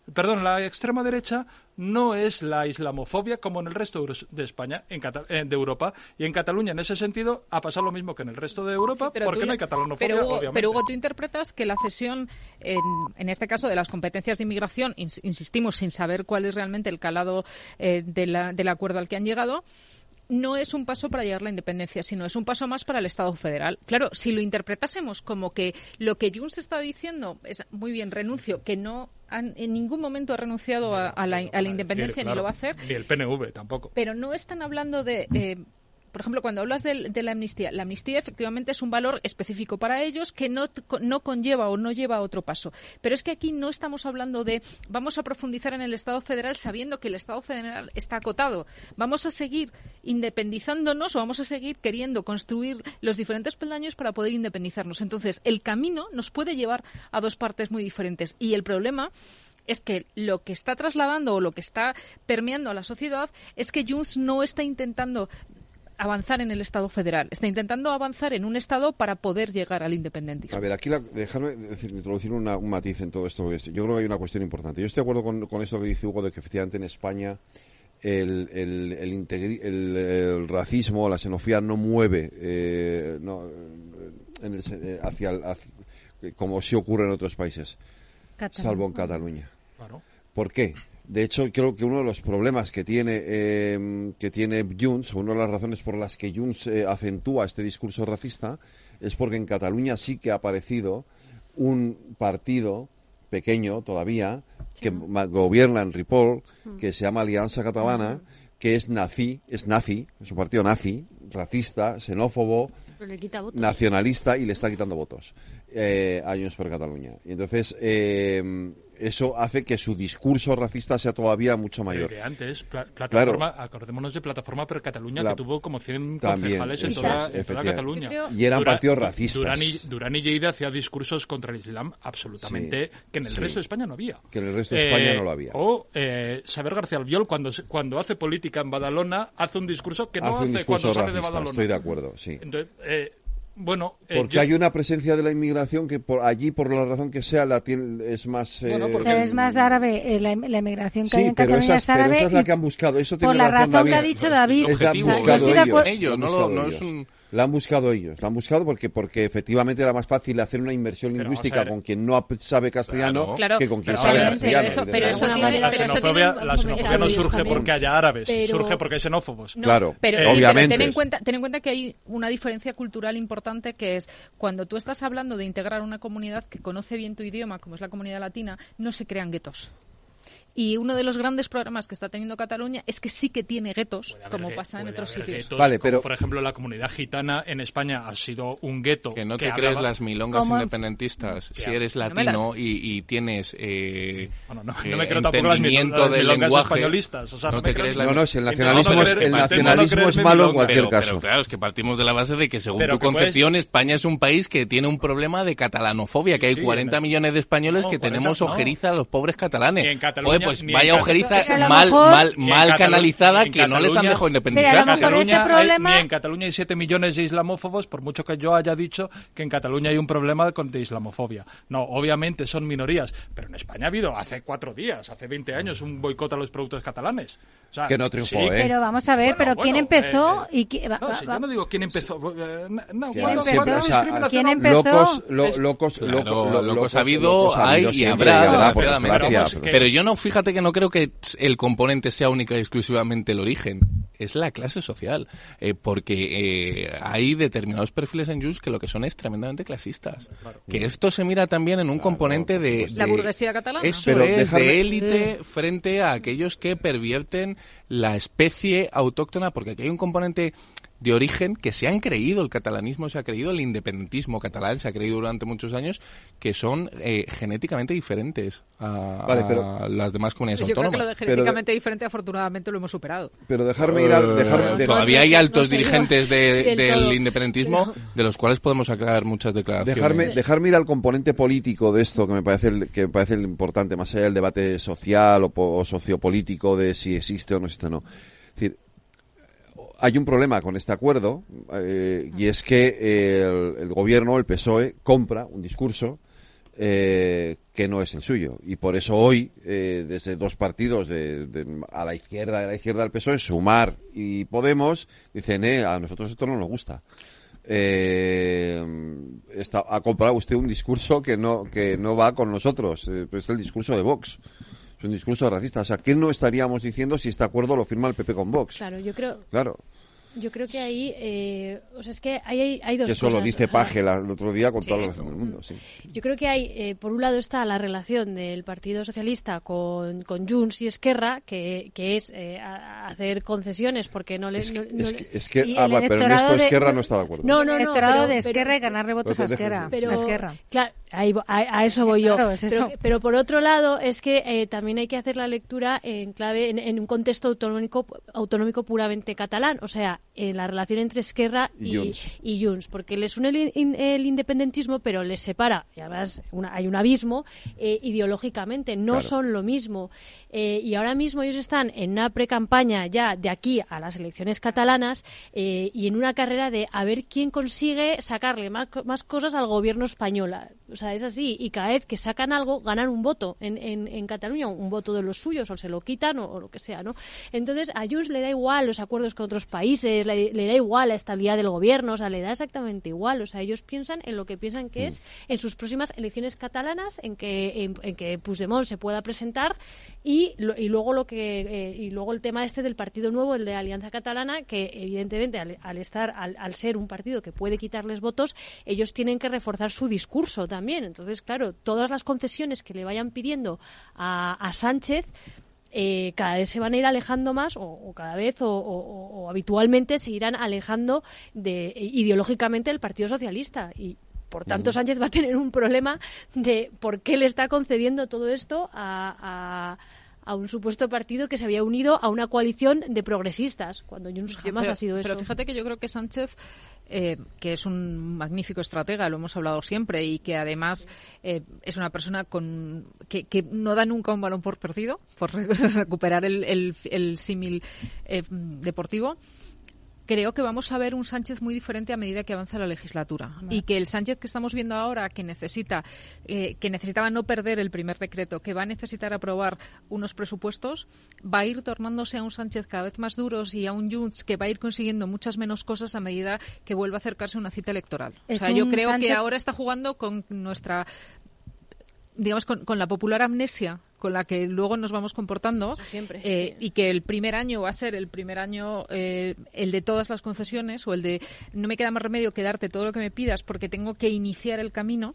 perdón, la extrema derecha no es la islamofobia como en el resto de España, en Cata- de Europa, y en Cataluña en ese sentido ha pasado lo mismo que en el resto de Europa, sí, porque no hay catalanofobia, pero Hugo, obviamente. Pero Hugo, tú interpretas que la cesión, en, en este caso de las competencias de inmigración, ins- insistimos, sin saber cuál es realmente el calado eh, de la, del acuerdo al que han llegado, no es un paso para llegar a la independencia, sino es un paso más para el Estado federal. Claro, si lo interpretásemos como que lo que Junts está diciendo es muy bien, renuncio, que no han, en ningún momento ha renunciado a, a, la, a la independencia, claro, ni lo va a hacer. Ni el P N V tampoco. Pero no están hablando de... Eh, por ejemplo, cuando hablas de, de la amnistía, la amnistía efectivamente es un valor específico para ellos que no, no conlleva o no lleva a otro paso. Pero es que aquí no estamos hablando de vamos a profundizar en el Estado federal sabiendo que el Estado federal está acotado. Vamos a seguir independizándonos o vamos a seguir queriendo construir los diferentes peldaños para poder independizarnos. Entonces, el camino nos puede llevar a dos partes muy diferentes. Y el problema es que lo que está trasladando o lo que está permeando a la sociedad es que Junts no está intentando avanzar en el Estado federal, está intentando avanzar en un Estado para poder llegar al independentismo. A ver, aquí la, dejarme decir, introducir una, un matiz en todo esto. Yo creo que hay una cuestión importante. Yo estoy de acuerdo con, con esto que dice Hugo, de que efectivamente en España el, el, el, integri, el, el racismo, la xenofobia no mueve eh, no, en el, hacia, el, hacia como sí ocurre en otros países, Cataluña. Salvo en Cataluña. Claro. ¿Por qué? De hecho, creo que uno de los problemas que tiene eh, que tiene Junts, una de las razones por las que Junts eh, acentúa este discurso racista, es porque en Cataluña sí que ha aparecido un partido pequeño todavía que sí. gobierna en Ripoll, que se llama Alianza Catalana, que es nazi, es nazi, es un partido nazi, racista, xenófobo, le quita votos. Nacionalista, y le está quitando votos eh, a Junts per Catalunya. Y entonces eh, eso hace que su discurso racista sea todavía mucho mayor. De antes, pla plataforma, claro. acordémonos de Plataforma per Cataluña, La, que tuvo como cien también, concejales en toda, en toda Cataluña. Y eran Dura, partidos racistas. Durán y, Durán y Lleida hacía discursos contra el Islam absolutamente, sí, que en el sí. resto de España no había. Que en el resto de España eh, no lo había. O eh, Xavier García Albiol, cuando, cuando hace política en Badalona, hace un discurso que no hace, hace cuando racista, sale de Badalona. Estoy de acuerdo, sí. Entonces, eh, Bueno, eh, porque yo... hay una presencia de la inmigración que por allí, por la razón que sea, la tiene, es más... Eh... Bueno, porque... Pero es más árabe, eh, la, la inmigración que sí, hay en Cataluña esas, es árabe. Pero esa es la que han buscado, eso tiene por la razón, razón David. que ha dicho David. Es la han buscado o sea, ellos, ellos, no, buscado no ellos. es un... La han buscado ellos, la han buscado porque porque efectivamente era más fácil hacer una inversión pero lingüística con quien no sabe castellano claro, que con quien claro, sabe pero castellano. Eso, pero eso tiene, la xenofobia, la xenofobia no surge también. porque haya árabes, pero... surge porque hay xenófobos. No, claro, pero, eh, sí, obviamente. Pero ten en cuenta, ten en cuenta que hay una diferencia cultural importante, que es cuando tú estás hablando de integrar una comunidad que conoce bien tu idioma, como es la comunidad latina, no se crean guetos. Y uno de los grandes problemas que está teniendo Cataluña es que sí que tiene guetos, como pasa en otros sitios. Guetos, vale, pero por ejemplo, la comunidad gitana en España ha sido un gueto. Que no que te hablaba... crees las milongas ¿Cómo? independentistas. Ya. Si eres latino no las... y, y tienes eh, bueno, no, eh, no me creo tampoco las entendimiento del lenguaje, españolistas. O sea, no, no te crees la... la... no, no, si el nacionalismo, no es, creer, el nacionalismo no es malo en cualquier pero, caso. Pero claro, es que partimos de la base de que según pero tu que concepción, puedes... España es un país que tiene un problema de catalanofobia, que hay sí, cuarenta en... millones de españoles no, que cuarenta, tenemos no. ojeriza a los pobres catalanes. Ni en Cataluña, Oye, pues ni vaya en ojeriza eso, eso mal, mejor... mal, mal Catalu... canalizada que no les han dejado independizar. Pero a lo mejor ese problema... hay, ni en Cataluña hay siete millones de islamófobos, por mucho que yo haya dicho que en Cataluña hay un problema con de islamofobia. No, obviamente son minorías, pero en España ha habido hace cuatro días, hace veinte años, un boicot a los productos catalanes. O sea, que no triunfó, sí, ¿eh? Pero vamos a ver, bueno, pero bueno, ¿quién empezó? Eh, eh, y qui... no, si yo no digo quién empezó. Eh, no, ¿Quién ¿cuándo, empezó? ¿cuándo O sea, discriminación? ¿Quién empezó? Locos, lo, locos, Claro, loco, lo, locos ha habido, locos ha hay habido y siempre, habrá, y habrá, por desgraciadamente. desgracia, Pero, pero yo no, fíjate que no creo que el componente sea única y exclusivamente el origen. Es la clase social, eh, porque eh, hay determinados perfiles en Junts que lo que son es tremendamente clasistas. Claro. Que esto se mira también en un claro, componente de, de... La burguesía catalana. Eso pero es, dejarme... de élite frente a aquellos que pervierten la especie autóctona, porque aquí hay un componente de origen que se han creído el catalanismo, se ha creído el independentismo catalán, se ha creído durante muchos años, que son eh, genéticamente diferentes a, vale, pero, a las demás comunidades yo autónomas. Yo creo que lo de genéticamente de... diferente, afortunadamente, lo hemos superado. Pero dejarme ir al... Dejarme, uh, de... Todavía hay altos no sé, dirigentes de, sí, del todo. independentismo Pero... de los cuales podemos sacar muchas declaraciones. Dejarme, dejarme ir al componente político de esto, que me parece el, que me parece el importante, más allá del debate social o, o sociopolítico de si existe o no existe o no. Es decir, hay un problema con este acuerdo eh, y es que el, el gobierno, el P S O E, compra un discurso eh, que no es el suyo. Y por eso hoy, eh, desde dos partidos de, de, a la izquierda, a la izquierda del P S O E, Sumar y Podemos, dicen, eh, a nosotros esto no nos gusta. Eh, está, ha comprado usted un discurso que no que no va con nosotros, eh, es el discurso de Vox, es un discurso racista. O sea, ¿qué no estaríamos diciendo si este acuerdo lo firma el P P con Vox? Claro, yo creo. Claro. Yo creo que ahí, eh, o sea, es que hay, hay, hay dos que eso cosas. lo dice Paje el otro día con sí. toda la razón del mundo, sí. Yo creo que hay, eh, por un lado está la relación del Partido Socialista con, con Junts y Esquerra, que, que es eh, a, a hacer concesiones porque no le... Es que, no, no es le... que, es que ah, va, pero en esto Esquerra de, no está de acuerdo. No, no, no. El electorado pero, de Esquerra pero, y ganarle votos pero, a Esquerra. Pero, a Esquerra. Claro, ahí, a, a eso voy yo. Claro, es eso. Pero, pero por otro lado, es que eh, también hay que hacer la lectura en clave, en, en un contexto autonómico, autonómico puramente catalán, o sea, en la relación entre Esquerra y, y, Junts. y Junts, porque les une el, in, el independentismo, pero les separa, y además una, hay un abismo eh, ideológicamente, no claro. son lo mismo. Eh, y ahora mismo ellos están en una pre-campaña ya de aquí a las elecciones catalanas eh, y en una carrera de a ver quién consigue sacarle más, más cosas al gobierno español. O sea, es así, y cada vez que sacan algo, ganan un voto en, en, en Cataluña, un voto de los suyos, o se lo quitan, o, o lo que sea, ¿no? Entonces, a Junts le da igual los acuerdos con otros países, le, le da igual la estabilidad del gobierno, o sea, le da exactamente igual. O sea, ellos piensan en lo que piensan que es en sus próximas elecciones catalanas, en que, en, en que Puigdemont se pueda presentar, y, lo, y luego lo que eh, y luego el tema este del Partido Nuevo, el de Alianza Catalana, que evidentemente al, al estar, al, al ser un partido que puede quitarles votos, ellos tienen que reforzar su discurso también. Entonces, claro, todas las concesiones que le vayan pidiendo a, a Sánchez eh, cada vez se van a ir alejando más o, o cada vez o, o, o habitualmente se irán alejando de ideológicamente del Partido Socialista, y por tanto Sánchez va a tener un problema de por qué le está concediendo todo esto a, a a un supuesto partido que se había unido a una coalición de progresistas, cuando Junts jamás pero, ha sido eso. Pero fíjate que yo creo que Sánchez, eh, que es un magnífico estratega, lo hemos hablado siempre, y que además eh, es una persona con que, que no da nunca un balón por perdido, por recuperar el, el, el símil eh, deportivo. Creo que vamos a ver un Sánchez muy diferente a medida que avanza la legislatura, vale. Y que el Sánchez que estamos viendo ahora, que necesita, eh, que necesitaba no perder el primer decreto, que va a necesitar aprobar unos presupuestos, va a ir tornándose a un Sánchez cada vez más duros y a un Junts que va a ir consiguiendo muchas menos cosas a medida que vuelva a acercarse a una cita electoral. Es o sea, yo creo Sánchez... que ahora está jugando con nuestra, digamos, con, con la popular amnesia con la que luego nos vamos comportando. Siempre, eh, sí. Y que el primer año va a ser el primer año eh, el de todas las concesiones, o el de no me queda más remedio que darte todo lo que me pidas porque tengo que iniciar el camino.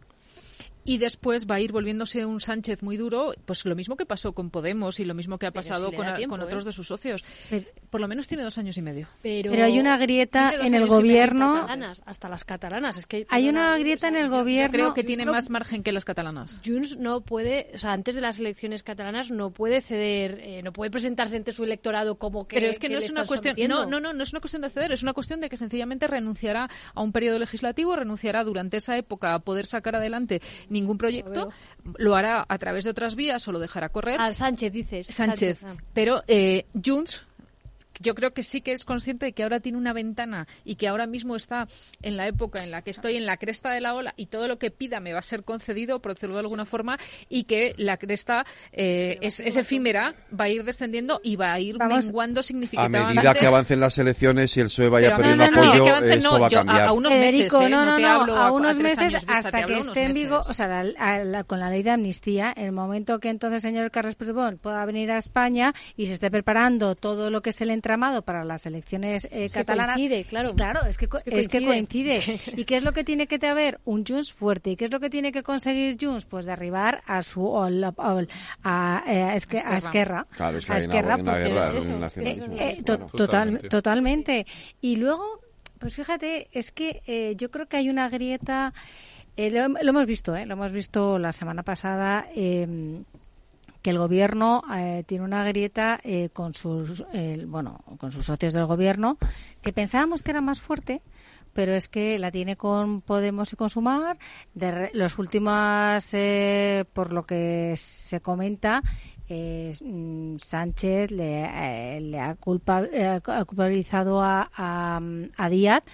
Y después va a ir volviéndose un Sánchez muy duro, pues lo mismo que pasó con Podemos y lo mismo que ha pasado si con, tiempo, con otros ¿eh? de sus socios. Pero, por lo menos tiene dos años y medio. Pero, Pero hay una grieta en el gobierno. Catalanas, hasta las catalanas. Es que hay una grieta en el yo, gobierno. Yo creo que tiene no, más margen que las catalanas. Junts no puede, o sea, antes de las elecciones catalanas no puede ceder, eh, no puede presentarse ante su electorado como que. Pero es que, que no es una cuestión, no, no, no, no es una cuestión de ceder, es una cuestión de que sencillamente renunciará a un periodo legislativo, renunciará durante esa época a poder sacar adelante ningún proyecto. Lo hará a través de otras vías o lo dejará correr. A Sánchez, dices. Sánchez. Sánchez. Pero eh, Junts, yo creo que sí que es consciente de que ahora tiene una ventana y que ahora mismo está en la época en la que estoy en la cresta de la ola y todo lo que pida me va a ser concedido, por decirlo de alguna forma, y que la cresta eh, es, es efímera, va a ir descendiendo y va a ir Vamos, menguando significativamente. A medida que avancen las elecciones y el P S O E vaya Pero perdiendo no, no, apoyo, no, avancen, eso no, va a yo, cambiar. A, a unos meses, Federico, ¿eh? no, no, no, te no, hablo a, a unos a meses vista, hasta que esté en vigor, o sea, la, la, la, con la ley de amnistía, el momento que entonces el señor Carles Puigdemont pueda venir a España y se esté preparando todo lo que es el entramado para las elecciones eh, es catalanas. Que coincide, claro. Claro, es que, co- es que coincide. Es que coincide. ¿Y qué es lo que tiene que haber? Un Junts fuerte. ¿Y qué es lo que tiene que conseguir Junts? Pues derribar a su o la, o, a, eh, a, Esque, a Esquerra. Claro, es que a hay Esquerra, una, una guerra, es un nacionalismo. Eh, eh, to- claro. total, totalmente. totalmente. Y luego, pues fíjate, es que eh, yo creo que hay una grieta. Eh, lo, lo hemos visto, ¿eh? Lo hemos visto la semana pasada. Eh, que el gobierno eh, tiene una grieta eh, con sus eh, bueno con sus socios del gobierno, que pensábamos que era más fuerte, pero es que la tiene con Podemos y con Sumar. De re, los últimos, eh, por lo que se comenta, eh, Sánchez le, eh, le ha, culpa, eh, ha culpabilizado a, a, a Díaz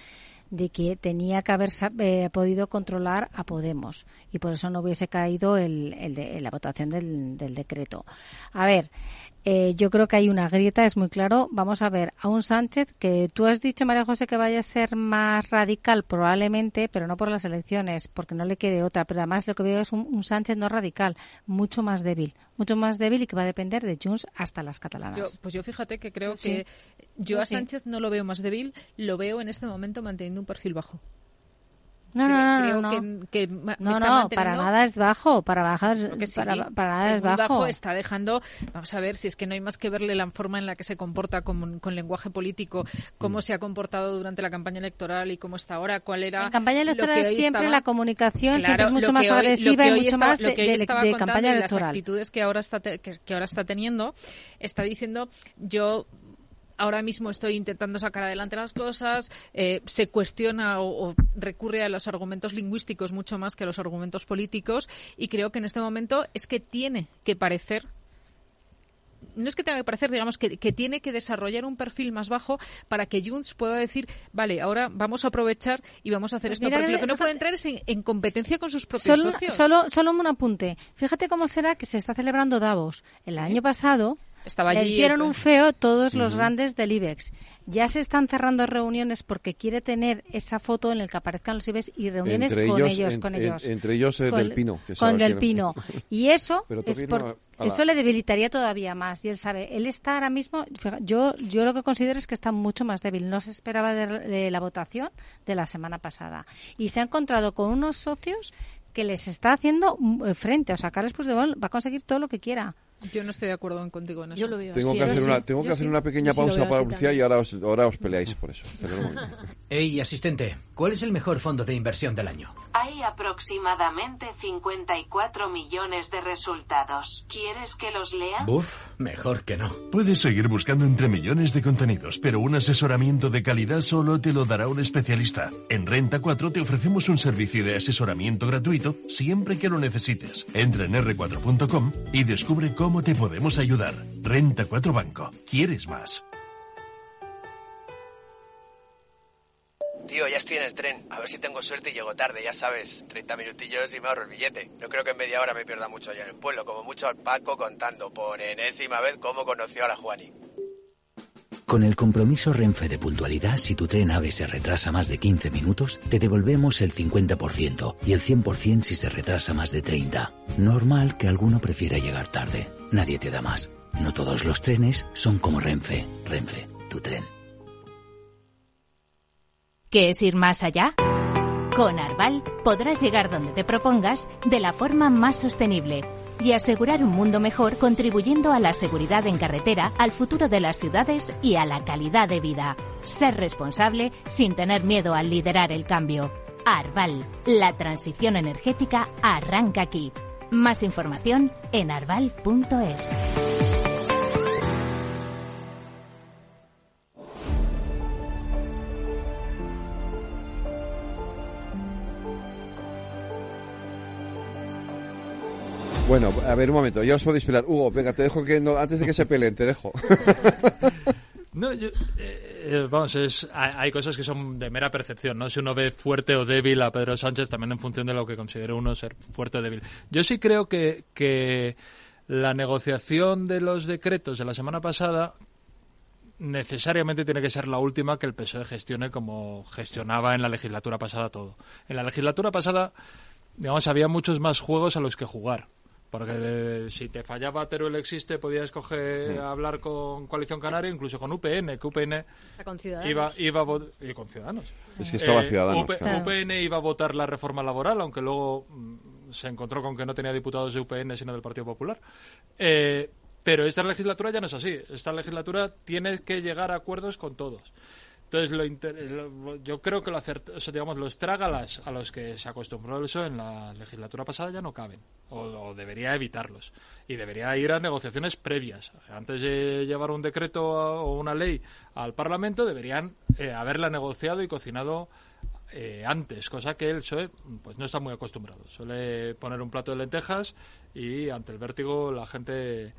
de que tenía que haber eh, podido controlar a Podemos y por eso no hubiese caído el, el de, la votación del, del decreto. A ver, eh, yo creo que hay una grieta, es muy claro. Vamos a ver a un Sánchez que tú has dicho, María José, que vaya a ser más radical probablemente, pero no por las elecciones, porque no le quede otra. Pero además lo que veo es un, un Sánchez no radical, mucho más débil, mucho más débil y que va a depender de Junts hasta las catalanas. Yo, pues yo fíjate que creo Sí. que yo Yo a sí. Sánchez no lo veo más débil, lo veo en este momento manteniendo un perfil bajo. No, Creo- no, no, creo no. que, que ma- No, está no, manteniendo- para nada es bajo, para bajar, Creo que sí, para, para nada es es muy bajo. está dejando, vamos a ver, si es que no hay más que verle la forma en la que se comporta con, con lenguaje político, cómo se ha comportado durante la campaña electoral y cómo está ahora, cuál era En campaña lo electoral que hoy siempre estaba- la comunicación Claro, siempre es mucho lo más que hoy- lo agresiva que y hoy mucho estaba- más lo de, que hoy de- estaba de contando campaña y electoral. las actitudes que ahora está te- que, que ahora está teniendo, está diciendo yo ahora mismo estoy intentando sacar adelante las cosas, eh, se cuestiona o, o recurre a los argumentos lingüísticos mucho más que a los argumentos políticos y creo que en este momento es que tiene que parecer, no es que tenga que parecer, digamos, que, que tiene que desarrollar un perfil más bajo para que Junts pueda decir, vale, ahora vamos a aprovechar y vamos a hacer Pues esto, mira porque que- lo que no fíjate- puede entrar es en, en competencia con sus propios Solo, socios. solo, solo un apunte. Fíjate cómo será que se está celebrando Davos. El año pasado Estaba le allí, hicieron eh, un feo todos los Ujú. grandes del IBEX. Ya se están cerrando reuniones porque quiere tener esa foto en el que aparezcan los IBEX y reuniones Entre con ellos, ellos, en- con en- ellos. entre ellos es Con- Del Pino, que Con sabe Del quién- Pino. Y eso Pero es Topino, por, a la- eso le debilitaría todavía más. Y él sabe, él está ahora mismo, fija- yo yo lo que considero es que está mucho más débil. No se esperaba de, de la votación de la semana pasada. Y se ha encontrado con unos socios que les está haciendo mm, frente. O sea, Carles Puigdemont va a conseguir todo lo que quiera. Yo no estoy de acuerdo en- contigo en eso. Yo lo veo Tengo así, que yo hacer sí, una, tengo yo que hacer sí. una pequeña Yo sí lo pausa veo para así publicidad y ahora os, ahora os peleáis por eso. Pero un momento. Ey, asistente, ¿cuál es el mejor fondo de inversión del año? Hay aproximadamente cincuenta y cuatro millones de resultados. ¿Quieres que los lea? Buf, mejor que no. Puedes seguir buscando entre millones de contenidos, pero un asesoramiento de calidad solo te lo dará un especialista. En Renta cuatro te ofrecemos un servicio de asesoramiento gratuito siempre que lo necesites. Entra en erre cuatro punto com y descubre cómo te podemos ayudar. Renta cuatro Banco. ¿Quieres más? Tío, ya estoy en el tren. A ver si tengo suerte y llego tarde, ya sabes. treinta minutillos y me ahorro el billete. No creo que en media hora me pierda mucho allá en el pueblo. Como mucho al Paco contando por enésima vez cómo conoció a la Juani. Con el compromiso Renfe de puntualidad, si tu tren AVE se retrasa más de quince minutos, te devolvemos el cincuenta por ciento y el cien por ciento si se retrasa más de treinta. Normal que alguno prefiera llegar tarde. Nadie te da más. No todos los trenes son como Renfe. Renfe, tu tren. ¿Qué es ir más allá? Con Arval podrás llegar donde te propongas de la forma más sostenible y asegurar un mundo mejor contribuyendo a la seguridad en carretera, al futuro de las ciudades y a la calidad de vida. Ser responsable sin tener miedo al liderar el cambio. Arval, la transición energética arranca aquí. Más información en arval punto es. Bueno, a ver, un momento, ya os podéis pelear. Hugo, venga, te dejo que no, antes de que se peleen, te dejo. No, yo, eh, eh, vamos, es, hay, hay cosas que son de mera percepción, ¿no? Si uno ve fuerte o débil a Pedro Sánchez, también en función de lo que considere uno ser fuerte o débil. Yo sí creo que, que la negociación de los decretos de la semana pasada necesariamente tiene que ser la última que el P S O E gestione como gestionaba en la legislatura pasada todo. En la legislatura pasada, digamos, había muchos más juegos a los que jugar. Porque eh, si te fallaba Teruel Existe, podías escoger Sí. hablar con Coalición Canaria, incluso con U P N, que U P N Hasta con Ciudadanos. iba, iba a vot- y con Ciudadanos. Es que estaba Ciudadanos, U P- claro. U P N iba a votar la reforma laboral, aunque luego mm, se encontró con que no tenía diputados de U P N, sino del Partido Popular. Eh, pero esta legislatura ya no es así. Esta legislatura tiene que llegar a acuerdos con todos. Entonces, lo inter- lo- yo creo que lo acert- o sea, digamos, los trágalas a los que se acostumbró el P S O E en la legislatura pasada ya no caben, o, o debería evitarlos. Y debería ir a negociaciones previas. Antes de llevar un decreto a- o una ley al Parlamento, deberían eh, haberla negociado y cocinado eh, antes, cosa que el P S O E pues, no está muy acostumbrado. Suele poner un plato de lentejas y ante el vértigo la gente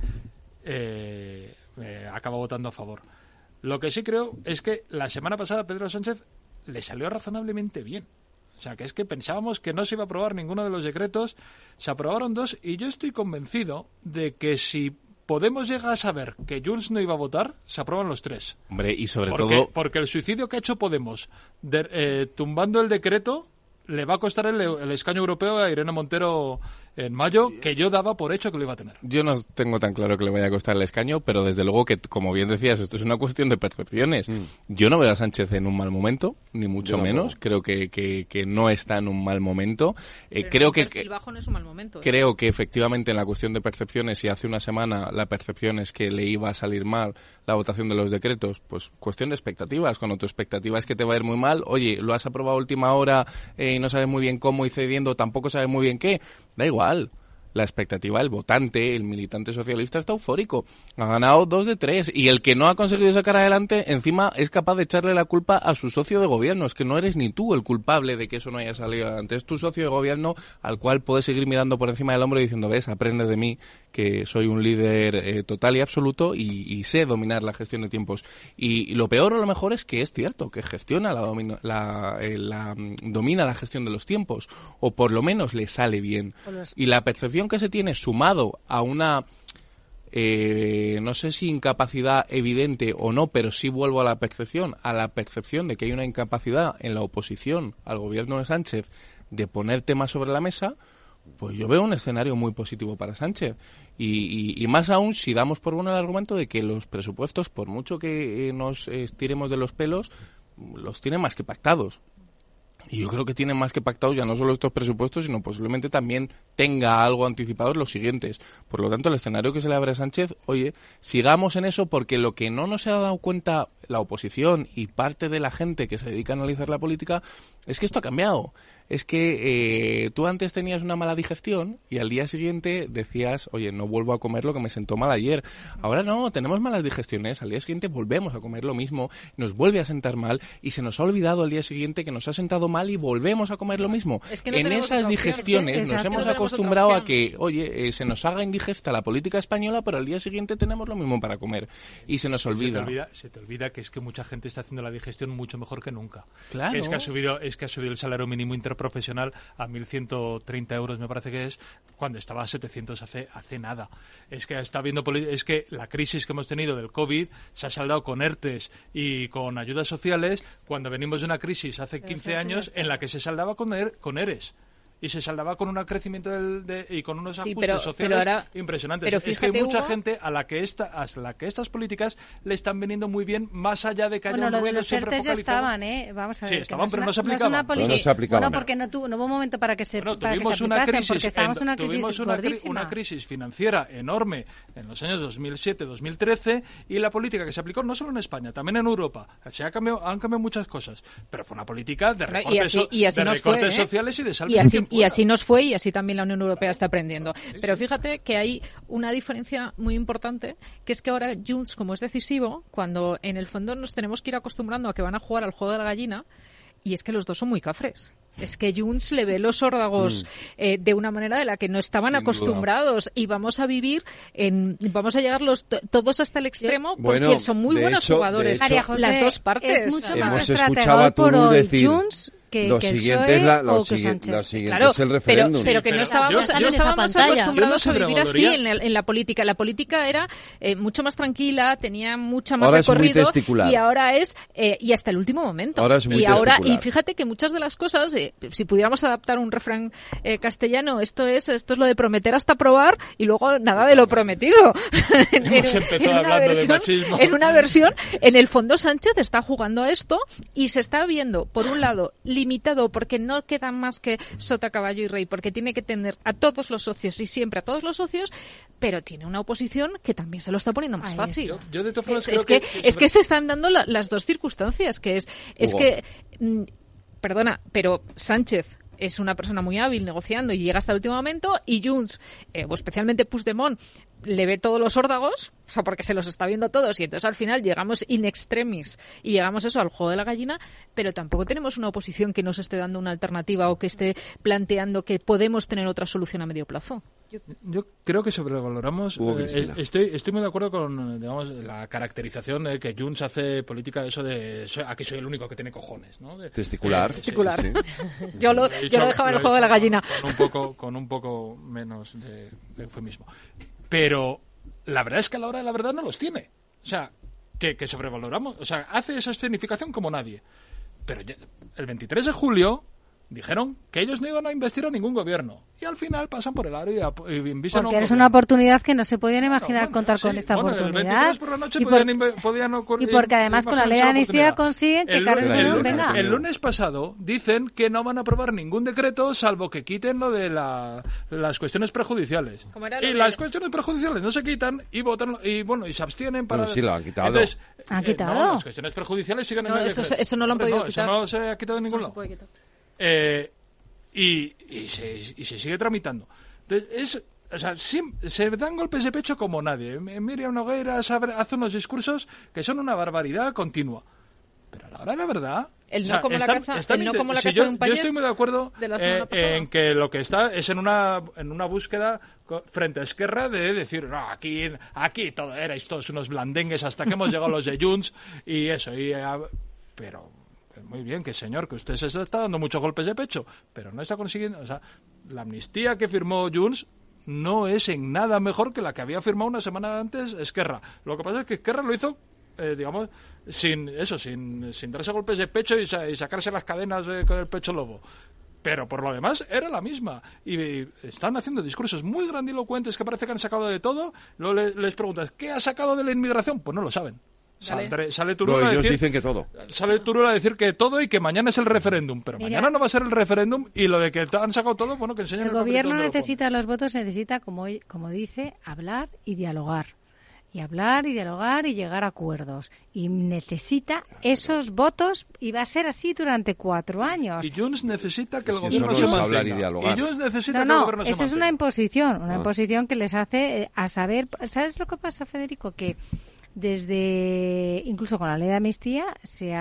eh, eh, acaba votando a favor. Lo que sí creo es que la semana pasada Pedro Sánchez le salió razonablemente bien. O sea, que es que pensábamos que no se iba a aprobar ninguno de los decretos, se aprobaron dos, y yo estoy convencido de que si Podemos llega a saber que Junts no iba a votar, se aprueban los tres. Hombre, y sobre porque, todo... Porque el suicidio que ha hecho Podemos, de, eh, tumbando el decreto, le va a costar el, el escaño europeo a Irene Montero en mayo, que yo daba por hecho que lo iba a tener. Yo no tengo tan claro que le vaya a costar el escaño, pero desde luego que, como bien decías, esto es una cuestión de percepciones. Mm. Yo no veo a Sánchez en un mal momento, ni mucho menos. Creo que, que, que no está en un mal momento. Eh, creo que, el bajo no es un mal momento. ¿eh? Creo que efectivamente en la cuestión de percepciones, si hace una semana la percepción es que le iba a salir mal la votación de los decretos, pues cuestión de expectativas. Cuando tu expectativa es que te va a ir muy mal, oye, lo has aprobado a última hora eh, y no sabes muy bien cómo y cediendo, tampoco sabes muy bien qué, da igual. La expectativa, el votante, el militante socialista está eufórico. Ha ganado dos de tres. Y el que no ha conseguido sacar adelante, encima es capaz de echarle la culpa a su socio de gobierno. Es que no eres ni tú el culpable de que eso no haya salido adelante. Es tu socio de gobierno al cual puedes seguir mirando por encima del hombro y diciendo, ves, aprende de mí, que soy un líder eh, total y absoluto y, y sé dominar la gestión de tiempos. Y, y lo peor o lo mejor es que es cierto, que gestiona la, domino, la, eh, la domina la gestión de los tiempos, o por lo menos le sale bien. Los... Y la percepción que se tiene, sumado a una eh, no sé si incapacidad evidente o no, pero sí vuelvo a la percepción, a la percepción de que hay una incapacidad en la oposición al gobierno de Sánchez de poner temas sobre la mesa. Pues yo veo un escenario muy positivo para Sánchez y, y, y más aún si damos por bueno el argumento de que los presupuestos, por mucho que eh, nos estiremos de los pelos, los tiene más que pactados. Y yo creo que tienen más que pactados ya no solo estos presupuestos, sino posiblemente también tenga algo anticipado en los siguientes. Por lo tanto, el escenario que se le abre a Sánchez, oye, sigamos en eso, porque lo que no nos ha dado cuenta la oposición y parte de la gente que se dedica a analizar la política es que esto ha cambiado. Es que eh, tú antes tenías una mala digestión y al día siguiente decías, oye, no vuelvo a comer lo que me sentó mal ayer. Ahora no, tenemos malas digestiones, al día siguiente volvemos a comer lo mismo, nos vuelve a sentar mal y se nos ha olvidado al día siguiente que nos ha sentado mal y volvemos a comer lo mismo. Es que no en esas digestiones es que, nos hemos no acostumbrado a que, oye, eh, se nos haga indigesta la política española, pero al día siguiente tenemos lo mismo para comer y se nos olvida. Se te olvida, se te olvida que es que mucha gente está haciendo la digestión mucho mejor que nunca. Claro. Es que ha subido, es que ha subido el salario mínimo interprofesional a mil ciento treinta euros, me parece que es, cuando estaba a setecientos hace hace nada. Es que está viendo es que la crisis que hemos tenido del COVID se ha saldado con ERTES y con ayudas sociales, cuando venimos de una crisis hace quince años en la que se saldaba con, er, con ERES. Y se saldaba con un crecimiento del, de, y con unos sí, ajustes pero, sociales pero ahora, impresionantes. Pero es que hay mucha Hugo, gente a la que esta, a la que estas políticas le están viniendo muy bien, más allá de que haya bueno, un ruido lo de los siempre ERTES focalizado. ya estaban, ¿eh? Vamos a ver. Sí, estaban, no pero una, no se aplicaban. No, no, no se aplicaban. Bueno, porque no, tuvo, no hubo un momento para que se, bueno, para que se una aplicasen, crisis, porque estábamos en una crisis tuvimos una, gordísima. una crisis financiera enorme en los años dos mil siete dos mil trece y la política que se aplicó no solo en España, también en Europa. Se ha cambiado, han cambiado muchas cosas, pero fue una política de recortes, y así, y así de recortes fue, ¿eh? sociales y de salud. Y así, y así nos fue y así también la Unión Europea está aprendiendo. Pero fíjate que hay una diferencia muy importante, que es que ahora Junts, como es decisivo, cuando en el fondo nos tenemos que ir acostumbrando a que van a jugar al juego de la gallina, y es que los dos son muy cafres. Es que Junts le ve los órdagos mm. eh, de una manera de la que no estaban Sin acostumbrados duda. Y vamos a vivir, en, vamos a llegar los todos hasta el extremo porque bueno, son muy buenos hecho, jugadores, María José, las dos partes. Es mucho Hemos más escuchado por hoy Junts que, lo que siguiente es la, lo o que siguiente, lo siguiente claro, es el referéndum. Pero, pero que sí, no estábamos, yo, no estábamos acostumbrados no a vivir así en la, en la política. La política era eh, mucho más tranquila, tenía mucha más ahora recorrido es muy y ahora es eh, y hasta el último momento. Ahora es muy y ahora testicular. y fíjate que muchas de las cosas, eh, si pudiéramos adaptar un refrán eh, castellano, esto es esto es lo de prometer hasta probar y luego nada de lo prometido. en, Hemos en, empezado en hablando versión, de machismo. En una versión, en el fondo Sánchez está jugando a esto y se está viendo, por un lado, limitado porque no queda más que sota, caballo y rey, porque tiene que tener a todos los socios y siempre a todos los socios, pero tiene una oposición que también se lo está poniendo más Ahí fácil. Yo, yo de todas formas es, creo es que, que, que es que se están dando la, las dos circunstancias, que es, es que, mm, perdona, pero Sánchez es una persona muy hábil negociando y llega hasta el último momento, y Junts, eh, o especialmente Puigdemont, le ve todos los órdagos, o sea, porque se los está viendo todos, y entonces al final llegamos in extremis y llegamos eso al juego de la gallina, pero tampoco tenemos una oposición que nos esté dando una alternativa o que esté planteando que podemos tener otra solución a medio plazo. Yo, yo creo que sobrevaloramos. Eh, estoy, estoy muy de acuerdo con, digamos, la caracterización de que Junts hace política de eso de soy, aquí soy el único que tiene cojones, ¿no? De, Testicular. Eh, Testicular. Sí, sí. yo lo, he yo hecho, lo dejaba en el lo juego de la gallina. Con, con un poco, con un poco menos de, de eufemismo. Pero la verdad es que a la hora de la verdad no los tiene. O sea, que, que sobrevaloramos. O sea, hace esa escenificación como nadie. Pero ya, el veintitrés de julio dijeron que ellos no iban a investir a ningún gobierno. Y al final pasan por el aro y, y invisan Porque a un eres gobierno. una oportunidad que no se podían imaginar Bueno, contar sí, con esta bueno, oportunidad. El veintitrés por la noche y, podían, por, podían ocurrir, y porque además con la ley de amnistía consiguen que Carles Puigdemont venga. El lunes pasado dicen que no van a aprobar ningún decreto salvo que quiten lo de la, las cuestiones prejudiciales. Y de... las cuestiones prejudiciales no se quitan y votan y bueno y se abstienen para. Pero sí lo han quitado. Entonces, ¿Han eh, quitado? No, las cuestiones prejudiciales siguen no, en el eso, decreto. eso no lo han podido no, quitar. Eso no se ha quitado en ningún no lado. Se puede quitar. Eh, y, y, se, y se sigue tramitando. Entonces, es, o sea, sí, se dan golpes de pecho como nadie. Miriam Nogueira sabe, hace unos discursos que son una barbaridad continua. Pero a la hora de la verdad... El no o sea, como la están, casa, están el no inter- como la si casa yo, de un país yo estoy muy de acuerdo de la semana eh, pasada. en que lo que está es en una en una búsqueda frente a Esquerra de decir, no, aquí aquí todo erais todos unos blandengues hasta que hemos llegado los de Junts y eso. y eh, Pero... Muy bien, que señor, que usted se está dando muchos golpes de pecho, pero no está consiguiendo... O sea, la amnistía que firmó Junts no es en nada mejor que la que había firmado una semana antes Esquerra. Lo que pasa es que Esquerra lo hizo, eh, digamos, sin eso, sin, sin darse golpes de pecho y, sa- y sacarse las cadenas eh, con el pecho lobo. Pero por lo demás era la misma. Y, y están haciendo discursos muy grandilocuentes que parece que han sacado de todo. Luego le- les preguntas, ¿qué ha sacado de la inmigración? Pues no lo saben. Saldré, sale Turull No, a ellos decir, dicen que todo. Sale Turull a decir que todo y que mañana es el referéndum. Pero Mira, mañana no va a ser el referéndum y lo de que han sacado todo, bueno, que enseñen el el papelito gobierno donde lo necesita los votos, necesita, como, como dice, hablar y dialogar. Y hablar y dialogar y llegar a acuerdos. Y necesita esos votos y va a ser así durante cuatro años. Y Junts necesita que el Es que gobierno eso se no es mantenga. hablar y dialogar. Y Junts necesita No, que el no, gobierno se eso es mantenga. una imposición, una Ah. imposición que les hace eh, a saber... ¿Sabes lo que pasa, Federico? Que desde, incluso con la ley de amnistía, se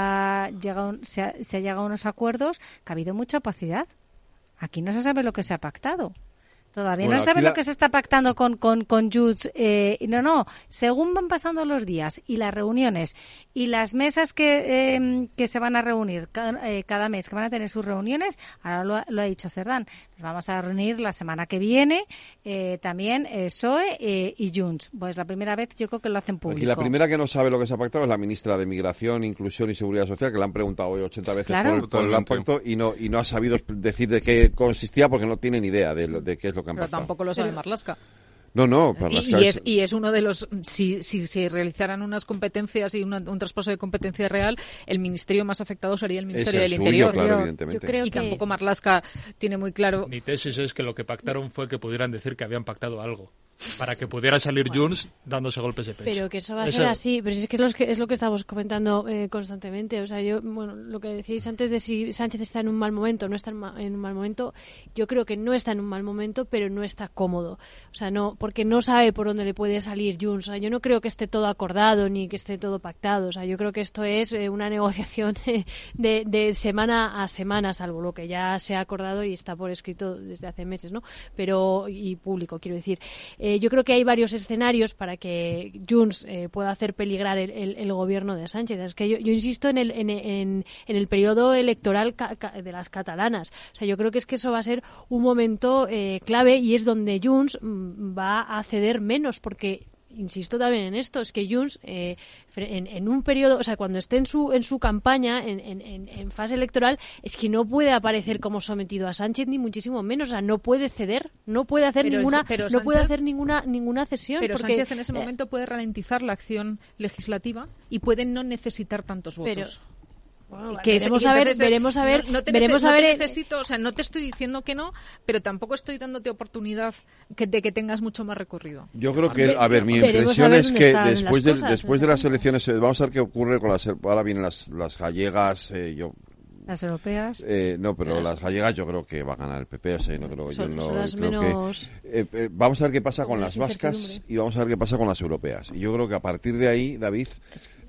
ha llegado, se ha, se ha llegado a unos acuerdos que ha habido mucha opacidad. Aquí no se sabe lo que se ha pactado. Todavía Bueno, no se sabe aquí la- lo que se está pactando con, con, con Junts. Eh, no, no. Según van pasando los días y las reuniones y las mesas que, eh, que se van a reunir cada, eh, cada mes, que van a tener sus reuniones, ahora lo ha, lo ha dicho Cerdán, nos vamos a reunir la semana que viene eh, también eh, P S O E eh, y Junts. Pues la primera vez yo creo que lo hacen público. Aquí la primera que no sabe lo que se ha pactado es la ministra de Migración, Inclusión y Seguridad Social, que le han preguntado hoy ochenta veces Claro. por, el, por el pacto y no, y no ha sabido decir de qué consistía porque no tiene ni idea de, lo- de qué es lo que han Pero pactado. tampoco lo sabe Marlaska. No, no, para Y, las y calles- es, y es uno de los, si, si se realizaran unas competencias y una- un traspaso de competencia real, el ministerio más afectado sería el Ministerio Es el del suyo, Interior. claro, Yo- evidentemente. yo creo y que- tampoco Marlaska tiene muy claro. Mi tesis es que lo que pactaron fue que pudieran decir que habían pactado algo. Para que pudiera salir Junts dándose golpes de pecho. Pero que eso va a Eso- ser así, pero si es que es lo que, es lo que estamos comentando eh, constantemente. O sea, yo, bueno, lo que decíais antes de si Sánchez está en un mal momento o no está en, ma- en un mal momento, yo creo que no está en un mal momento, pero no está cómodo. O sea, no, porque no sabe por dónde le puede salir Junts. O sea, yo no creo que esté todo acordado ni que esté todo pactado. O sea, yo creo que esto es eh, una negociación eh, de, de semana a semana, salvo lo que ya se ha acordado y está por escrito desde hace meses, ¿no? Pero, y público, quiero decir. Eh, yo creo que hay varios escenarios para que Junts eh, pueda hacer peligrar el, el, el gobierno de Sánchez. Es que yo, yo insisto en el, en, en, en el periodo electoral ca, ca, de las catalanas. O sea, yo creo que es que eso va a ser un momento eh, clave y es donde Junts mm, va a ceder menos porque insisto también en esto, es que Junts eh, en, en un periodo, o sea, cuando esté en su en su campaña, en, en, en fase electoral, es que no puede aparecer como sometido a Sánchez ni muchísimo menos, o sea, no puede ceder, no puede hacer Pero- ninguna, pero no puede Sánchez- hacer ninguna ninguna cesión. Pero porque, Sánchez en ese eh, momento puede ralentizar la acción legislativa y puede no necesitar tantos votos. Pero- Bueno, que es- veremos y a ver, entonces es- veremos a ver, no, no te veremos nece- a no te ver. necesito, o sea, no te estoy diciendo que no, pero tampoco estoy dándote oportunidad que, de que tengas mucho más recorrido. Yo creo que, a ver, mi Veremos impresión a ver es dónde que están después, las de, cosas, después de las elecciones, eh, vamos a ver qué ocurre con las... Ahora vienen las, las gallegas, eh, yo... Las europeas. Eh, no, pero las gallegas yo creo que va a ganar el P P, o sea, no creo, Son- yo no son las creo menos- que... eh, eh, vamos a ver qué pasa con con menos las vascas incertidumbre. y vamos a ver qué pasa con las europeas. Y yo creo que a partir de ahí, David,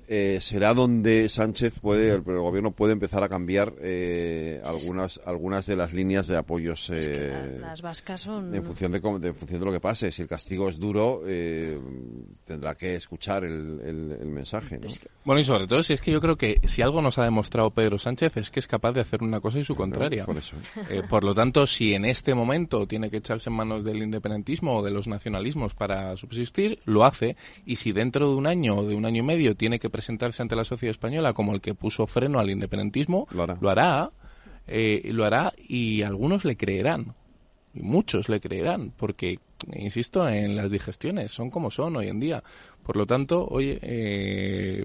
eh, será donde Sánchez puede, el, el gobierno puede empezar a cambiar eh, algunas algunas de las líneas de apoyos eh, es que la, las vascas son... en función de, de en función de lo que pase. Si el castigo es duro, eh, tendrá que escuchar el, el, el mensaje, ¿no? Bueno, y sobre todo si es que yo creo que si algo nos ha demostrado Pedro Sánchez es que es capaz de hacer una cosa y su contraria. Por eso. Eh, por lo tanto, si en este momento tiene que echarse en manos del independentismo o de los nacionalismos para subsistir, lo hace. Y si dentro de un año o de un año y medio tiene que presentarse ante la sociedad española como el que puso freno al independentismo, lo hará, lo hará, eh, lo hará y algunos le creerán. Y muchos le creerán, porque, insisto, en las digestiones son como son hoy en día. Por lo tanto, oye, eh,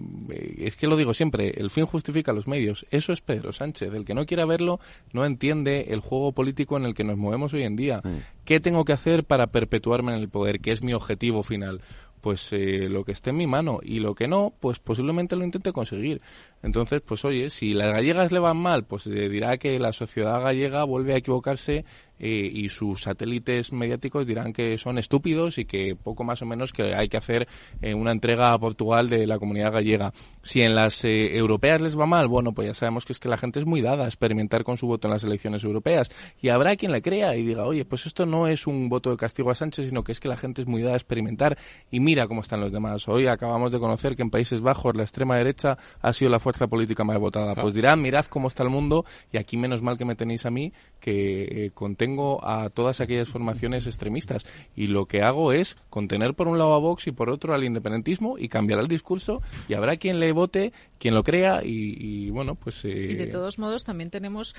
es que lo digo siempre, el fin justifica los medios. Eso es Pedro Sánchez. El que no quiera verlo no entiende el juego político en el que nos movemos hoy en día. Mm. ¿Qué tengo que hacer para perpetuarme en el poder? ¿Qué es mi objetivo final? Pues eh, lo que esté en mi mano, y lo que no, pues posiblemente lo intente conseguir. Entonces, pues oye, si las gallegas le van mal, pues eh, dirá que la sociedad gallega vuelve a equivocarse eh, y sus satélites mediáticos dirán que son estúpidos y que poco más o menos que hay que hacer eh, una entrega a Portugal de la comunidad gallega. Si en las eh, europeas les va mal, bueno, pues ya sabemos que es que la gente es muy dada a experimentar con su voto en las elecciones europeas, y habrá quien le crea y diga, oye, pues esto no es un voto de castigo a Sánchez, sino que es que la gente es muy dada a experimentar, y mira cómo están los demás. Hoy acabamos de conocer que en Países Bajos la extrema derecha ha sido la fuerza política más votada. Pues dirán, mirad cómo está el mundo, y aquí menos mal que me tenéis a mí, que eh, contengo a todas aquellas formaciones extremistas, y lo que hago es contener por un lado a Vox y por otro al independentismo, y cambiar el discurso, y habrá quien le vote, quien lo crea, y, y bueno, pues... Eh... Y de todos modos también tenemos...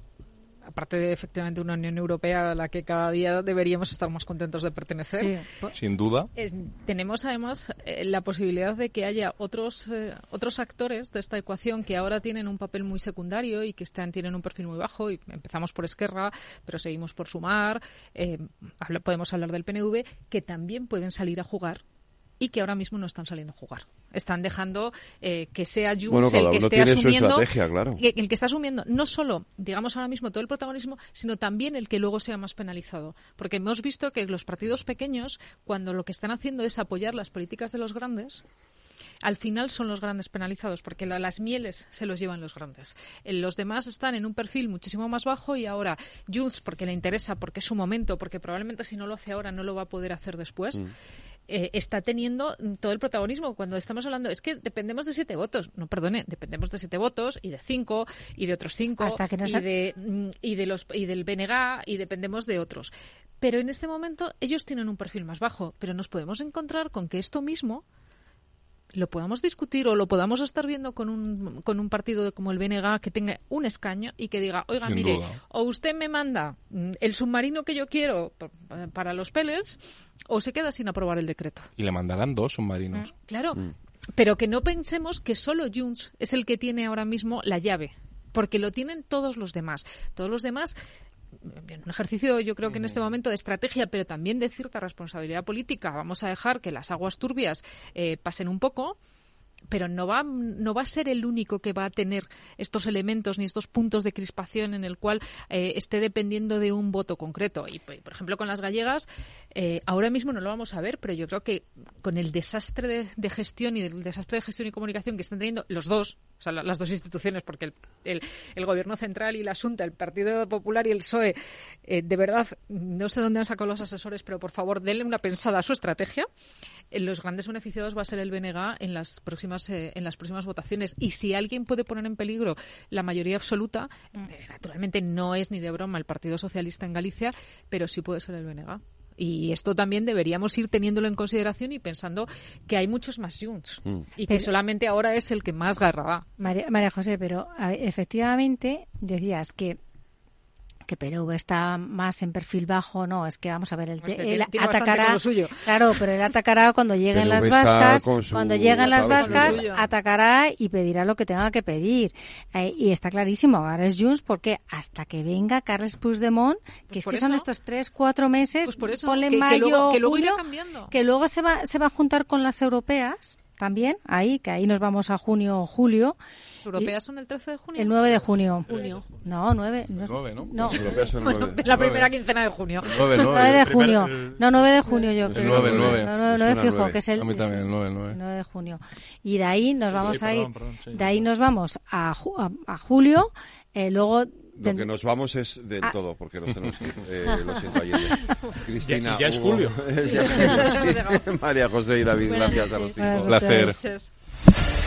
aparte de efectivamente una Unión Europea a la que cada día deberíamos estar más contentos de pertenecer. Sí. Sin duda. Eh, tenemos además eh, la posibilidad de que haya otros eh, otros actores de esta ecuación que ahora tienen un papel muy secundario y que están tienen un perfil muy bajo, y empezamos por Esquerra, pero seguimos por Sumar, eh, habla, podemos hablar del P N V, que también pueden salir a jugar y que ahora mismo no están saliendo a jugar. Están dejando eh, que sea Junts bueno, el que esté asumiendo claro. que, el que está asumiendo no solo, digamos ahora mismo, todo el protagonismo, sino también el que luego sea más penalizado. Porque hemos visto que los partidos pequeños, cuando lo que están haciendo es apoyar las políticas de los grandes, al final son los grandes penalizados, porque la, las mieles se los llevan los grandes. Eh, los demás están en un perfil muchísimo más bajo, y ahora Junts, porque le interesa, porque es su momento, porque probablemente si no lo hace ahora no lo va a poder hacer después, mm. Eh, está teniendo todo el protagonismo. Cuando estamos hablando, es que dependemos de siete votos. No, perdone, dependemos de siete votos y de cinco y de otros cinco Hasta que nos y, de, y, de los, y del B N G y dependemos de otros. Pero en este momento ellos tienen un perfil más bajo, pero nos podemos encontrar con que esto mismo lo podamos discutir o lo podamos estar viendo con un, con un partido como el B N G que tenga un escaño y que diga, oiga, Sin mire, duda. o usted me manda el submarino que yo quiero para los pellets, o se queda sin aprobar el decreto. Y le mandarán dos submarinos. Mm, claro, mm. pero que no pensemos que solo Junts es el que tiene ahora mismo la llave, porque lo tienen todos los demás. Todos los demás, en un ejercicio yo creo que en este momento de estrategia, pero también de cierta responsabilidad política, vamos a dejar que las aguas turbias eh, pasen un poco, pero no va no va a ser el único que va a tener estos elementos ni estos puntos de crispación en el cual eh, esté dependiendo de un voto concreto. Y, por ejemplo, con las gallegas, eh, ahora mismo no lo vamos a ver, pero yo creo que con el desastre de, de gestión y el desastre de gestión y comunicación que están teniendo los dos, o sea, las dos instituciones, porque el, el, el Gobierno Central y la Xunta, el Partido Popular y el P S O E, eh, de verdad, no sé dónde han sacado los asesores, pero por favor, denle una pensada a su estrategia. Eh, los grandes beneficiados va a ser el B N G en las próximas eh, en las próximas votaciones. Y si alguien puede poner en peligro la mayoría absoluta, eh, naturalmente no es ni de broma el Partido Socialista en Galicia, pero sí puede ser el B N G. Y esto también deberíamos ir teniéndolo en consideración y pensando que hay muchos más Junts mm. y que pero, solamente ahora es el que más garra da. María, María José, pero a ver, efectivamente decías que que P N V está más en perfil bajo, no, es que vamos a ver, el, te, el atacará, claro, pero él atacará cuando lleguen las vascas, su, cuando lleguen las vascas, atacará y pedirá lo que tenga que pedir. Eh, y está clarísimo, ahora es Junts, porque hasta que venga Carles Puigdemont, que pues es que son estos tres, cuatro meses, pues por eso, ponle que, mayo, que luego, que luego julio, irá cambiando. Que luego se va, se va a juntar con las europeas. también, ahí, que ahí nos vamos a junio o julio. ¿Europeas son el trece de junio? El nueve de junio. Junio. No, nueve. No, nueve, ¿no? No. Europeas son Bueno, nueve. la primera quincena de junio. nueve, nueve. nueve de El primer- junio. el- No, nueve de junio yo Es creo. nueve, nueve. No, no, Es nueve una fijo, nueve. que es el... A mí también, el nueve, el nueve. nueve de junio. Y de ahí nos Sí, vamos sí, a ir, perdón, perdón, sí, de ahí nos vamos a, ju- a, a julio, eh, luego... Lo que nos vamos es del Ah. todo, porque nos tenemos que ir. Eh, lo siento, ayer. Cristina, Ya- ya es Hugo. julio. Ya es julio, sí. María José y David, Buenas gracias a los noches. cinco. Buenas Placer. noches.